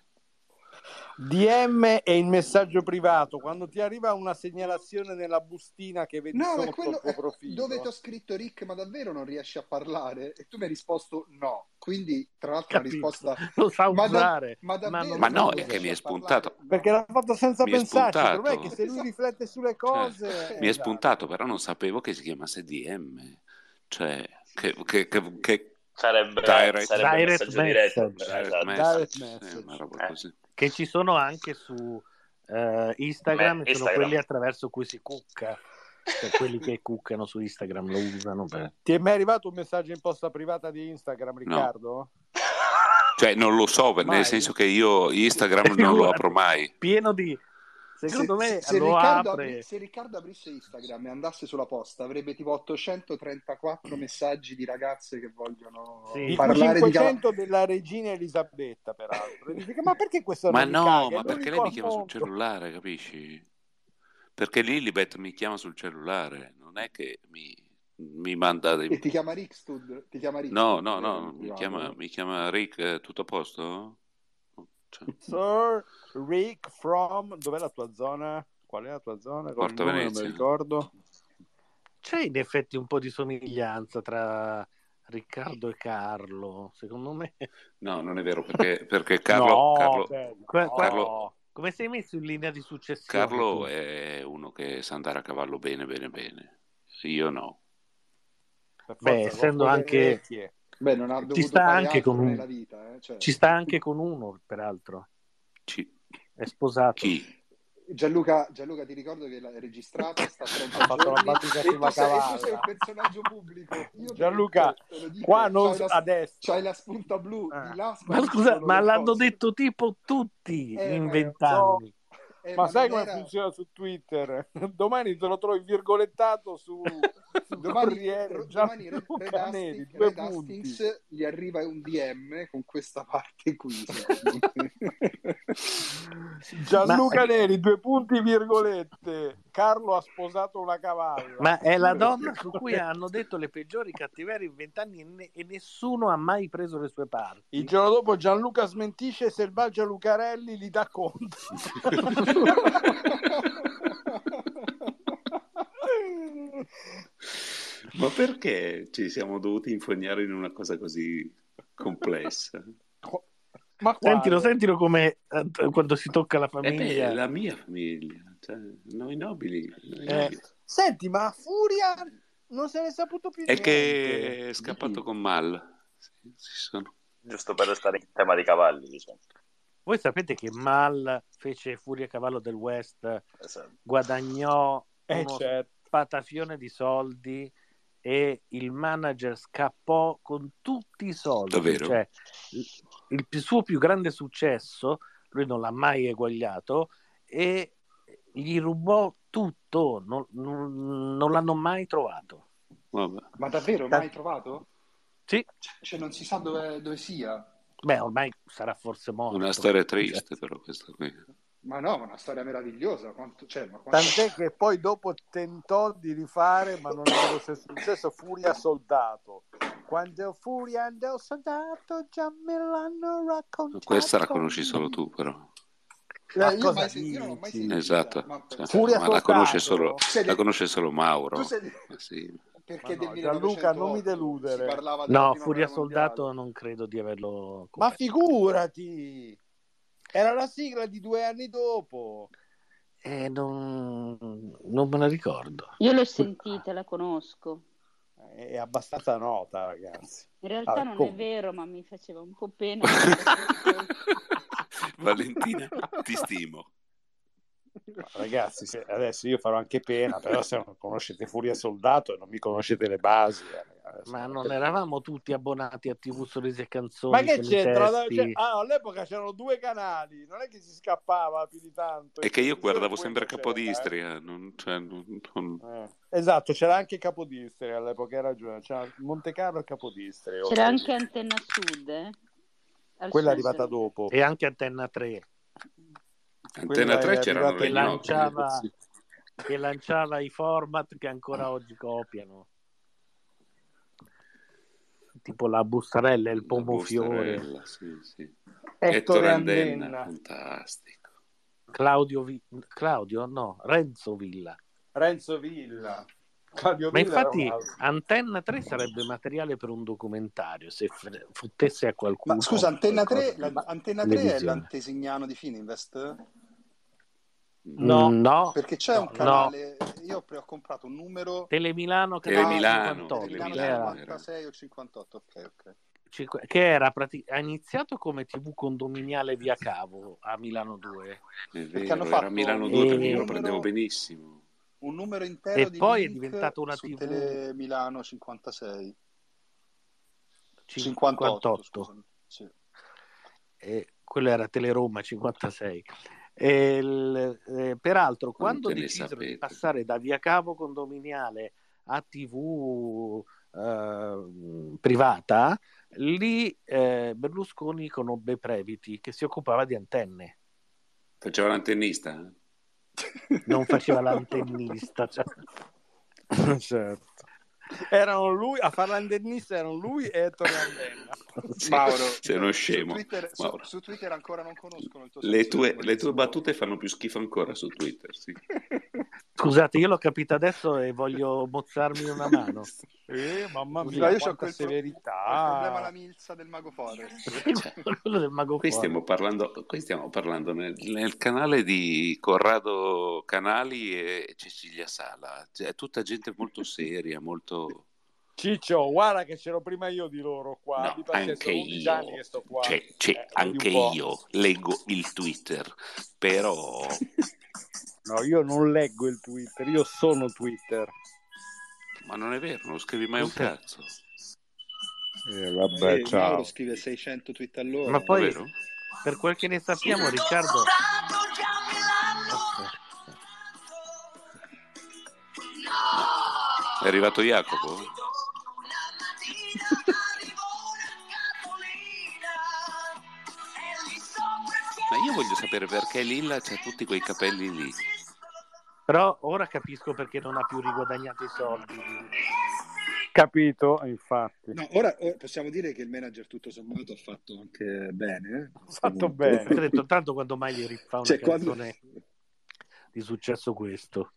D M è il messaggio privato. Quando ti arriva una segnalazione nella bustina che vedi No, sotto è quello il tuo è profilo. dove ti ho scritto Rick, ma davvero non riesci a parlare? E tu mi hai risposto no. Quindi, tra l'altro, una capito, risposta. lo sa Ma, da- usare, ma davvero non Ma non no, vuole. è che mi è riesci a spuntato. parlare? Perché l'ha fatto senza Mi è pensarci. Il spuntato. problema è che se lui riflette sulle Cioè, cose. mi è esatto. spuntato, però non sapevo che si chiamasse D M. Cioè, che, che, che, che sarebbe, direct, sarebbe Direct messaggio diretto. message. direct Esatto. message, Direct sì, message. una roba Eh. così. Che ci sono anche su eh, Instagram, Beh, e sono Instagram. quelli attraverso cui si cucca. Cioè, quelli che cuccano su Instagram lo usano per... Ti è mai arrivato un messaggio in posta privata di Instagram, Riccardo? Cioè, non lo so, nel Mai? senso che io Instagram non lo apro mai. Pieno di... Secondo se, me se lo Riccardo apre... apri- se Riccardo aprisse Instagram e andasse sulla posta, avrebbe tipo ottocentotrentaquattro messaggi di ragazze che vogliono Sì. Di cui parlare di cava- cinquecento della regina Elisabetta, peraltro. E dice, ma perché questo Ma non mi no, caga? ma È perché l'unico lei mi al chiama sul mondo." cellulare, capisci? Perché Lilibet mi chiama sul cellulare, non è che mi, mi manda dei... E ti chiama Rickstud? Ti chiama Rickstud? No, no, eh, no, in mi privato, chiama, no? mi chiama Rick, eh, tutto a posto? Ok. Cioè, Sir Rick from... Dov'è la tua zona? Qual è la tua zona? Con il Porto nome non Venezia. me lo ricordo. C'è in effetti un po' di somiglianza tra Riccardo e Carlo, secondo me. No, non è vero, perché, perché Carlo, No, Carlo, bello, Qua- qua- Carlo, Come sei messo in linea di successione Carlo tu? è uno che sa andare a cavallo bene, bene, bene. Io no. Per Beh, forza, con essendo quelle anche orecchie. Beh, non ha ci dovuto sta fare anche altro con un nella vita, eh? Cioè, ci sta anche con uno, peraltro. Ci- È sposato. Chi? Gianluca, Gianluca, ti ricordo che l'hai registrata, sta a trenta Ha fatto la giorni battuta e tu, sulla sei, e tu sei cavalla. un personaggio pubblico. Io Gianluca, te, te lo dico, qua non c'hai la, a destra. c'hai la spunta blu, Eh. di là Ma spariscono scusa, ma le l'hanno cose. detto tipo tutti Eh, in ma, Eh, lo so. vent'anni. eh, Ma ma sai non come era... funziona su Twitter? Domani te lo trovi virgolettato su, su Domani, Corriere. ro- domani Red, Red, Gianluca Hastings, Neri, due Red punti. Hastings gli arriva un D M con questa parte qui, secondo me. Gianluca Ma- Neri, due punti virgolette. Carlo ha sposato una cavalla. Ma è la donna su cui hanno detto le peggiori cattiverie in vent'anni e, ne- e nessuno ha mai preso le sue parti. Il giorno dopo Gianluca smentisce, Selvaggia Lucarelli gli dà conto. Ma perché ci siamo dovuti infognare in una cosa così complessa? Ma Sentilo, quale? sentilo come eh, quando si tocca la Eh famiglia. beh, la mia famiglia, cioè, noi nobili. Noi Eh, nobili. Senti, ma a Furia non se ne è saputo più È niente. che è scappato con Mal. Sì, ci sono. Giusto per restare in tema di cavalli, diciamo. Voi sapete che Mal fece Furia Cavallo del West, Esatto. guadagnò Eh, uno certo. spatafione di soldi e il manager scappò con tutti i soldi. Davvero? Cioè, il, il più- suo più grande successo, lui non l'ha mai eguagliato e gli rubò tutto, non, non- non l'hanno mai trovato. Vabbè. Ma davvero, mai trovato? Sì, Cioè, non si sa dove, dove sia. beh, ormai sarà forse morto. Una storia triste, però, questa qui. Ma no, ma una storia meravigliosa. Quanto, cioè, ma quanto... Tant'è che poi dopo tentò di rifare, ma non ebbe lo stesso successo, Furia Soldato. Quando Furia andò soldato, già me l'hanno raccontato. Questa la conosci solo tu, però. Eh, Ma io, cosa mai sen- io non l'ho mai dici? sentita. Esatto. Ma, Cioè, Furia ma la conosce solo, Soldato? sei la de- conosce solo Mauro. tu sei... Ma sì. Perché Ma no, del Gianluca, non mi millenovecentotto si deludere. parlava della No, prima Furia guerra mondiale. Soldato non credo di averlo Ma coperto. figurati! Era la sigla di due anni dopo. Eh, non, non me la ricordo. Io l'ho sentita, la conosco. È abbastanza nota, ragazzi. In realtà Vabbè, non è comunque. vero, ma mi faceva un po' pena. Valentina, ti stimo. Ma ragazzi, se- adesso io farò anche pena, però se non conoscete Furia Soldato e non mi conoscete le basi, eh, adesso Ma non non capisco. eravamo tutti abbonati a T V Sorrisi e Canzoni Ma che con i c'entra? testi? Cioè, ah, all'epoca c'erano due canali, non è che si scappava più di tanto. È In che io televisione guardavo quello sempre c'era, eh. Capodistria. Non, cioè, non, non- Eh, Esatto, c'era anche Capodistria all'epoca, hai ragione, c'era Monte Carlo e Capodistria. C'era ok. anche Antenna Sud, eh? Al Quella è sud. arrivata dopo. E anche Antenna tre, Antenna Quella tre è c'erano arrivata le che dopo. gnocche. lanciava, Sì. che lanciava i format che ancora oggi copiano. Tipo la bustarella e il La pomofiore. bustarella, sì, sì. Ettore Ettore Andenna, Andenna. fantastico. Claudio, Vi- Claudio? No, Renzo Villa. Renzo Villa. Claudio Ma Villa era un infatti altro. Antenna tre sarebbe materiale per un documentario se f- fottesse a qualcuno Ma scusa, Antenna tre, qualcosa la- di Antenna tre è televisione. l'antesignano di Fininvest? No, Mm, no, Perché c'è no, un no, canale, io ho pre- ho comprato un numero Telemilano ah, canale Telemilano, cinquantotto, Telemilano che era, Telemilano era. cinquantasei o cinquantotto, ok, ok. cinque- che era prati- ha iniziato come T V condominiale via cavo a Milano due È Perché hanno vero, era fatto Milano un, due perché un io e, lo prendevo numero, benissimo. un numero intero e di poi è link diventata una su T V Tele Milano cinquantasei. cinquantotto, cinquantotto, scusami. Sì. e quello era Teleroma cinquantasei. E il- eh, peraltro, quando Quante ne decisero di sapete? passare da via cavo condominiale a T V eh, privata, lì eh, Berlusconi conobbe Previti che si occupava di antenne, Faceva l'antennista? non faceva l'antennista. Cioè. certo. Erano lui, a fare l'andennista erano lui e Ettore Andenna. Sì, Mauro, sei uno su scemo. Twitter, su, Mauro. su Twitter ancora non conoscono il tuo Le senso tue, le dell'umorismo. tue battute fanno più schifo ancora su Twitter, sì. Scusate, io l'ho capito adesso e voglio mozzarmi una mano. Eh, mamma No, mia, io ho quanta quel, pro- quel severità. problema alla milza del Mago Forest. Cioè, Quello del mago qui fuori. stiamo parlando, qui stiamo parlando nel, nel canale di Corrado Canali e Cecilia Sala. Cioè, è tutta gente molto seria, molto... Ciccio, guarda che c'ero prima io di loro qua. No, Abbi pazienza, anche sono undici anni io, che sto qua. cioè, cioè, Eh, vedi anche un po'. io leggo il Twitter, però... No, io non leggo il Twitter, io sono Twitter. Ma non è vero, non scrivi mai un Cos'è? cazzo. Eh, vabbè, Eh, ciao. Mauro scrive seicento tweet all'ora. Ma poi, Davvero? per quel che ne sappiamo, Riccardo... È arrivato Jacopo? Ma io voglio sapere perché Lilla c'ha tutti quei capelli lì. Però ora capisco perché non ha più riguadagnato i soldi. Capito, infatti. No, ora, ora possiamo dire che il manager tutto sommato ha fatto anche bene. Ha fatto Comunque. bene. Ho detto tanto quando mai gli rifà una Cioè, quando- canzone di successo questo.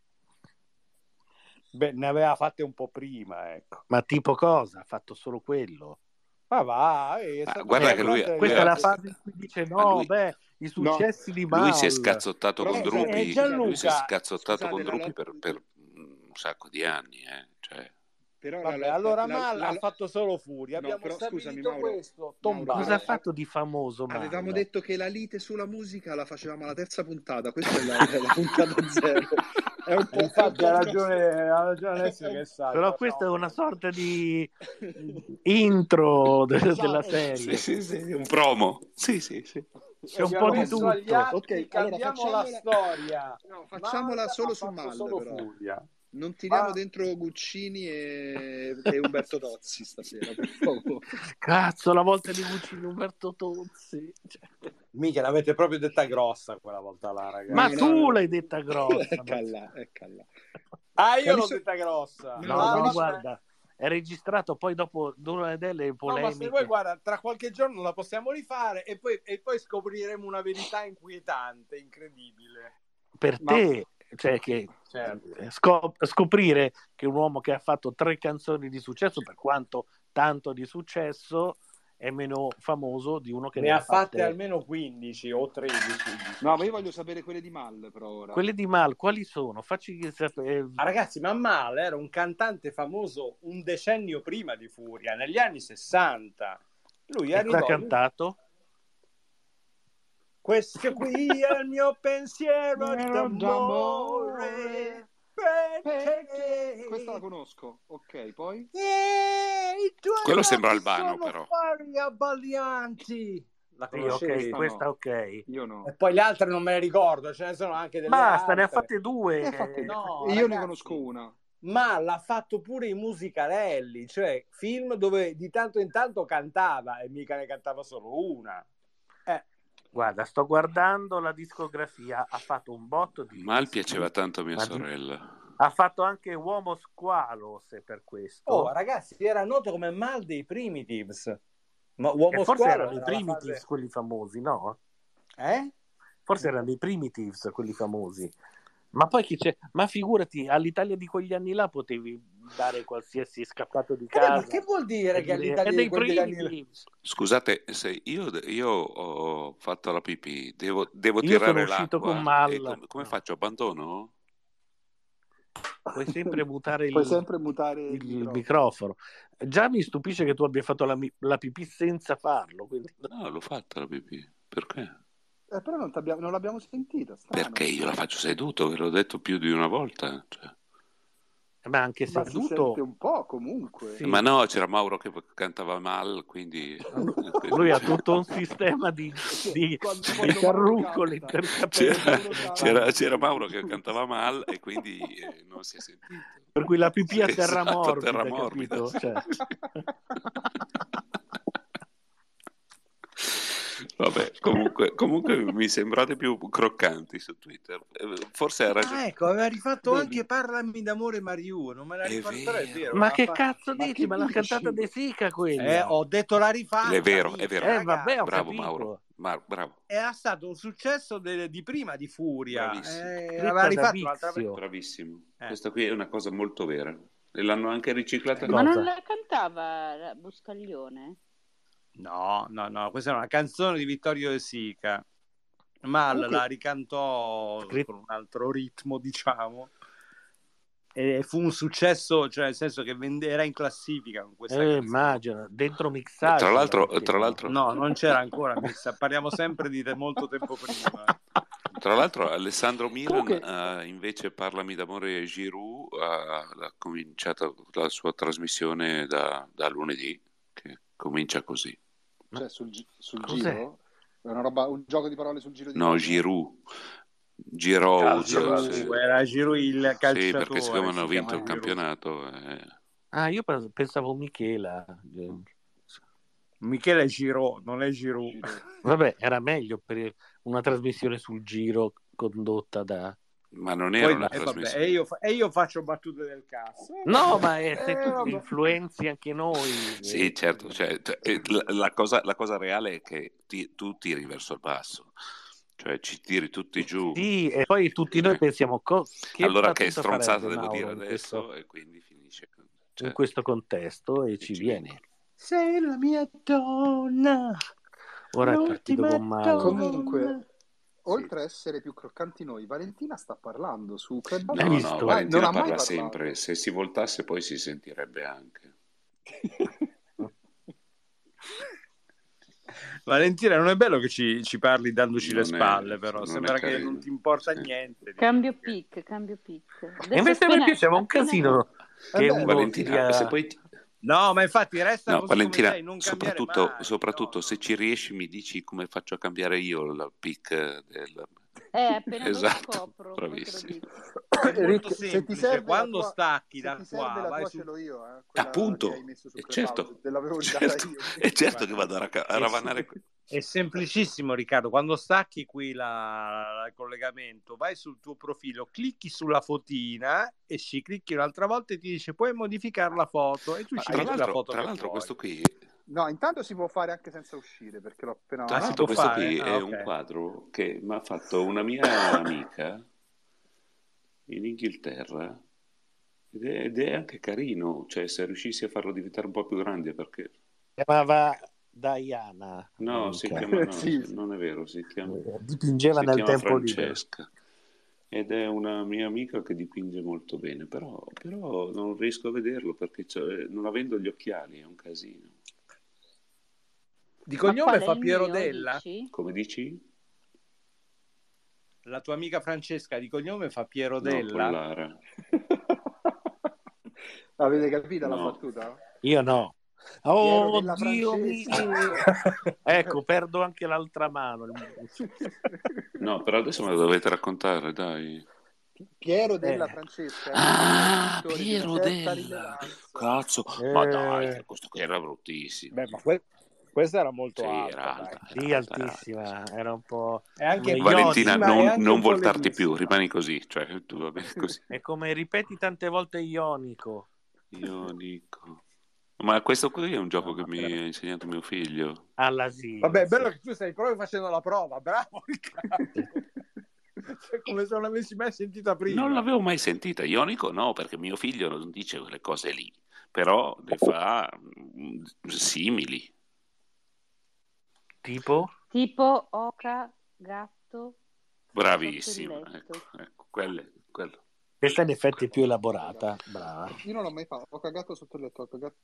Beh, ne aveva fatte un po' prima, ecco. Ma tipo cosa? Ha fatto solo quello. Ma va, eh, è Ah, stato guarda una che lui- grande- Questa è lui la ha- fase in cui dice Ma no, lui- beh, i successi di Mal. Lui si è scazzottato Però, con scusate, Drupi, eh, Gianluca, lui si è scazzottato scusate, con la Drupi lot- per, per un sacco di anni, eh. Cioè, Però la Vabbè, lotta- allora la- Mal la- ha fatto solo Furia. No, Abbiamo però, scusami, stabilito Mauro, questo. Mauro, Tombato. Cosa ha fatto di famoso Mal? Avevamo detto che la lite sulla musica la facevamo alla terza puntata, questa è la, è la puntata zero. È un po', Infatti è ha un po' ragione, ha ragione Alessio che sa. Però questa è una sorta di intro de- Esatto. della serie. sì, sì, sì, un promo. Sì, sì, sì. C'è un po' di messo agli tutto. atti, Ok, allora cambiamo la facciamola- storia. No, facciamola Mal solo ha su fatto Mal, solo però. Furia. Non tiriamo Ma- dentro Guccini e, e Umberto Tozzi stasera, per favore. Cazzo, la volta di Guccini Umberto Tozzi. Cioè, Mica l'avete proprio detta grossa quella volta là, ragazzi. ma no, tu no. l'hai detta grossa. Ecca là, ecca là. Ah, io Quali l'ho so- detta grossa. No, No, quali no, so- guarda, è registrato poi dopo una delle No, ma polemiche. se vuoi, guarda, tra qualche giorno la possiamo rifare e poi, e poi scopriremo una verità inquietante, incredibile. Per Ma- te, cioè che Certo. scop- scoprire che un uomo che ha fatto tre canzoni di successo, per quanto tanto di successo, è meno famoso di uno che Ne ne ha ha fatte fatte. almeno quindici o tredici. No, ma io voglio sapere quelle di Mal, però ora. Quelle di Mal, quali sono? Facci sapere. Ah, ragazzi, ma Mal era un cantante famoso un decennio prima di Furia, negli anni sessanta. Lui E cosa ha arrivò. cantato? Questo qui è il mio pensiero Pensiero d'amore. Perché Questa la conosco, ok, poi? Eh, i tuoi Quello sembra occhi Albano, sono però. fari abbaglianti. La Sì, conoscevi? ok, questa questa no. ok. Io no. E poi le altre non me le ricordo, ce ne sono anche delle Basta, ne ha altre. fatte due. Ne ha fatte- No, Io ne ragazzi. conosco una. Ma l'ha fatto pure i musicalelli, cioè film dove di tanto in tanto cantava e mica ne cantava solo una. Eh, Guarda, sto guardando la discografia, ha fatto un botto di Mal dischi. piaceva tanto a mia Ma di- sorella. Ha fatto anche Uomo Squalo, se per questo. Oh, ragazzi, era noto come Mal dei Primitives. Ma Uomo E forse Squalo erano i era la Primitives fase- quelli famosi, no? Eh? Forse erano i Primitives quelli famosi. Ma poi chi c'è? Ma figurati, all'Italia di quegli anni là potevi dare qualsiasi scappato di Eh, casa. ma che vuol dire e che dire, all'Italia "È di dei quegli anni... Primitives". Scusate, se io, io ho fatto la pipì, devo, devo Io sono tirare uscito l'acqua con Mal. e com- come No. faccio? Abbandono? Puoi sempre mutare il, Puoi sempre mutare il, il microfono. microfono. Già mi stupisce che tu abbia fatto la, mi- la pipì senza farlo. Quindi... No, l'ho fatta la pipì. Perché? Eh, però non, t'abbiamo- non l'abbiamo sentita, strano. Perché io la faccio seduto, ve l'ho detto più di una volta. Cioè. Ma anche Ma si seduto, sente un po' comunque. Sì. Ma no, c'era Mauro che cantava mal, quindi... lui ha tutto un sistema di, di, Quando- di quando carrucole Mauro canta. intercapelli. C'era, c'era, c'era Mauro che cantava mal e quindi eh, non si è sentito. Per cui la pipì a terra Esatto, morbida, terra morbida, capito? sì. Cioè, Vabbè, comunque, comunque mi sembrate più croccanti su Twitter. Eh, Forse ha ragione. Ah, ecco, aveva rifatto Vedi? anche Parlami d'amore Mariù, non me l'ha È rifatto, però è vero. vero. Ma l'ha che fa- cazzo Ma dici? che Ma l'ha dici? cantata De Sica Eh, quella. ho detto l'ha rifatta, È vero, è minchia, vero. Eh, vabbè, ho ragazzi. Bravo Mauro. capito. Ma, bravo, Era stato un successo de- di prima di Furia. bravissimo, Eh, aveva Scritta da rifatto un'altra Vizio. bravissimo. eh, Questa qui è una cosa molto vera. E l'hanno anche riciclata. eh. Ma non Cosa? la cantava Buscaglione? No, no, no, questa è una canzone di Vittorio De Sica, ma l- la Comunque, ricantò Scritta. con un altro ritmo, diciamo, e fu un successo, cioè nel senso che vende- era in classifica con questa Eh, canzone. immagino, dentro Tra mixage la l'altro, tra mettevano. l'altro, No, non c'era ancora messa, parliamo sempre di te- molto tempo prima. tra l'altro Alessandro Milan, comunque eh, invece Parlami d'amore e Giroud, ha, ha cominciato la sua trasmissione da, da lunedì, che comincia così. Ma cioè sul, gi- sul cos'è? giro è una roba, un gioco di parole sul giro di No, boa? Giroud. Giroud, Calcio, sì. Giroud, era Giroud il Sì, perché siccome calciatore, hanno si vinto chiama il Giroud. campionato, eh, Ah, io pe- pensavo Michela. Eh, Michele Giroud, non è Giroud. Giroud. Vabbè, era meglio per una trasmissione sul giro condotta da... ma non era Poi, una e vabbè, trasmissione. e io, fa- e io faccio battute del cazzo. No, ma è, se Eh, tu vabbè. influenzi anche noi. Sì, eh, certo, cioè, cioè, eh, la, la cosa, la cosa reale è che ti- tu tiri verso il basso, cioè ci tiri tutti giù. Sì, e poi tutti noi Eh. pensiamo co- che Allora che battuta stronzata farebbe devo dire Mauro in adesso questo, e quindi finisce. con- in Cioè, questo contesto e e ci ci viene. viene. Sei la mia donna, Ora è partito l'ultima con Mauro. Comunque, donna. Sì. oltre a essere più croccanti noi, Valentina sta parlando su Hai Clubhouse, No, non, visto? no, mai- non Valentina ha mai parla parlato. sempre, se si voltasse poi si sentirebbe anche. Valentina, non è bello che ci, ci parli dandoci le Non è, spalle, però non è sembra che carino. non ti importa Sì. niente. di- Cambio pic, cambio pic. E Adesso invece a me appena, piaceva un appena... casino È che bello. uno ti Valentina, se dia... poi ti- No, ma infatti resta no, così come Valentina, sei, non cambiare soprattutto, mai. soprattutto No, se no. ci riesci mi dici come faccio a cambiare io il pic del... Eh, appena lo Esatto, scopro, poi te lo bravissimo. dico. È molto Rick, se ti semplice, serve la quando tua, stacchi se da ti serve qua, la vai tua su... ce l'ho io, eh, quella che hai Appunto, messo su e Clubhouse, certo, te l'avevo già data certo, io. e certo che Guarda, vado a, raca- a è, ravanare. è semplicissimo, Riccardo. Quando stacchi qui la- la- il collegamento, vai sul tuo profilo, clicchi sulla fotina e ci clicchi un'altra volta e ti dice puoi modificare la foto e tu Ma ci tra metti la l'altro, foto tra che l'altro vuoi. questo qui, No, intanto si può fare anche senza uscire, perché l'ho appena... tra Ah, si l'altro può questo fare? qui Ah, è un ok. quadro che mi ha fatto una mia amica in Inghilterra ed è, ed è anche carino, cioè se riuscissi a farlo diventare un po' più grande perché... chiamava Diana, No, si l'amica. chiama, no, Sì, si- non è vero, si chiama, Eh, Dipingeva si nel chiama tempo libero. Francesca ed è una mia amica che dipinge molto bene, però, però non riesco a vederlo perché cioè, non avendo gli occhiali è un casino. Di Ma cognome qual è fa il Piero mio, Della? dici? Come dici? La tua amica Francesca di cognome fa Piero No, Della? Pollara. Avete capito la No. battuta? Io no. Piero Oh della Dio mio! Francesca. Ecco, perdo anche l'altra mano. No, però adesso me lo dovete raccontare, dai. Piero della Eh, Francesca è un Ah, scrittore di una Piero certa Della. rilevanza. Cazzo, ma dai, eh, che questo qui era bruttissimo. Beh, ma que- questa era molto Sì, alta, era dai. alta, sì, era alta, era alta. altissima. Era un po' È anche come Valentina, ionico. bellissima e non, anche non un po' voltarti più, leghissima. rimani così, cioè tu va bene così. È come ripeti tante volte ionico. Ionico. Ma questo qui è un gioco No, che ma mi per- ha insegnato mio figlio. all'asilo, Vabbè, è bello sì. che tu stai proprio facendo la prova, bravo Riccardo. Cioè, come se non l'avessi mai sentita Non prima. l'avevo mai sentita, ionico no, perché mio figlio non dice quelle cose lì, però le fa mm, simili. Tipo? Tipo oca, gatto, sotto il Bravissimo, letto. ecco, ecco, quelle, quello. Questa in effetti è più elaborata. Brava. Io non l'ho mai fatto, ho cagato sotto il letto, ho cagato...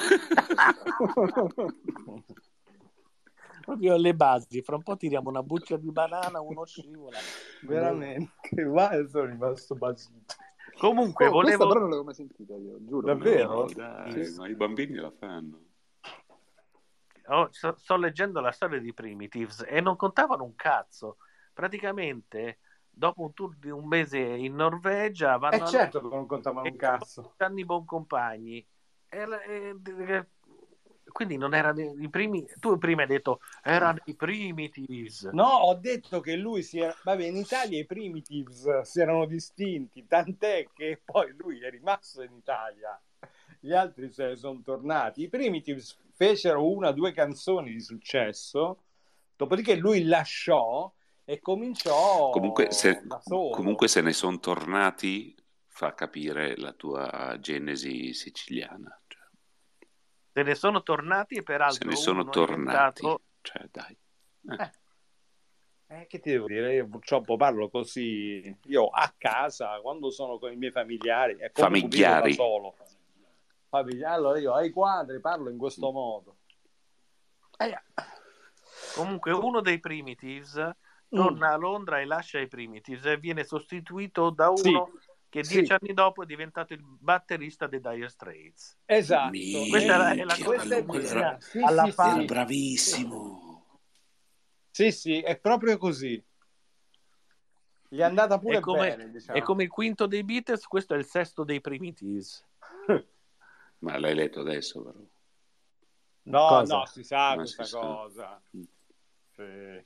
Proprio le basi. Fra un po' tiriamo una buccia di banana, uno scivola. Veramente, guarda, sono rimasto basito. Comunque, Oh, questa volevo... però non l'avevo mai sentita io, giuro. Davvero? No, dai, Sì. ma i bambini la fanno. Oh, sto, sto leggendo la storia di Primitives e non contavano un cazzo. Praticamente, dopo un tour di un mese in Norvegia, vanno Eh a certo che non contavano e un cazzo. stanno i buoncompagni. E, e, e- quindi non erano i primi. Tu prima hai detto erano i Primitives. No, ho detto che lui si era... Vabbè, in Italia i Primitives si erano distinti, tant'è che poi lui è rimasto in Italia. Gli altri se ne sono tornati. I Primitives fecero una o due canzoni di successo, dopodiché lui lasciò e cominciò Comunque se, da solo. comunque se ne sono tornati fa capire la tua genesi siciliana. Cioè, Se ne sono tornati e se peraltro ne sono uno è tornati. diventato. Cioè, dai. Eh. Eh, che ti devo dire? Io purtroppo parlo così. Io a casa, quando sono con i miei familiari, e comunque vivo da Famigliari. solo. Famiglia- Allora io ai quadri parlo in questo modo. Eh, Comunque uno dei Primitives torna a Londra e lascia i Primitives e viene sostituito da Sì, uno che sì, dieci anni dopo è diventato il batterista dei Dire Straits. esatto. Questa è la, è la Minchia, cosa Questa è quello bellissima. era, vera. Sì, Alla sì, era pari. sì. bravissimo. Sì, sì, è proprio così. Gli è andata È pure come, bene, è diciamo. come il quinto dei Beatles, questo è il sesto dei Primitives. Ma l'hai letto adesso, però. No, Cosa? no, si sa Non si questa sa. cosa. Sì.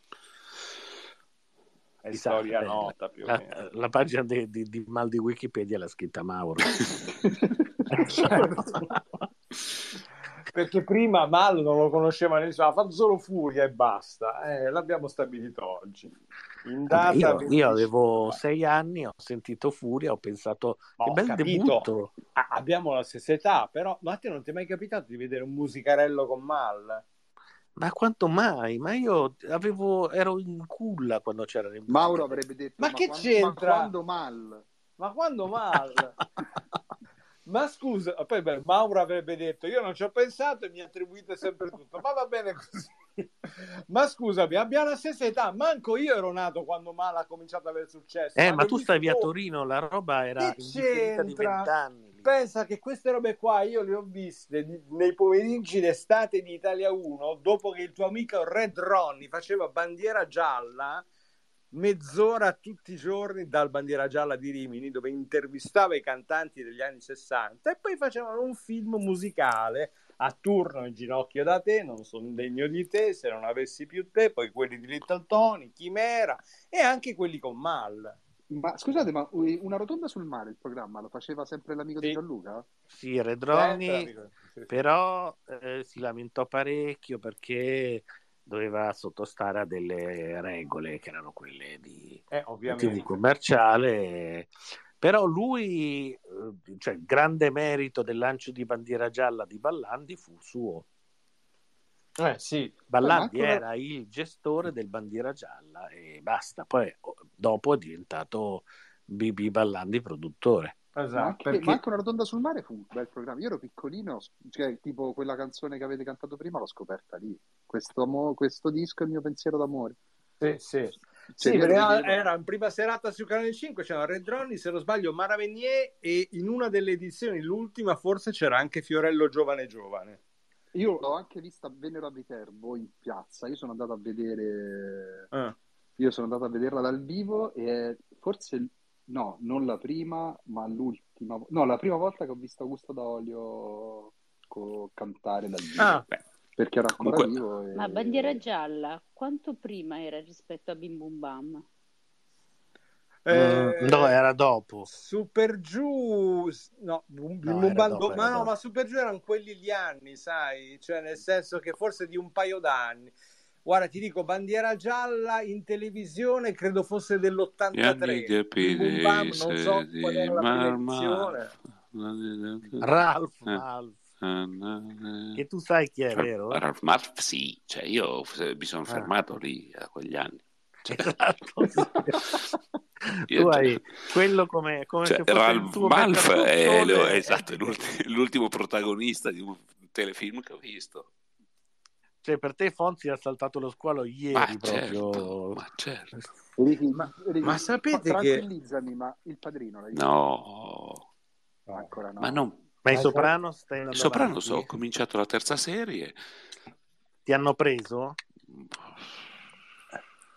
È Si sa, storia eh, nota più o la, meno. la pagina di, di, di mal di Wikipedia l'ha scritta Mauro. Perché prima Mal non lo conosceva nessuno, ha fatto solo Furia e basta. Eh, l'abbiamo stabilito oggi. In Vabbè, data io, io avevo venticinque. sei anni, ho sentito Furia, ho pensato Ma che ho bel capito, debutto. ah, abbiamo la stessa età, però ma a te non ti è mai capitato di vedere un musicarello con Mal? Ma quanto mai? Ma io avevo, ero in culla quando c'erano i Mauro musiche. avrebbe detto, Ma ma, che quando, ma c'entra? quando mal? Ma quando Mal? Ma scusa, poi beh, Mauro avrebbe detto, io non ci ho pensato e mi attribuite sempre tutto, ma va bene così. Ma scusami, abbiamo la stessa età, manco io ero nato quando Mal ha cominciato ad avere successo, Eh, ma ma l'ho tu visto stavi a dopo. Torino, la roba era Che indifferita di c'entra? vent'anni lì. Pensa che queste robe qua io le ho viste di- nei pomeriggi d'estate di Italia uno, dopo che il tuo amico Red Ronnie faceva Bandiera Gialla, mezz'ora tutti i giorni dal Bandiera Gialla di Rimini, dove intervistava i cantanti degli anni sessanta e poi facevano un film musicale a turno, In ginocchio da te, Non sono degno di te, Se non avessi più te, poi quelli di Little Tony, Chimera e anche quelli con Mal. Ma scusate, ma Una rotonda sul mare, il programma, lo faceva sempre l'amico di Sì, Gianluca? Sì, Red sempre Ronnie, amico. Sì, sì. però eh, si lamentò parecchio perché doveva sottostare a delle regole che erano quelle di Eh, di T V ovviamente. commerciale. Però lui, eh, cioè il grande merito del lancio di Bandiera Gialla di Ballandi fu suo. Eh sì. Eh, ma Ballandi anche una... era il gestore del Bandiera Gialla e basta. Poi oh, dopo è diventato B B Ballandi produttore. Ma Esatto, anche, ma perché anche Una rotonda sul mare fu un bel programma. Io ero piccolino, cioè, tipo quella canzone che avete cantato prima l'ho scoperta lì. Questo, amo- questo disco è il mio pensiero d'amore. sì, sì. Cioè, Sì, io perché lo era vedevo. era in prima serata su Canale cinque, c'era Red Ronnie, se non sbaglio Mara Venier e in una delle edizioni, l'ultima forse c'era anche Fiorello Giovane Giovane. Io l'ho anche vista a Venera a Viterbo in piazza. Io sono andato a vedere, Ah. io sono andato a vederla dal vivo e forse no, non la prima, ma l'ultima, no, la prima volta che ho visto Augusto D'Olio co- cantare dal vivo, Ah, Beh, perché era ancora Comunque, vivo Ma Bandiera e Gialla, quanto prima era rispetto a Bim Bum Bam? mm, no, eh, era dopo. Super Giù, no, Bum- Bim No, Bum era Bam dopo, do- era ma no, dopo. ma Super Giù erano quelli gli anni, sai, cioè nel senso che forse di un paio d'anni. Guarda, ti dico, Bandiera Gialla in televisione credo fosse gli anni dell'ottantatré. di Bim Bum Bam, Pidis, non so qual di era la prima Marmar. edizione. Ralph Eh, Malf, eh, che tu sai chi è, Ralph, vero? Ralph Malf, sì, cioè io f- mi sono Ah, fermato lì a quegli anni. Cioè, esatto, sì. io Tu già- hai quello come, come cioè, se fosse il Ralph tuo Malf backup è, lo- console. esatto, è l'ulti- l'ultimo protagonista di un telefilm che ho visto. Cioè, per te Fonzi ha saltato lo squalo Ma ieri certo, proprio. ma certo. Ricky, Ma, Ricky, ma fa- sapete che... tranquillizzami, ma Il Padrino l'hai visto? No, Ancora ma no. non. Ma i Ma sa- Soprano stai Il andando Soprano so, ho avanti? cominciato la terza serie. Ti hanno preso?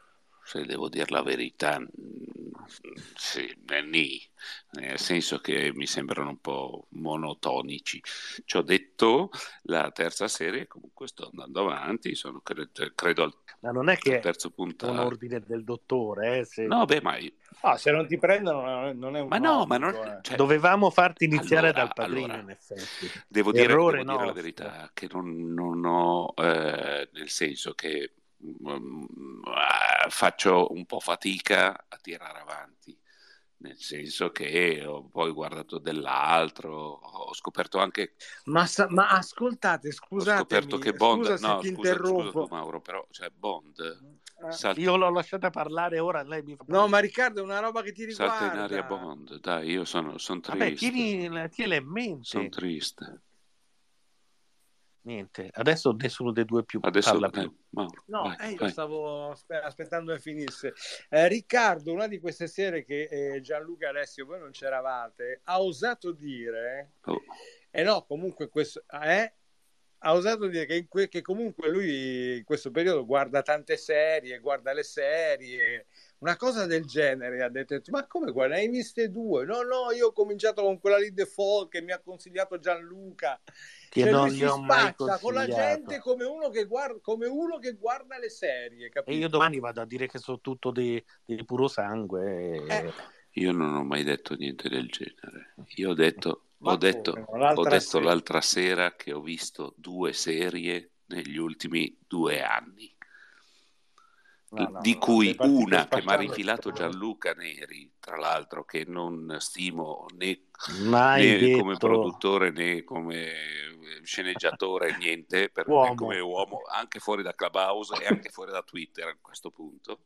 se devo dire la verità, sì, nì, nel senso che mi sembrano un po' monotonici. Ci ho detto, la terza serie comunque sto andando avanti, sono credo, credo al, Ma non è che al terzo è un puntato. ordine del dottore, eh, se... No, beh, ma io- Ah, se non ti prendono non è un Ma no, ma obbligo, non, eh. cioè, Dovevamo farti iniziare allora, dal Padrino, allora, in effetti. devo dire, Errore devo dire la nostro. verità, che non, non ho, eh, nel senso che mm, ah, faccio un po' fatica a tirare avanti, nel senso che ho poi guardato dell'altro, ho scoperto anche, Ma, sa- ma ascoltate, ho scoperto scusatemi, che Bond, scusa se no, ti scusa, scusa tu interrompo. Mauro, però, cioè Bond Eh, salta, Io l'ho lasciata parlare, ora lei mi fa No, parlare. ma Riccardo, è una roba che ti salta in aria riguarda. Bond, dai, io sono, sono Vabbè, triste, tieni, tienila in sono mente. triste. Niente, adesso nessuno dei due più Adesso, parla dai, più. Mauro, No, vai, eh, io vai. stavo aspe- aspettando che finisse. Eh, Riccardo, una di queste sere che eh, Gianluca e Alessio, voi non c'eravate, ha osato dire, Oh. e no, comunque questo, eh, ha osato dire che, in que- che comunque lui in questo periodo guarda tante serie, guarda le serie, una cosa del genere. Ha detto, ma come guarda, ne hai viste due? No, no, io ho cominciato con quella lì The Fall che mi ha consigliato Gianluca. Che Cioè non lui gli si ho mai spaccia con la consigliato. gente come uno che guarda, come uno che guarda le serie, E capito? io domani vado a dire che sono tutto di, di puro sangue. Eh, Io non ho mai detto niente del genere. Io ho detto, ho ma detto, come? ho L'altra detto sera. l'altra sera che ho visto due serie negli ultimi due anni, No, no, di no, cui sei partito una che mi ha spacciando. rifilato Gianluca Neri, tra l'altro, che non stimo né, Mai né come detto produttore né come sceneggiatore, niente, per, né uomo. come uomo, anche fuori da Clubhouse e anche fuori da Twitter a questo punto.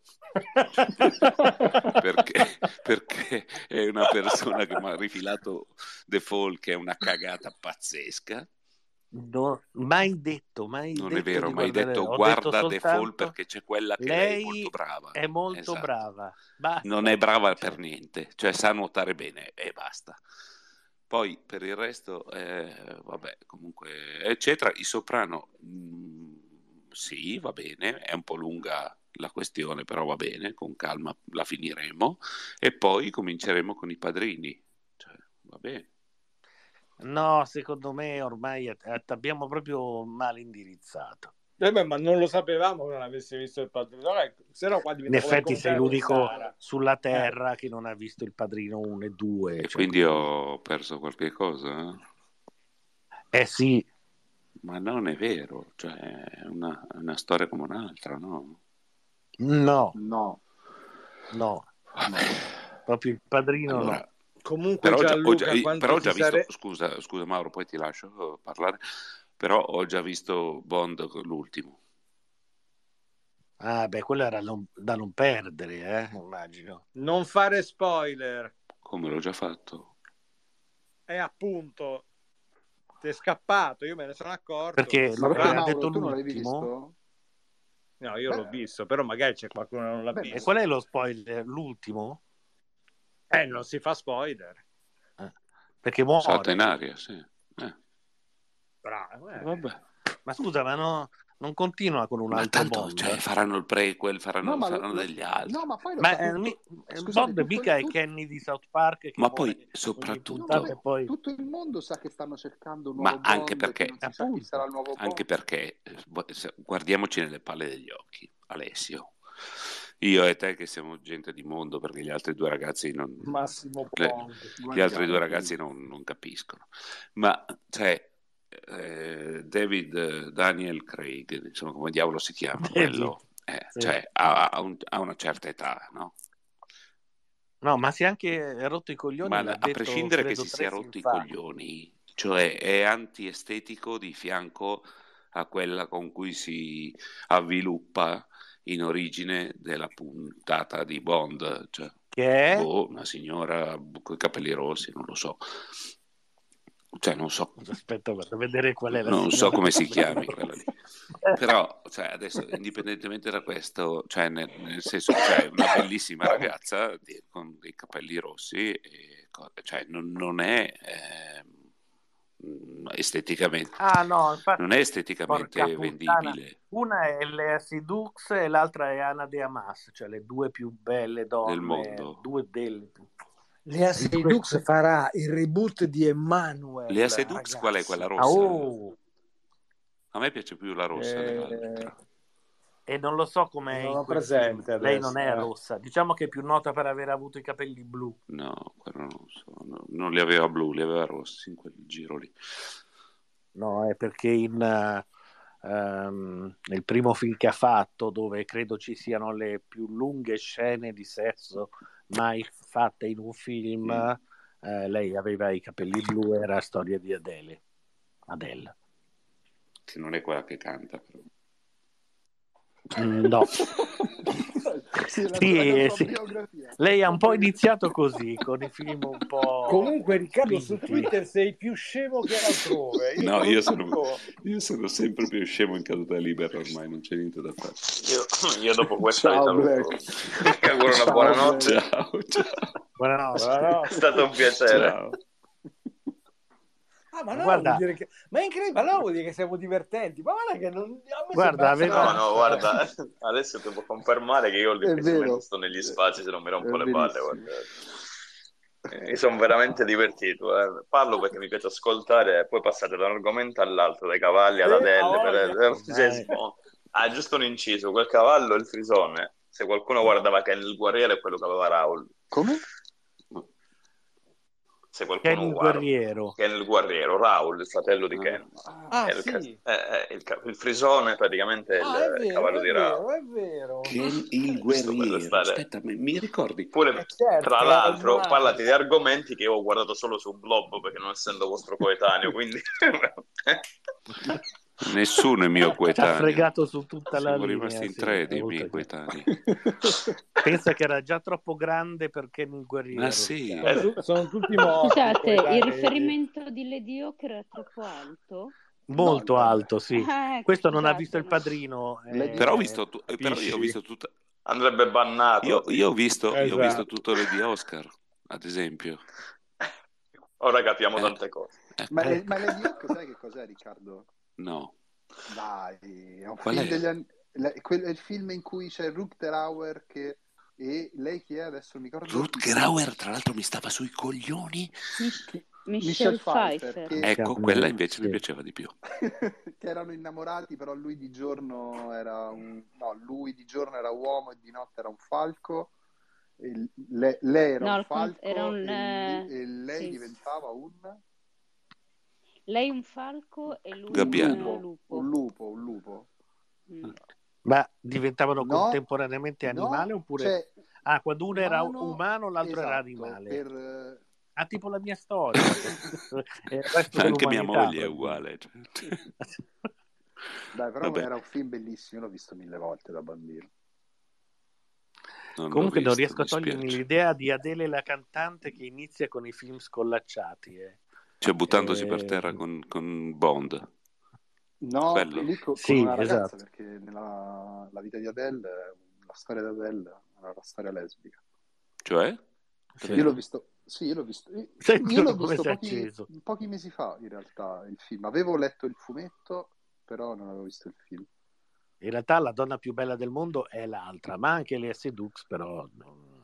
perché, perché è una persona che mi ha rifilato The Fall, che è una cagata pazzesca. No, mai detto, mai Non detto è vero, di ma hai guardare. detto Ho guarda detto The Fall soltanto perché c'è quella che lei è molto lei brava. è molto Esatto. brava. Basta. Non è brava Cioè, per niente, cioè sa nuotare bene e basta. Poi per il resto, eh, vabbè, comunque, eccetera. I Soprano, mh, sì, va bene, è un po' lunga la questione, però va bene, con calma la finiremo e poi cominceremo con i Padrini. Cioè, va bene. no, secondo me ormai eh, abbiamo proprio male indirizzato. Eh beh, ma non lo sapevamo che non avessi visto il Padrino, ecco, se no qua In diventa come il effetti sei compleanno di l'unico Sara. sulla Eh, terra che non ha visto il Padrino uno e due. E Cioè, quindi quindi... ho perso qualche cosa? Eh? Eh sì, Ma non è vero, cioè è una, una storia come un'altra, no? no, No, no, Vabbè. proprio il Padrino no. Allora, comunque però ho già, ho già- Gianluca, quanto però ho ti già visto, sare... scusa, scusa Mauro, poi ti lascio parlare, però ho già visto Bond con l'ultimo. Ah, beh, quello era non- da non perdere, eh, immagino. Non fare spoiler. Come l'ho già fatto? E appunto, ti è scappato, io me ne sono accorto. Perché ma lo- perché ha Ah, detto Mauro, tu non l'hai l'ultimo? visto? no, io Beh, l'ho visto, però magari c'è qualcuno che non l'ha beh, E visto. qual è lo spoiler? L'ultimo? Eh, non si fa spoiler. Eh, perché Salta in muore. aria, sì. Eh, Bravo, eh. vabbè. Ma scusa, ma no, non continua con un Ma altro tanto, Bond? cioè, faranno il prequel, faranno, no, ma, lo- faranno lo- degli altri. no, ma poi lo Ma sa eh, tutto. mi- Scusate, Bond tutto, mica è tut- Kenny di South Park che Ma muore poi, ogni soprattutto, no, ma puntata e poi poi... tutto il mondo sa che stanno cercando un ma nuovo anche Bond, che perché, non si sa chi sarà il Appunto. nuovo anche Bond. perché, eh, gu- se- guardiamoci nelle palle degli occhi, Alessio. Io e te che siamo gente di mondo, perché gli altri due ragazzi non, Massimo le- Bond. gli altri due Guardiamo, ragazzi non, non capiscono. Ma, cioè, eh, David eh, Daniel Craig, insomma, come diavolo si chiama David, quello? Eh, sì. cioè, ha, ha un- ha una certa età, no? No, ma si è anche rotto i coglioni, Ma l'ha a detto prescindere che credo si tre sia film rotto i fa. coglioni, cioè è antiestetico di fianco a quella con cui si avviluppa in origine della puntata di Bond, cioè, Che è? boh, una signora con i capelli rossi, non lo so, cioè non so, Aspetta, vado a vedere qual è la non so signora come si con i capelli chiami quella lì. rossi. Però, cioè, adesso, indipendentemente da questo, cioè, nel, nel senso che c'è una bellissima ragazza di- con dei capelli rossi, e, co- cioè, non, non è, ehm, mm, esteticamente. Ah no, infatti, Non è esteticamente porca puttana. vendibile Una è Lea Sedux e l'altra è Ana de Amas, cioè le due più belle del donne, mondo. due delle più... Lea le due... Seydoux farà il reboot di Emmanuel, Lea Sedux qual è? Quella ragazzi. rossa? Ah, oh. A me piace più la rossa Eh, dell'altra. E non lo so com'è Non in ho quel presente film. Lei adesso. non è eh. rossa, diciamo che è più nota per aver avuto i capelli blu. No, quello non so. No, non li aveva blu, li aveva rossi in quel giro lì. No, è perché in uh, um, nel primo film che ha fatto, dove credo ci siano le più lunghe scene di sesso mai fatte in un film, Mm. eh, lei aveva i capelli blu, era Storia di Adele. Adele. Che non è quella che canta, però. Mm, no. Sì, la, Sì, la eh, sì. controbiografia. Lei ha un po' iniziato così, con i film un po' Comunque Riccardo su finti. Twitter sei più scemo che altrove. Io No, te lo io sono, dico. io sono sempre più scemo in caduta libera ormai, non c'è niente da fare. Io, io dopo questa vi Ciao saluto. Black. Vi auguro una Ciao, buona Black. notte. Ciao, ciao. Buonanotte. È Buonanotte. stato un piacere. Ciao. Ah, ma no, Guarda, vuol dire che... Ma è incredibile, ma no, vuol dire che siamo divertenti. Ma guarda che non... a me guarda, sembra No, aveva... no, guarda, adesso devo confermare che io È difficilmente vero, sto negli spazi se non mi rompo è le balle, verissimo. guarda. Mi sono veramente divertito. eh. Parlo perché mi piace ascoltare, e poi passate da un argomento all'altro, dai cavalli alla Sì, a Adele, voglia. per... Dai. Ah, giusto un inciso, quel cavallo è il frisone. Se qualcuno guardava Ken il guerriero è quello che aveva Raul. Come? Se Ken qualcuno il guarda guerriero. Ken il guerriero, Raul, il fratello di Ken. Ah, È il, ca- sì. è- è il, ca- il frisone praticamente è il, Ah, è il vero, cavallo è di Raul. vero, è vero. Ken il Giusto per guerriero. restare. Aspetta, mi, mi ricordi? Pure, Eh, certo, tra che l'altro, immagino. parlate di argomenti che io ho guardato solo su Blob perché non essendo vostro coetaneo, quindi Nessuno è mio Ci ha coetaneo. fregato su tutta la Siamo linea. rimasti in Sì, tre è dei oltre miei che- coetanei. Pensa che era già troppo grande per Ken il guerriero. Ma sì. diciamo. Sono, tu- sono tutti morti. Scusate, il coetanei. riferimento di Lady Hawker è troppo alto? Molto No, alto, sì. Eh, Questo non ha scusate, visto il no. padrino. Lady- eh, Però ho visto, tu- eh, però io capisci? ho visto tutta. andrebbe bannato. Io, io ho visto, io ho visto Esatto. tutto le di Oscar, ad esempio. Ora capiamo Eh, tante cose. eh, Ma, le- Ecco. ma Lady Hawk sai che cos'è, Riccardo? no. Dai, è un Qual film è? degli anni... la- quel- è il film in cui c'è Rutger Hauer che... e lei chi è adesso? Non mi ricordo. Rutger Hauer, tra l'altro, mi stava sui coglioni. Mich- Michelle Michelle Pfeiffer, Pfeiffer. che... Ecco, Sì. quella invece mi Sì. piaceva di più. che erano innamorati, però lui di giorno era un... no, lui di giorno era uomo e di notte era un falco. E le- lei era No, un al con- falco era un, e, eh, lui- e lei sì. diventava un... Lei un falco e lui un Gabbiano. un lupo, lupo. un lupo, un lupo. Mm. Ma diventavano No, contemporaneamente animale no, oppure... cioè Ah, quando uno era umano, umano, l'altro era esatto, animale. per... eh, Ah, tipo la mia storia. E il resto Anche mia dell'umanità, moglie è praticamente. uguale. cioè. Dai, però Vabbè, era un film bellissimo, io l'ho visto mille volte da bambino. non l'ho Comunque non visto, riesco a mi togliermi spiace. l'idea di Adele la cantante che inizia con i film scollacciati. eh. Cioè, buttandosi per Eh, terra con, con Bond. No, Quello. lì co- con Sì, una ragazza, esatto. perché nella la vita di Adele, la storia di Adele era una storia lesbica. Cioè? Sì. Io l'ho Davvero? visto, sì, io l'ho visto, io Senti io l'ho come visto si è pochi, acceso. pochi mesi fa, in realtà, il film. Avevo letto il fumetto, però non avevo visto il film. In realtà la donna più bella del mondo è l'altra, ma anche le Sedux, però non,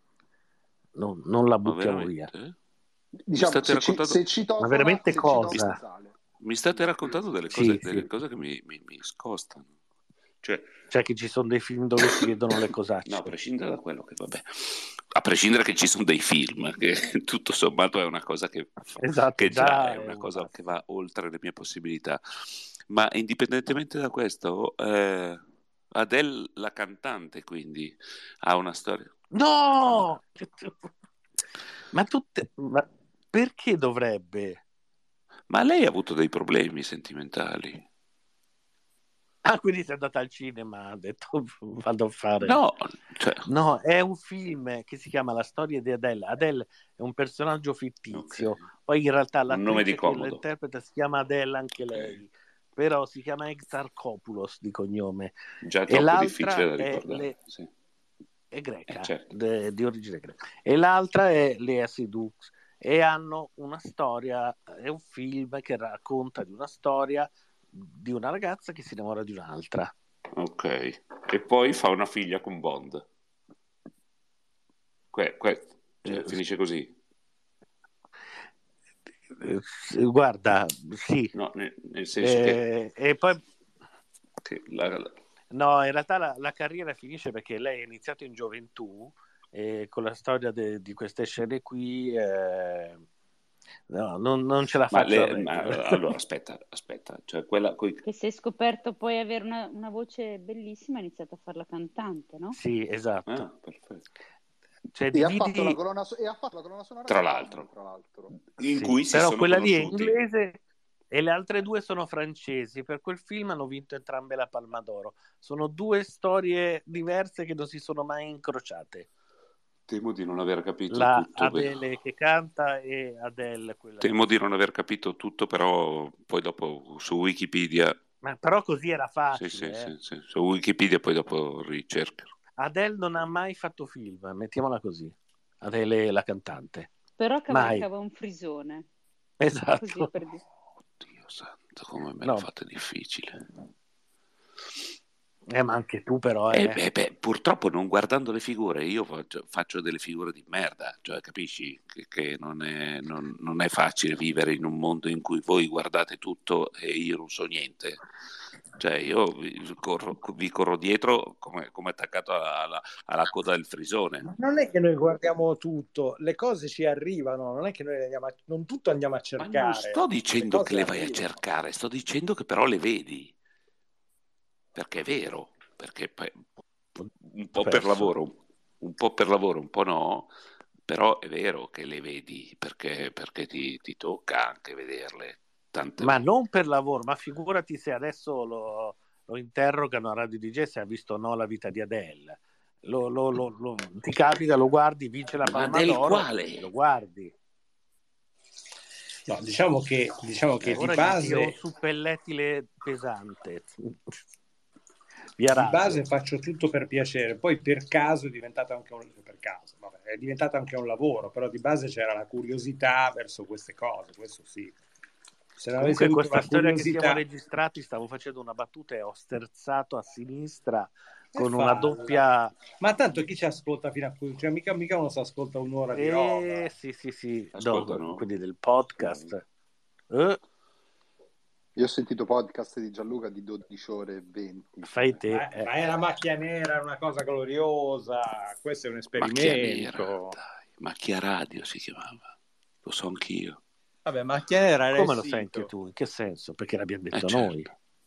non- non la Ma buttiamo via. veramente? Mi Diciamo, state se ci, raccontando, se ci Ma tofola, veramente se ci tofola cosa? sale. mi state raccontando delle Sì, cose, delle sì. cose che mi, mi, mi scostano. Cioè, Cioè che ci sono dei film dove si vedono le no, a cosacce. prescindere da quello che vabbè, a prescindere che ci sono dei film, che tutto sommato è una cosa che, Esatto, che già già è è una un cosa passo. che va oltre le mie possibilità. Ma indipendentemente da questo, eh, Adele la cantante quindi ha una storia. No! Ma tutte... Ma perché dovrebbe? Ma lei ha avuto dei problemi sentimentali? Ah, quindi sei andata al cinema, ha detto vado a fare... No, cioè, No, è un film che si chiama La storia di Adele. Adele è un personaggio ok, fittizio, poi in realtà un nome di l'attrice che comodo. l'interpreta si chiama Adele anche Ok, lei, però si chiama Exarchopoulos di cognome. già E troppo difficile l'altra da è, ricordare. le- Sì. è Eh, greca, certo. de- di origine greca. E l'altra è Lea Sedux. e hanno una storia, è un film che racconta di una storia di una ragazza che si innamora di un'altra. Ok, e poi fa una figlia con Bond. Que- que- cioè, Eh, finisce così. eh, guarda, sì. No, nel, nel senso che, Eh, e poi che la, la- no, in realtà la, la carriera finisce perché lei ha iniziato in gioventù e con la storia de- di queste scene qui eh, no, non, non ce la ma, faccio a le, ma reggere. allora aspetta, aspetta, cioè quella coi- Che si è scoperto poi avere una, una voce bellissima, ha iniziato a fare la cantante, no? Sì, esatto. ah, perfetto. Cioè, E ha fatto la dividi, colonna, so- e ha fatto la colonna sonora Tra di l'altro, Batman, tra l'altro. in sì, cui si però sono quella lì è conosciuti. inglese e le altre due sono francesi. Per quel film hanno vinto entrambe la Palma d'Oro. Sono due storie diverse che non si sono mai incrociate. Temo di non aver capito La tutto. beh. Adele che canta e Adele quella Temo che di non aver capito tutto, però poi dopo su Wikipedia. Ma però così era Sì, facile. sì, eh. sì, sì. Su Wikipedia poi dopo ricerco. Adele non ha mai fatto film, mettiamola così. Adele la cantante. Però Mai. cavalcava un frisone. Esatto. Così per dire. Dio santo, come me No. la fate difficile. Eh, ma anche tu però, Eh, eh. beh, beh, purtroppo non guardando le figure, io faccio, faccio delle figure di merda, cioè capisci che, che non, è, non, non è facile vivere in un mondo in cui voi guardate tutto e io non so niente. Cioè io vi corro, vi corro dietro come, come attaccato alla, alla coda del frisone. Ma non è che noi guardiamo tutto, le cose ci arrivano, non è che noi le andiamo a, non tutto andiamo a Ma cercare. non sto dicendo Le che le cose vai a arrivano. cercare, sto dicendo che però le vedi, perché è vero, perché poi un po' per Perso. lavoro, un po' per lavoro, un po' no, però è vero che le vedi perché, perché ti, ti tocca anche vederle. Tante... Ma non per lavoro, ma figurati se adesso lo, lo interrogano a Radio D J se ha visto o no La vita di Adele. Lo, lo, lo, lo, ti capita, lo guardi, vince la Ma Palma del d'Oro, quale? lo guardi. No, diciamo che, diciamo che Eh, di ora gli tiro base, su pelletile pesante. Via di radio. base faccio tutto per piacere, poi per caso è diventato anche un, per caso, vabbè, è diventato anche un lavoro, però di base c'era la curiosità verso queste cose, questo sì. Se non avessi Comunque avuto questa la storia che curiosità, siamo registrati, stavo facendo una battuta e ho sterzato a sinistra e con una falla. doppia... Ma tanto chi ci ascolta fino a qui? Cioè, mica, mica uno si ascolta un'ora di roba. Eh, sì, sì, sì, Ascoltano? no, quelli del podcast. Eh, Io ho sentito podcast di Gianluca di dodici ore e venti. fai te. Ma, eh. ma è la macchia nera, è una cosa gloriosa, questo è un Macchia nera, esperimento. dai, Macchia Radio si chiamava, lo so anch'io. Vabbè, macchia nera era Come il lo sai anche sito. tu? In che senso? Perché l'abbiamo detto Eh, certo. noi.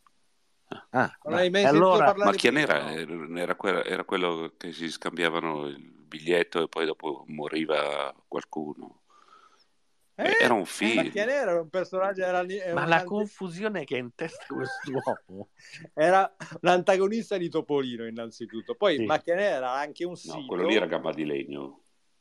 Ah, Non beh. hai mai E sentito allora, parlare Macchia prima, nera no? era, era quello, era quello che si scambiavano il biglietto e poi dopo moriva qualcuno. Eh? Era un Macchia film. nera era un personaggio, era, era ma un la ante- confusione che è in testa quest'uomo. era l'antagonista di Topolino innanzitutto, poi Sì. macchia nera era anche un No, sito. quello lì era Gamba di Legno.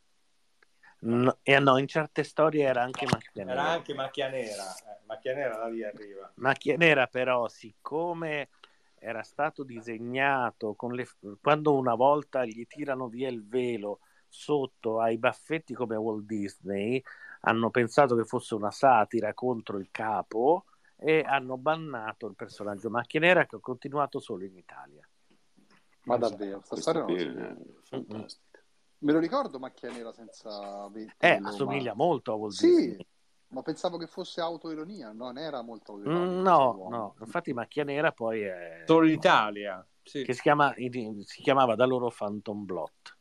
No, e no, in certe storie era anche Macchia Era Nera. anche macchia nera, eh, macchia nera da lì arriva. Macchia Nera però, siccome era stato disegnato con le... quando una volta gli tirano via il velo sotto ai baffetti come Walt Disney, hanno pensato che fosse una satira contro il capo e hanno bannato il personaggio Macchia Nera, che ha continuato solo in Italia. Ma Esatto. davvero, sta Questa storia non qui lo è sapevo. fantastica. Me lo ricordo Macchia Nera senza Eh, vederlo, assomiglia ma... molto a Walt Sì, Disney. ma pensavo che fosse autoironia, non era molto Mm, autoironico no, quell'uomo. no, infatti Macchia Nera poi è... Solo in Italia, sì. che si, chiama, si chiamava da loro Phantom Blot.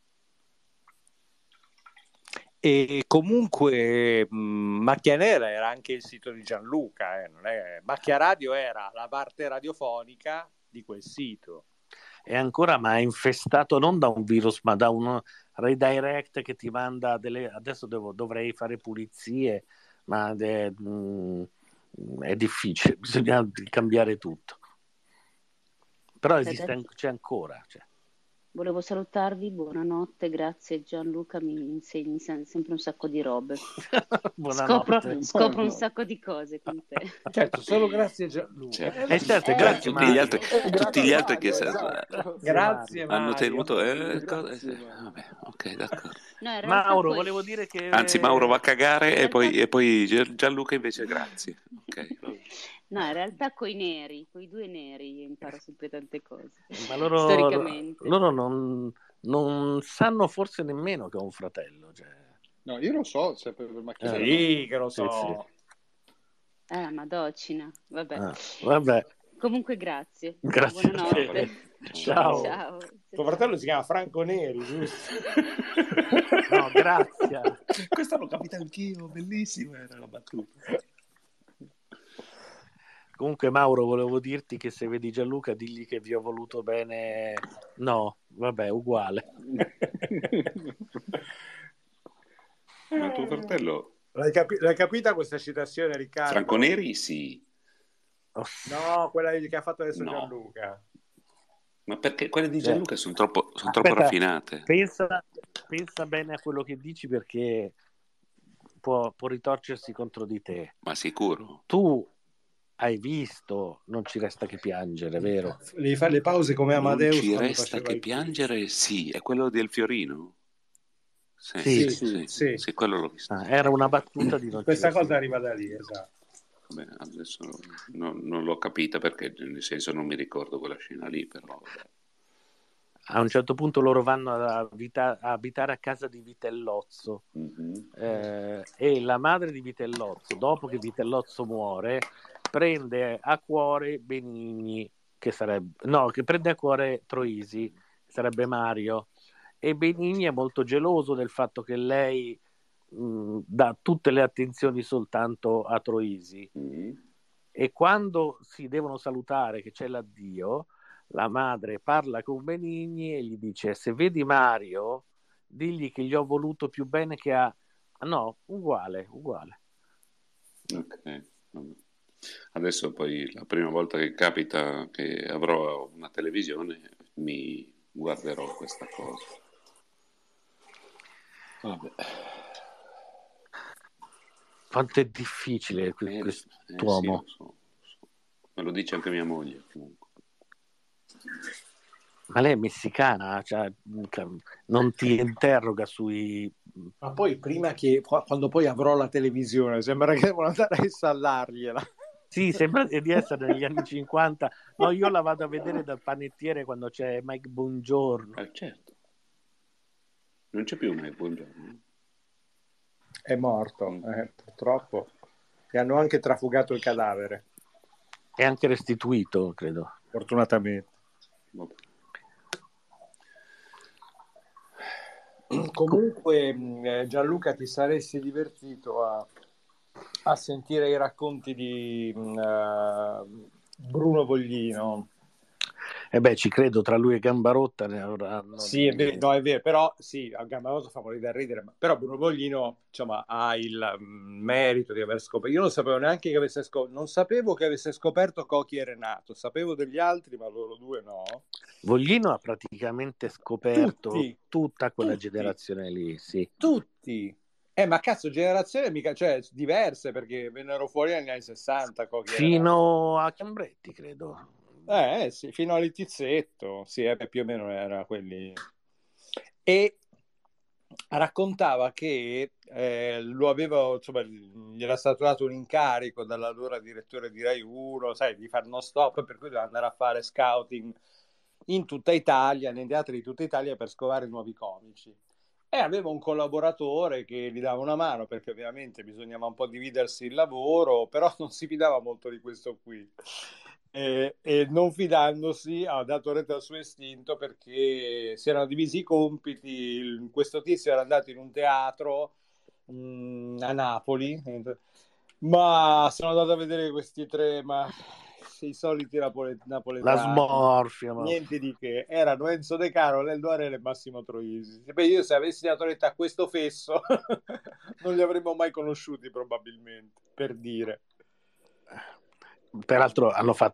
E comunque mh, Macchia Nera era anche il sito di Gianluca, eh, non è... Macchia Radio era la parte radiofonica di quel sito. E ancora, ma è infestato non da un virus, ma da un redirect che ti manda delle... Adesso devo, dovrei fare pulizie, ma è, mm, è difficile, bisogna cambiare tutto. Però esiste, an- c'è ancora. Cioè. Volevo salutarvi, buonanotte, grazie Gianluca, mi insegni sem- sempre un sacco di robe. Scopro, Buonanotte. scopro un sacco di cose con te. Certo, solo grazie a Gianluca. Certo. Eh certo, Cioè, grazie tutti gli altri, Mario. Eh, tutti grazie gli altri che Mario, se- esatto. Grazie hanno Mario. tenuto eh, co- eh, Grazie sì, Mario. vabbè, ok, d'accordo. No, in realtà Mauro, coi... volevo dire Anzi, Mauro va a che cagare in e realtà... poi, e poi Gian- Gianluca invece grazie. Ok, vabbè. No, in realtà coi neri, coi due neri io imparo sempre tante cose, ma loro, storicamente. loro non, non sanno forse nemmeno che ho un fratello. Cioè. No, io lo so, se per, per Eh, macchietta no. Sì, che lo sì, sì. so. Ah, madocina, vabbè. Ah, vabbè, Comunque grazie, grazie a te. buonanotte. Ciao. Ciao. Tuo fratello si chiama Franco Neri, giusto? No, grazie. Questa l'ho capita anch'io, bellissima era la battuta. Comunque Mauro, volevo dirti che se vedi Gianluca digli che vi ho voluto bene. No, vabbè, uguale. Ma tuo fratello L'hai, capi- l'hai capita questa citazione, Riccardo? Franco Neri? Sì. Oh, No, quella che ha fatto adesso No. Gianluca. Ma perché quelle di cioè, Gianluca sono troppo, sono troppo aspetta, raffinate. pensa, pensa bene a quello che dici perché può, può ritorcersi contro di te. Ma sicuro? Tu hai visto, non ci resta che piangere, vero? Devi fare le pause come Non Amadeus ci quando resta faceva che il quiz. piangere? Sì, è quello del Fiorino? Sì, Sì, sì, sì, sì, sì. sì, quello l'ho visto. Ah, era una battuta di non ci Questa resta cosa che arriva da lì, esatto. Vabbè, adesso non, non l'ho capita perché nel senso non mi ricordo quella scena lì, però vabbè. A un certo punto loro vanno a, abita- a abitare a casa di Vitellozzo Mhm. eh, e la madre di Vitellozzo, dopo che Vitellozzo muore, prende a cuore Benigni, che sarebbe no, che prende a cuore Troisi, che sarebbe Mario, e Benigni è molto geloso del fatto che lei mh, dà tutte le attenzioni soltanto a Troisi. Mm. E quando si devono salutare, che c'è l'addio, la madre parla con Benigni e gli dice: se vedi Mario, digli che gli ho voluto più bene che a... No, uguale, uguale. Ok, vabbè. Adesso poi la prima volta che capita che avrò una televisione mi guarderò questa cosa. Vabbè. Quanto è difficile que- Eh, eh, sì, quest'uomo. lo so, lo so. Me lo dice anche mia moglie comunque. Ma lei è messicana, cioè, non ti interroga sui... Ma poi prima che, quando poi avrò la televisione, sembra che devono andare a installargliela. Sì, sembra di essere negli anni cinquanta. No, io la vado a vedere dal panettiere quando c'è Mike Buongiorno. Eh, certo. Non c'è più mai buongiorno. È morto, eh, purtroppo. E hanno anche trafugato il cadavere. È anche restituito, credo. Fortunatamente. Vabbè. Comunque, eh, Gianluca, ti saresti divertito a, a sentire i racconti di uh, Bruno Voglino. E beh, ci credo, tra lui e Gambarotta ne avranno... Sì, è vero, no, è vero, però sì, a Gambarotta fa morire da ridere, ma, però Bruno Voglino, insomma, ha il mm, merito di aver scoperto. Io non sapevo neanche che avesse scoperto, non sapevo che avesse scoperto Cocchi e Renato, sapevo degli altri, ma loro due no. Voglino ha praticamente scoperto Tutti, tutta quella tutti, generazione lì, sì. tutti. Eh, ma cazzo, generazione mica, cioè, diverse, perché vennero fuori negli anni sessanta, Cocchi e Renato. Fino a Chiambretti, credo. Eh, eh, sì, fino a Littizzetto, sì, eh, più o meno era quelli. E raccontava che eh, lo aveva, insomma, gli era stato dato un incarico dall'allora direttore di Rai uno, sai, di fare non stop, per cui doveva andare a fare scouting in tutta Italia, nei teatri di tutta Italia, per scovare nuovi comici. E aveva un collaboratore che gli dava una mano, perché ovviamente bisognava un po' dividersi il lavoro, però non si fidava molto di questo qui. E, e non fidandosi ha dato rete al suo istinto, perché si erano divisi i compiti. Il- questo tizio era andato in un teatro mh, a Napoli, ma sono andato a vedere questi tre, ma i soliti napole- La napoletani, smorfia, ma... niente di che. Erano Enzo De Caro, Lello Arele e Massimo Troisi. Beh, io se avessi dato retta a questo fesso non li avremmo mai conosciuti, probabilmente, per dire. Peraltro hanno fatto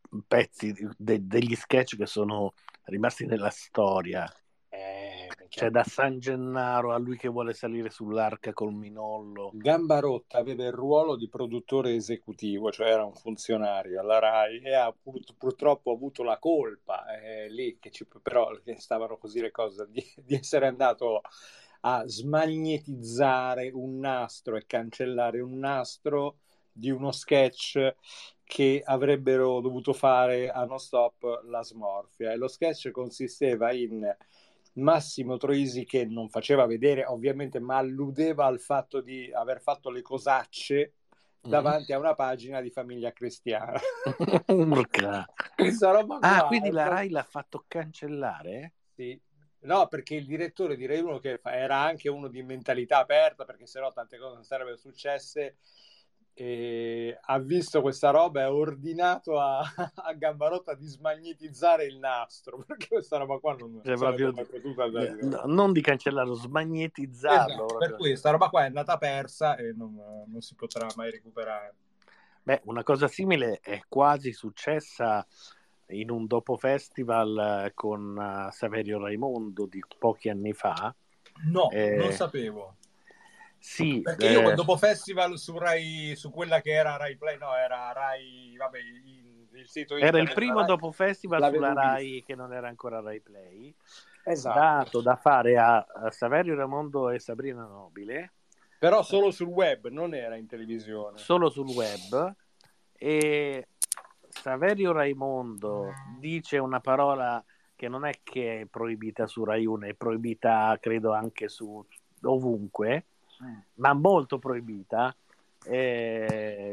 pezzi de- degli sketch che sono rimasti nella storia. Eh, C'è da San Gennaro a lui che vuole salire sull'arca col minollo. Gambarotta aveva il ruolo di produttore esecutivo, cioè era un funzionario alla Rai e ha pur- purtroppo avuto la colpa, eh, lì che ci, però che stavano così le cose, di, di essere andato a smagnetizzare un nastro e cancellare un nastro di uno sketch che avrebbero dovuto fare a Non Stop la smorfia, e lo sketch consisteva in Massimo Troisi che non faceva vedere ovviamente, ma alludeva al fatto di aver fatto le cosacce davanti a una pagina di Famiglia Cristiana. Urca. Questa roba Ah, qua quindi è la proprio- Rai l'ha fatto cancellare? Sì. No, perché il direttore di Rai uno, che fa- era anche uno di mentalità aperta, perché sennò tante cose non sarebbero successe, e ha visto questa roba e ha ordinato a, a Gambarotta di smagnetizzare il nastro, perché questa roba qua non Cioè, sarebbe proprio mai potuta andare di no, non di cancellarlo, smagnetizzarlo. Esatto, per proprio. cui questa roba qua è andata persa e non, non si potrà mai recuperare. Beh, una cosa simile è quasi successa in un dopo festival eh, con eh, Saverio Raimondo di pochi anni fa. No, Eh, non sapevo. Sì, Perché io eh, quel dopo festival su Rai, su quella che era Rai Play, no, era Rai, vabbè, il, il sito era il internet primo della Rai, dopo festival l'avevo sulla Rai visto. che non era ancora Rai Play, Esatto. dato da fare a, a Saverio Raimondo e Sabrina Nobile, Però solo sul web, non era in televisione. solo sul web, e Saverio Raimondo dice una parola che non è che è proibita su Rai uno, è proibita credo anche su ovunque, ma molto proibita, eh,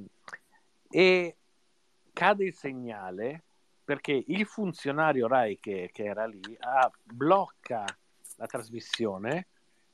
e cade il segnale perché il funzionario Rai che, che era lì ah, blocca la trasmissione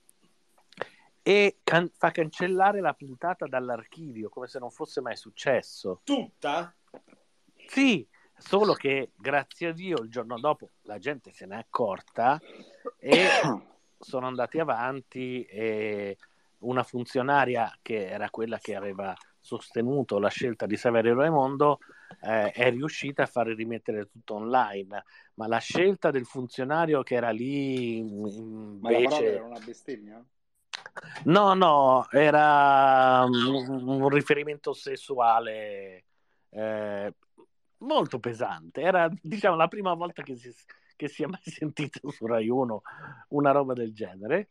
e can- fa cancellare la puntata dall'archivio come se non fosse mai successo. Tutta? Sì, solo che grazie a Dio il giorno dopo la gente se n'è accorta e sono andati avanti, e una funzionaria che era quella che aveva sostenuto la scelta di Saverio Raimondo eh, è riuscita a fare rimettere tutto online, ma la scelta del funzionario che era lì invece... Ma la parola era una bestemmia? No, no, era un, un riferimento sessuale eh, molto pesante. Era, diciamo, la prima volta che si, che si è mai sentito su Rai uno una roba del genere.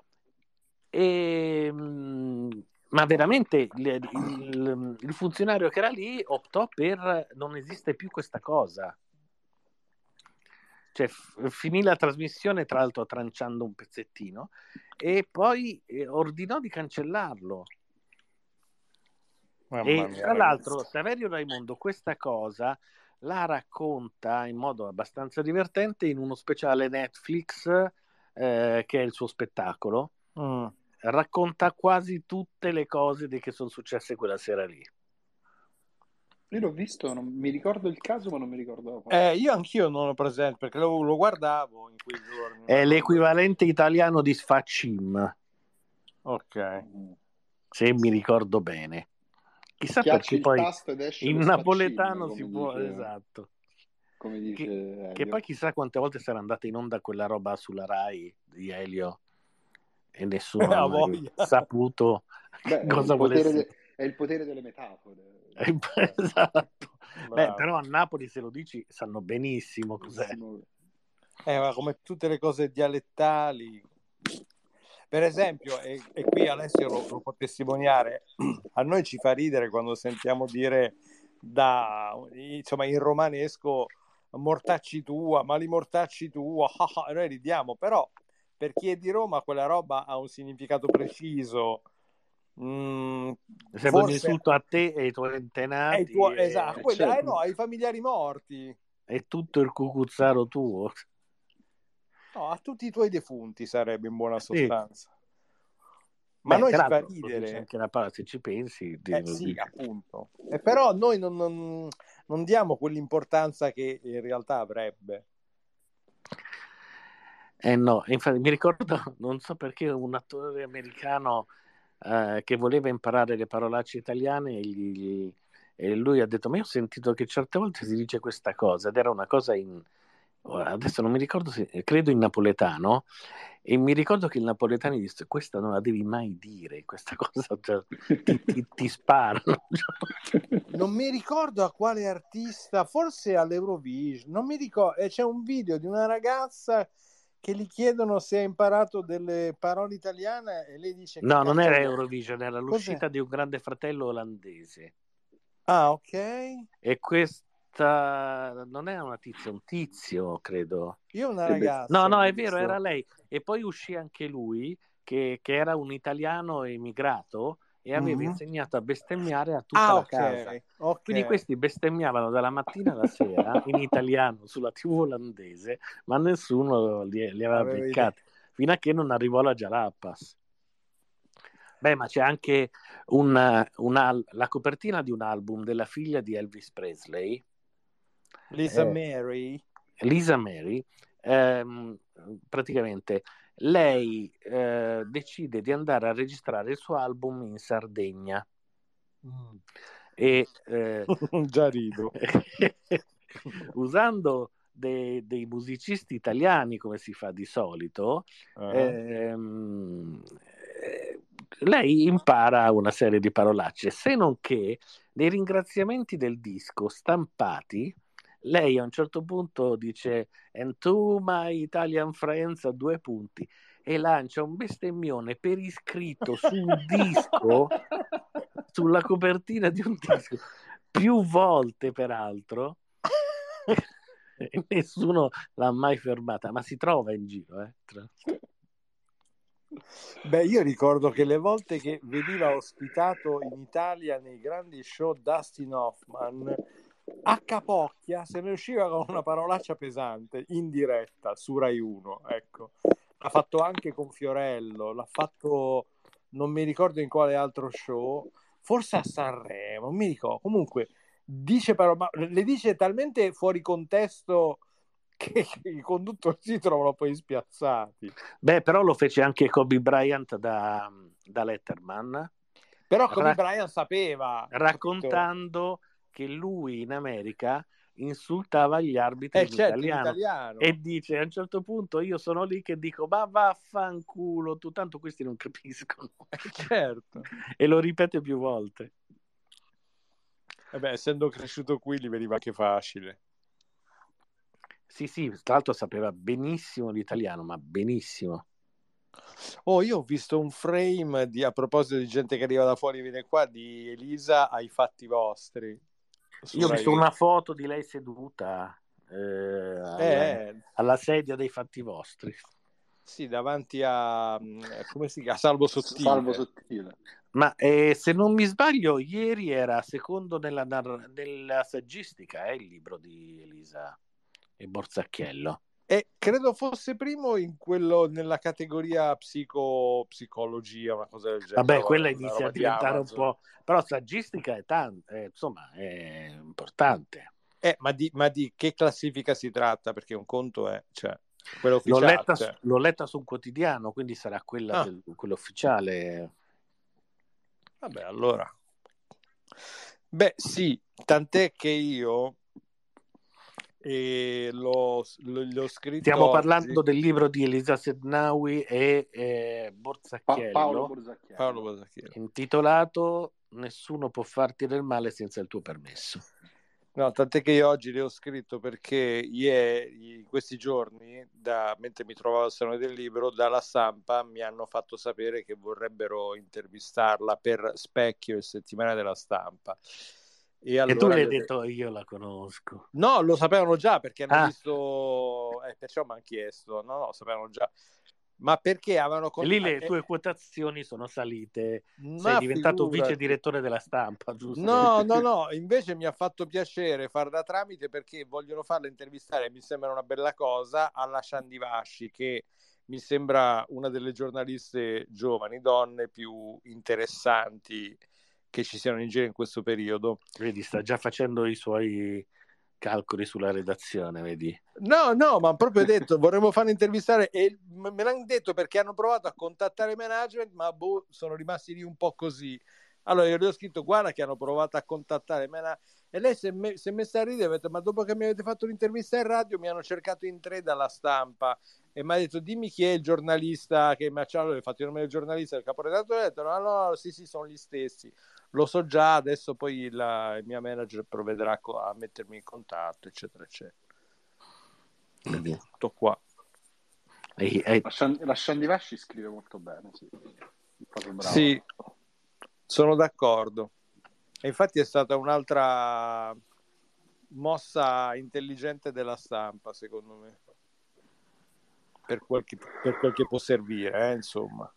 E, mh, ma veramente il, il, il funzionario che era lì optò per non esiste più questa cosa. Cioè, f- finì la trasmissione, tra l'altro tranciando un pezzettino, e poi eh, ordinò di cancellarlo. Mamma E mia, tra ragazzi. l'altro Saverio Raimondo questa cosa la racconta in modo abbastanza divertente in uno speciale Netflix eh, che è il suo spettacolo. Mm. Racconta quasi tutte le cose di che sono successe quella sera lì. Io l'ho visto, non mi ricordo il caso, ma non mi ricordo la parte. Eh, io anch'io non ho presente perché lo, lo guardavo in quei giorni. È l'equivalente italiano di Sfacim, Ok. se mi ricordo bene. Chissà Schiacci perché il poi tasto ed esce in lo napoletano sfaccino, si come può, dice- esatto. Come dice Che, Elio. che poi chissà quante volte sarà andata in onda quella roba sulla Rai di Elio e nessuno Ha ha mai voglia. saputo Beh, è cosa il, potere volesse. de- è il potere delle metafore. Esatto. Beh, Bravo. però a Napoli se lo dici sanno benissimo cos'è. Eh, ma come tutte le cose dialettali, per esempio, e, e qui Alessio lo, lo può testimoniare, a noi ci fa ridere quando sentiamo dire da, insomma, in romanesco mortacci tua, ma li mortacci tua, e noi ridiamo, però per chi è di Roma quella roba ha un significato preciso. Mm, Sembra un forse insulto a te e ai tuoi è il antenati tuo, e, esatto, quelli- eh, no, ai familiari morti. e tutto il cucuzzaro tuo. No, a tutti i tuoi defunti sarebbe in buona Sì. sostanza. Ma Beh, noi ci fa peraltro, lo dice ridere. anche la parola, se ci pensi. ti- Eh lo sì, dice. appunto. E però noi non, non- non diamo quell'importanza che in realtà avrebbe. Eh no, infatti mi ricordo, non so perché, un attore americano eh, che voleva imparare le parolacce italiane e gli, e lui ha detto: ma io ho sentito che certe volte si dice questa cosa, ed era una cosa in, adesso non mi ricordo se, credo in napoletano, e mi ricordo che il napoletano gli disse: questa non la devi mai dire, questa cosa, cioè, ti, ti, ti sparano. Non mi ricordo a quale artista, forse all'Eurovision, non mi ricordo, e c'è un video di una ragazza che gli chiedono se ha imparato delle parole italiane e lei dice: No, che non cazzo era vuoi? Eurovision, era l'uscita Cos'è? di Un grande fratello olandese. Ah, ok. E questa non è una tizia, un tizio, credo. Io una E beh, ragazza No, ho no, è vero, visto. era lei. E poi uscì anche lui, che, che era un italiano emigrato e aveva Mhm. insegnato a bestemmiare a tutta Ah, la casa. ok, ok. Quindi questi bestemmiavano dalla mattina alla sera in italiano sulla tivù olandese, ma nessuno li, li aveva Aveva idea. beccati, fino a che non arrivò la Jalapas. Beh, ma c'è anche una, una- la copertina di un album della figlia di Elvis Presley, Lisa eh, Mary. Lisa Mary. Ehm, praticamente lei eh, decide di andare a registrare il suo album in Sardegna Mm. e eh, Già rido. usando dei, dei musicisti italiani come si fa di solito, Ah. ehm, eh, lei impara una serie di parolacce, se non che nei ringraziamenti del disco stampati lei a un certo punto dice "and to my Italian friends" a due punti e lancia un bestemmione per iscritto su un disco, sulla copertina di un disco, più volte peraltro, e nessuno l'ha mai fermata, ma si trova in giro, eh, tra l'altro. Beh, io ricordo che le volte che veniva ospitato in Italia nei grandi show Dustin Hoffman, a capocchia se ne usciva con una parolaccia pesante in diretta su Rai uno, ecco. L'ha fatto anche con Fiorello, l'ha fatto non mi ricordo in quale altro show, forse a Sanremo, non mi ricordo. Comunque dice parole, ma le dice talmente fuori contesto che i conduttori si trovano poi spiazzati. Beh, però lo fece anche Kobe Bryant da, da Letterman. Però Kobe Ra- Bryant sapeva, raccontando capito? che lui in America insultava gli arbitri Eh in certo, in italiano italiano. e dice a un certo punto io sono lì che dico ma vaffanculo tu, tanto questi non capiscono. Certo. E lo ripete più volte. Eh beh, essendo cresciuto qui gli veniva anche facile. Sì, sì, tra l'altro sapeva benissimo l'italiano, ma benissimo. Oh, io ho visto un frame di, a proposito di gente che arriva da fuori e viene qua, di Elisa ai fatti vostri. Io ho Rai visto uno. una foto di lei seduta eh, alla, Eh, alla sedia dei fatti vostri. sì, davanti a come si chiama? Salvo Sottile. Salvo Sottile. Ma eh, se non mi sbaglio, ieri era secondo nella, narra- nella saggistica eh, il libro di Elisa e Borzacchiello. E credo fosse primo in quello nella categoria psico, psicologia, una cosa del genere. Vabbè, Una quella roba- una inizia a roba di diventare un Amazon. po'... Però saggistica è tanto, eh, insomma, è importante. Eh, ma di, ma di che classifica si tratta? Perché un conto è, cioè, quella L'ho ufficiale. letta, cioè. l'ho letta su un quotidiano, quindi sarà quella Ah. del, quella ufficiale. Vabbè, allora. Beh, sì, tant'è che io e l'ho, l'ho, l'ho scritto Stiamo oggi. parlando del libro di Elisa Sednawi e eh, Borzacchiello, Pa- Paolo Borzacchiello. Paolo Borzacchiello. intitolato Nessuno può farti del male senza il tuo permesso. No, tant'è che io oggi le ho scritto perché ieri, in questi giorni, da, mentre mi trovavo al Salone del Libro, dalla stampa mi hanno fatto sapere che vorrebbero intervistarla per Specchio, il settimanale della Stampa. E, allora E tu l'hai gli ho detto io la conosco. No, lo sapevano già perché hanno Ah. visto, eh, perciò mi hanno chiesto, no, no, lo sapevano già, ma perché avevano E con... lì le eh, tue quotazioni sono salite, ma sei diventato figurati. vice direttore della Stampa, giusto? No, no, no, invece mi ha fatto piacere far da tramite perché vogliono farla intervistare, mi sembra una bella cosa, alla Shandi Vasci, che mi sembra una delle giornaliste giovani, donne, più interessanti che ci siano in giro in questo periodo. Vedi, sta già facendo i suoi calcoli sulla redazione, vedi? No, no, ma proprio detto, vorremmo farlo intervistare e me l'hanno detto perché hanno provato a contattare il management, ma boh, sono rimasti lì un po' così. Allora io gli ho scritto: guarda che hanno provato a contattare me la... e lei si è, me... si è messa a ridere e ha detto: ma dopo che mi avete fatto l'intervista in radio mi hanno cercato in tre dalla Stampa e mi ha detto: dimmi chi è il giornalista che mi ha allora, ho fatto il nome del giornalista, il caporedattore, ho detto: no no sì sì sono gli stessi, lo so già, adesso poi la... il mio manager provvederà a mettermi in contatto, eccetera eccetera. Quindi tutto qua. E, e... La, Shan- la Shandivashi scrive molto bene, sì. Bravo. Sì, sono d'accordo. E infatti è stata un'altra mossa intelligente della Stampa, secondo me, per quel che, per quel che può servire, eh, insomma.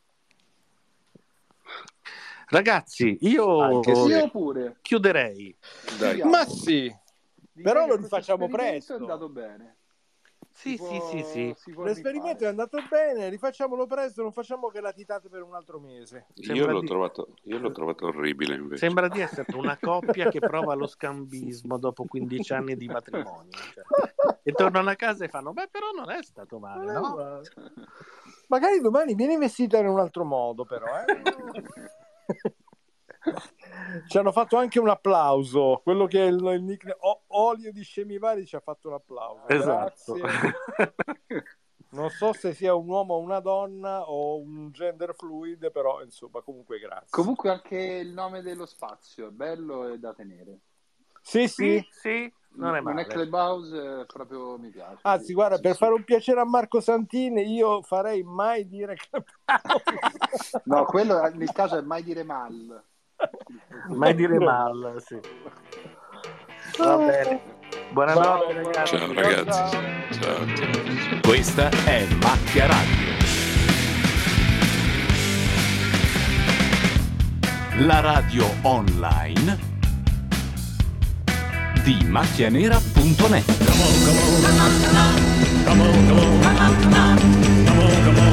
Ragazzi, io, sì, io pure. chiuderei. Dai. Ma sì, però lo rifacciamo presto. È andato bene. Sì, Si sì, può- sì, sì. si può L'esperimento rifare. è andato bene, rifacciamolo presto, non facciamo che latitate per un altro mese. Io Sembra l'ho, di- trovato, io l'ho trovato orribile invece. Sembra di essere una coppia che prova lo scambismo dopo quindici anni di matrimonio. Cioè. E tornano a casa e fanno: beh, però non è stato male, Non è no? male. Magari domani viene vestita in un altro modo, però. Eh? Ci hanno fatto anche un applauso. Quello che è il, il nickname O- Olio di Scemivari ci ha fatto un applauso. Esatto. Grazie. Non so se sia un uomo o una donna o un gender fluid, però insomma, comunque grazie. Comunque anche il nome dello spazio è bello e da tenere. Sì, sì. Sì, sì, non è Non è male. Clubhouse, eh, proprio mi piace. Anzi, sì. guarda, Sì, per sì. fare un piacere a Marco Santini, io farei mai dire che... No, quello nel caso è mai dire mal. Mai dire mal, sì. Va bene. Buonanotte, ragazzi. Ciao ragazzi. Ciao, ciao. Questa è Macchia Radio. La radio online di macchianera punto net. Come on, come on, come on, come on, come on, come on, come on.